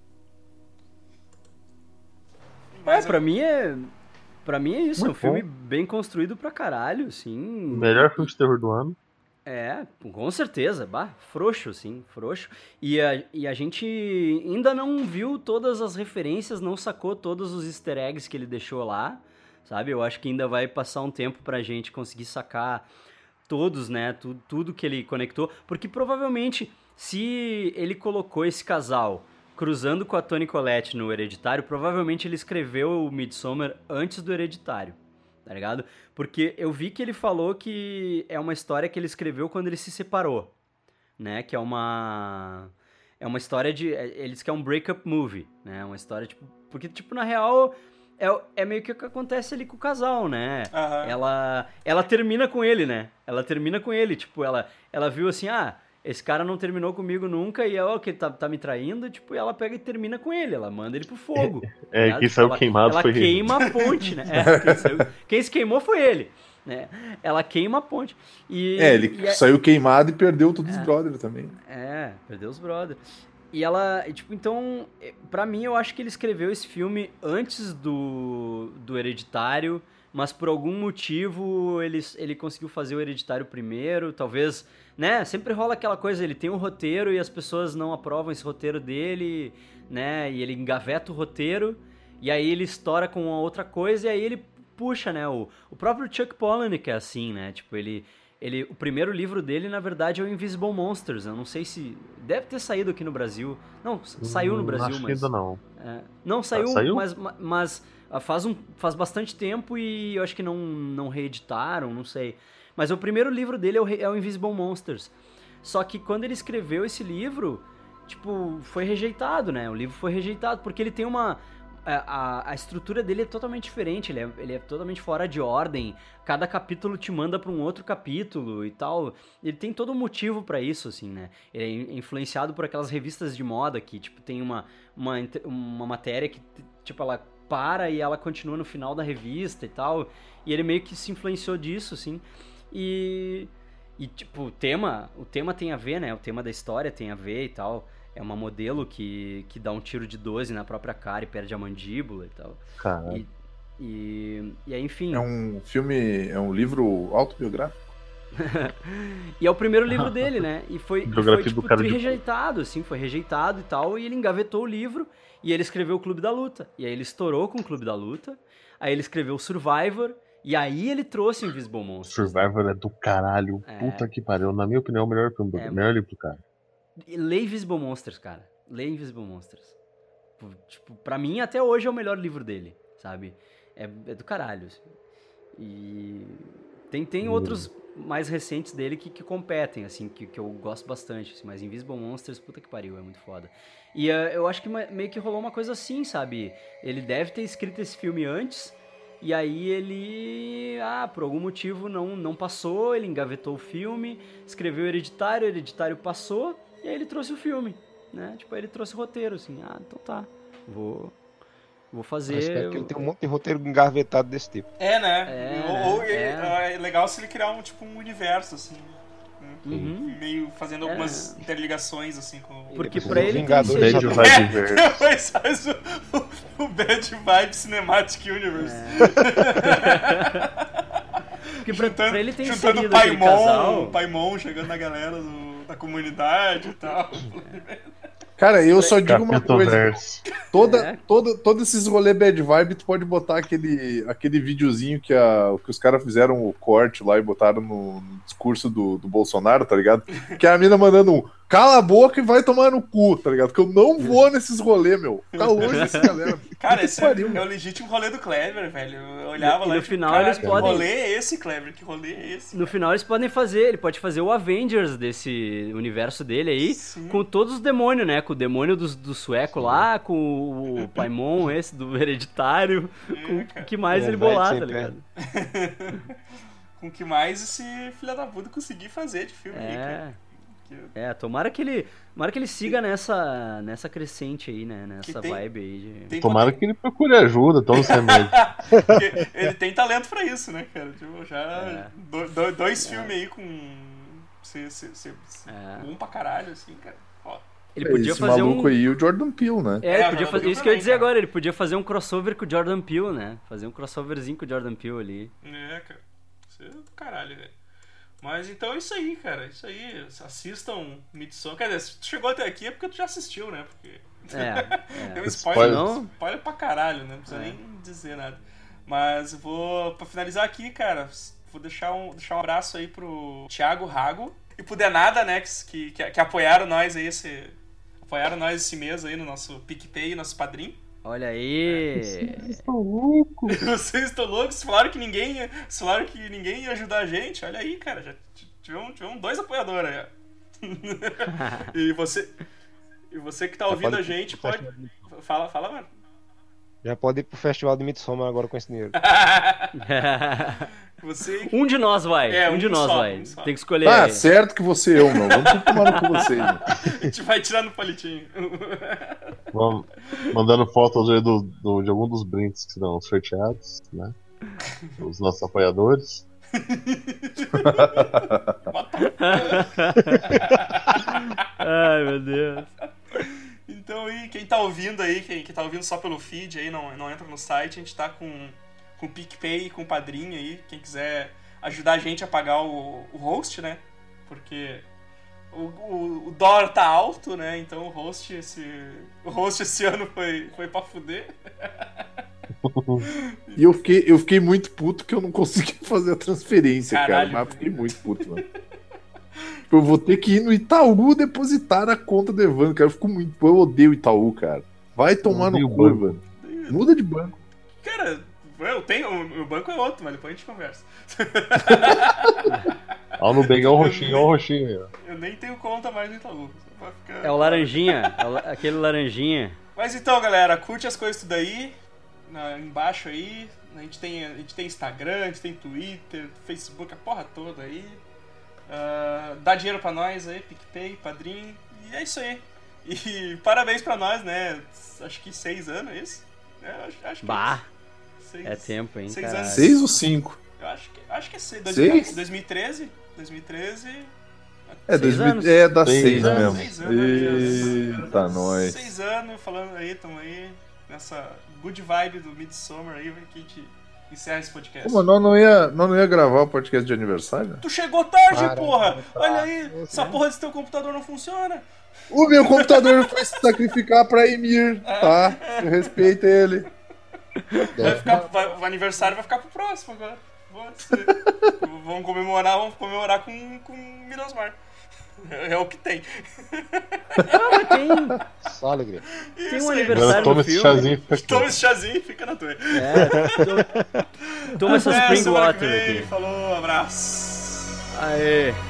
É, Mais pra mim é... Pra mim é isso, é um Muito filme bem construído pra caralho, assim. Melhor filme de terror do ano. É, com certeza, bah, frouxo, assim, frouxo. E a, e a gente ainda não viu todas as referências, não sacou todos os easter eggs que ele deixou lá, sabe? Eu acho que ainda vai passar um tempo pra gente conseguir sacar todos, né, tu, tudo que ele conectou, porque provavelmente se ele colocou esse casal cruzando com a Toni Collette no Hereditário, provavelmente ele escreveu o Midsommar antes do Hereditário. Tá ligado? Porque eu vi que ele falou que é uma história que ele escreveu quando ele se separou, né? Que é uma... É uma história de... Eles que é um breakup movie, né? Uma história, tipo... Porque, tipo, na real, é, é meio que o que acontece ali com o casal, né? Aham. Ela, ela termina com ele, né? Ela termina com ele, tipo, ela, ela viu assim, ah... Esse cara não terminou comigo nunca e é o que tá, tá me traindo, tipo, e ela pega e termina com ele, ela manda ele pro fogo. É, ligado? quem Tipo, saiu ela, queimado ela foi ele. queima a ponte, né? É, quem, saiu- quem se queimou foi ele, né? Ela queima a ponte. E, É, ele e é- saiu queimado e perdeu todos os brothers também. é, perdeu os brothers. E ela, e, tipo, então, eh, pra mim eu acho que ele escreveu esse filme antes do, do Hereditário, mas por algum motivo ele, ele conseguiu fazer o Hereditário primeiro, talvez, né, sempre rola aquela coisa, ele tem um roteiro e as pessoas não aprovam esse roteiro dele, né, e ele engaveta o roteiro, e aí ele estoura com uma outra coisa, e aí ele puxa, né, o, o próprio Chuck Palahniuk é assim, né, tipo, ele... Ele, o primeiro livro dele, na verdade, é o Invisible Monsters. Eu não sei se... Deve ter saído aqui no Brasil. Não, s- saiu no Hum, Brasil, acho que mas... ainda não. é, não, saiu, saiu? mas, ma- mas ah, faz, um, faz bastante tempo e eu acho que não, não reeditaram, não sei. Mas o primeiro livro dele é o, re- é o Invisible Monsters. Só que quando ele escreveu esse livro, tipo, foi rejeitado, né? O livro foi rejeitado porque ele tem uma... A, a, a estrutura dele é totalmente diferente, ele é, ele é totalmente fora de ordem. Cada capítulo te manda para um outro capítulo e tal. Ele tem todo um motivo para isso, assim, né? Ele é in- influenciado por aquelas revistas de moda que, tipo, tem uma, uma, int- uma matéria que, t- tipo, ela para e ela continua no final da revista e tal. E ele meio que se influenciou disso, assim. E, e tipo, o tema, o tema tem a ver, né? O tema da história tem a ver e tal. É uma modelo que, que dá um tiro de doze na própria cara e perde a mandíbula e tal. Cara, E, e, e aí, enfim. É um filme, é um livro autobiográfico. E é o primeiro livro dele, né? E foi, e foi Biografia do tipo, cara tri de- rejeitado, assim, foi rejeitado e tal. E ele engavetou o livro e ele escreveu o Clube da Luta. E aí ele estourou com o Clube da Luta. Aí ele escreveu o Survivor. E aí ele trouxe o Invisible Monsters. Survivor é do caralho. É. Puta que pariu. Na minha opinião, é o melhor filme do É. melhor livro do cara. E lê Invisible Monsters, cara. Lê Invisible Monsters. Tipo, Tipo, pra mim, até hoje é o melhor livro dele, sabe? É, é do caralho. Assim. E tem, tem outros mais recentes dele que, que competem, assim, que, que eu gosto bastante. Assim, mas Invisible Monsters, puta que pariu, é muito foda. E uh, eu acho que ma- meio que rolou uma coisa assim, sabe? Ele deve ter escrito esse filme antes, e aí ele, ah, por algum motivo não, não passou, ele engavetou o filme, escreveu Hereditário, Hereditário passou, e aí ele trouxe o filme, né? Tipo, aí ele trouxe o roteiro, assim, ah, então tá, vou... Vou Eu fazer. espero que ele tenha um monte de roteiro engavetado desse tipo. É, né? É, ou, ou é. é legal se ele criar um tipo um universo, assim. né? Uhum. Meio fazendo É. algumas interligações, assim, com... Porque Depois pra os ele tem Vingadores que só ser... tem- Bad Vibe Verse. Depois faz o, o, o Bad Vibe Cinematic Universe. Porque pra, Juntando, pra ele tem juntando inserido aquele Paimon, casal... Paimon chegando na galera do, da comunidade e tal. Cara, eu só digo uma Capítulo coisa. Verso. Toda, É. toda, todos esses rolê bad vibe, tu pode botar aquele, aquele videozinho que, a, que os caras fizeram o corte lá e botaram no, no discurso do, do Bolsonaro, tá ligado? Que é a mina mandando um cala a boca e vai tomar no cu, tá ligado? Que eu não vou nesses rolê, meu. Fica longe dessa galera. Cara, Puta esse que pariu, é, é o legítimo rolê do Clever, velho. Eu olhava E lá no e final "Caralho, eles que podem- rolê é esse, Clever? Que rolê é esse? No final eles podem fazer, ele pode fazer o Avengers desse universo dele aí, Sim. com todos os demônios, né? Com o demônio do, do sueco lá, com o Paimon, esse do hereditário, com o cara. que mais É, ele vai bolar, tá sempre, ligado? Com o que mais esse filho da puta conseguir fazer de filme aí, É. cara. Que- É, tomara que ele, tomara que ele siga nessa, nessa crescente aí, né? Nessa Que tem- vibe aí de... tem Tomara poten- que ele procure ajuda, tome os remédios. porque ele tem talento pra isso, né, cara? Tipo, já É. do- do- dois filmes aí com... Se, se, se, É. um pra caralho, assim, cara. Ó, Ele podia Esse fazer maluco um... aí, o Jordan Peele, né? É, É, ele o podia Jordan fazer Peele isso que eu ia também, dizer cara. agora, ele podia fazer um crossover com o Jordan Peele, né? Fazer um crossoverzinho com o Jordan Peele ali. É, cara. Isso é do caralho, velho. Mas então é isso aí, cara. Isso aí. Assistam Midsommar. Quer dizer, se tu chegou até aqui é porque tu já assistiu, né? Porque. É, Tem um é. spoiler, Não? spoiler pra caralho, né? Não precisa É. nem dizer nada. Mas vou, pra finalizar aqui, cara, vou deixar um, deixar um abraço aí pro Thiago Rago e pro Denada, né? Que, que, que apoiaram nós aí esse. Apoiaram nós esse mês aí no nosso PicPay, nosso padrinho. Olha aí. Vocês estão loucos? Falaram que ninguém ia, falaram que ninguém ia ajudar a gente. Olha aí, cara. Já tivemos, tivemos dois apoiadores aí. ó. e você. E você que tá ouvindo pode a ir gente, pro pode. Fala, fala, mano. Já pode ir pro festival de Midsommar agora com esse dinheiro. Você. Um de nós vai. É, um, um de nós só, vai. um só. Tem que escolher. Ah, aí. certo que você eu, meu. Vamos tudo tomar no cu vocês, meu. A gente vai tirar no palitinho. Vamos mandando fotos aí do, do- de algum dos brindes que serão sorteados, né? Os nossos apoiadores. Ai, meu Deus. Então, e quem tá ouvindo aí, quem, quem tá ouvindo só pelo feed aí, não, não entra no site, a gente tá com, com o PicPay, com o Padrinho aí, quem quiser ajudar a gente a pagar o, o host, né? Porque o, o, o dólar tá alto, né? Então o host esse, o host esse ano foi, foi pra fuder. E eu fiquei, eu fiquei muito puto que eu não consegui fazer a transferência, Caralho. cara. Mas fiquei muito puto, mano. Eu vou ter que ir no Itaú depositar a conta do Evandro, cara. Eu fico muito. Eu odeio o Itaú, cara. Vai tomar odeio no o cu, banco. Evandro. Muda de banco. Cara, eu tenho, o meu banco é outro, mas depois a gente conversa. Ó, o Nubank é o roxinho, ó o roxinho aí, ó. Eu nem tenho conta mais no Itaú. Só pra ficar- É o laranjinha. É o la- aquele laranjinha. Mas então, galera, curte as coisas tudo aí, na- embaixo aí. A gente, tem, a gente tem Instagram, a gente tem Twitter, Facebook, a porra toda aí. Ah, dá dinheiro pra nós aí, PicPay, Padrinho. E é isso aí. E parabéns pra nós, né? Acho que seis anos, é isso? É, acho, acho que Bah, é, seis, é tempo, hein, seis cara. anos. Seis ou cinco? Eu acho que, acho que é seis. Seis? dois mil e treze? dois mil e treze. É, Seis dois mil, anos. é da Seis seis anos, mesmo. seis anos. Eita, nós. Seis anos falando aí, tamo aí. Nessa good vibe do Midsommar aí, que a gente encerra esse podcast. Pô, mas nós não ia, nós não ia gravar o podcast de aniversário? Tu chegou tarde, Para, porra! para, Olha aí, essa porra desse teu computador não funciona. O meu computador foi se sacrificar pra Emir, tá? Eu respeito ele. Vai ficar, vai- o aniversário vai ficar pro próximo agora. Pode ser. Vamos comemorar, vamos comemorar com, com Minosmar. É o que tem. Ah, tem, Só alegria. tem Isso um aí. Agora aniversário toma no esse filme. chazinho e fica aqui. Toma esse chazinho e fica na tua. É, to- toma essa Até Spring semana que Water vem. aqui. Falou, abraço. Aê.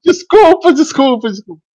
Desculpa, desculpa, desculpa.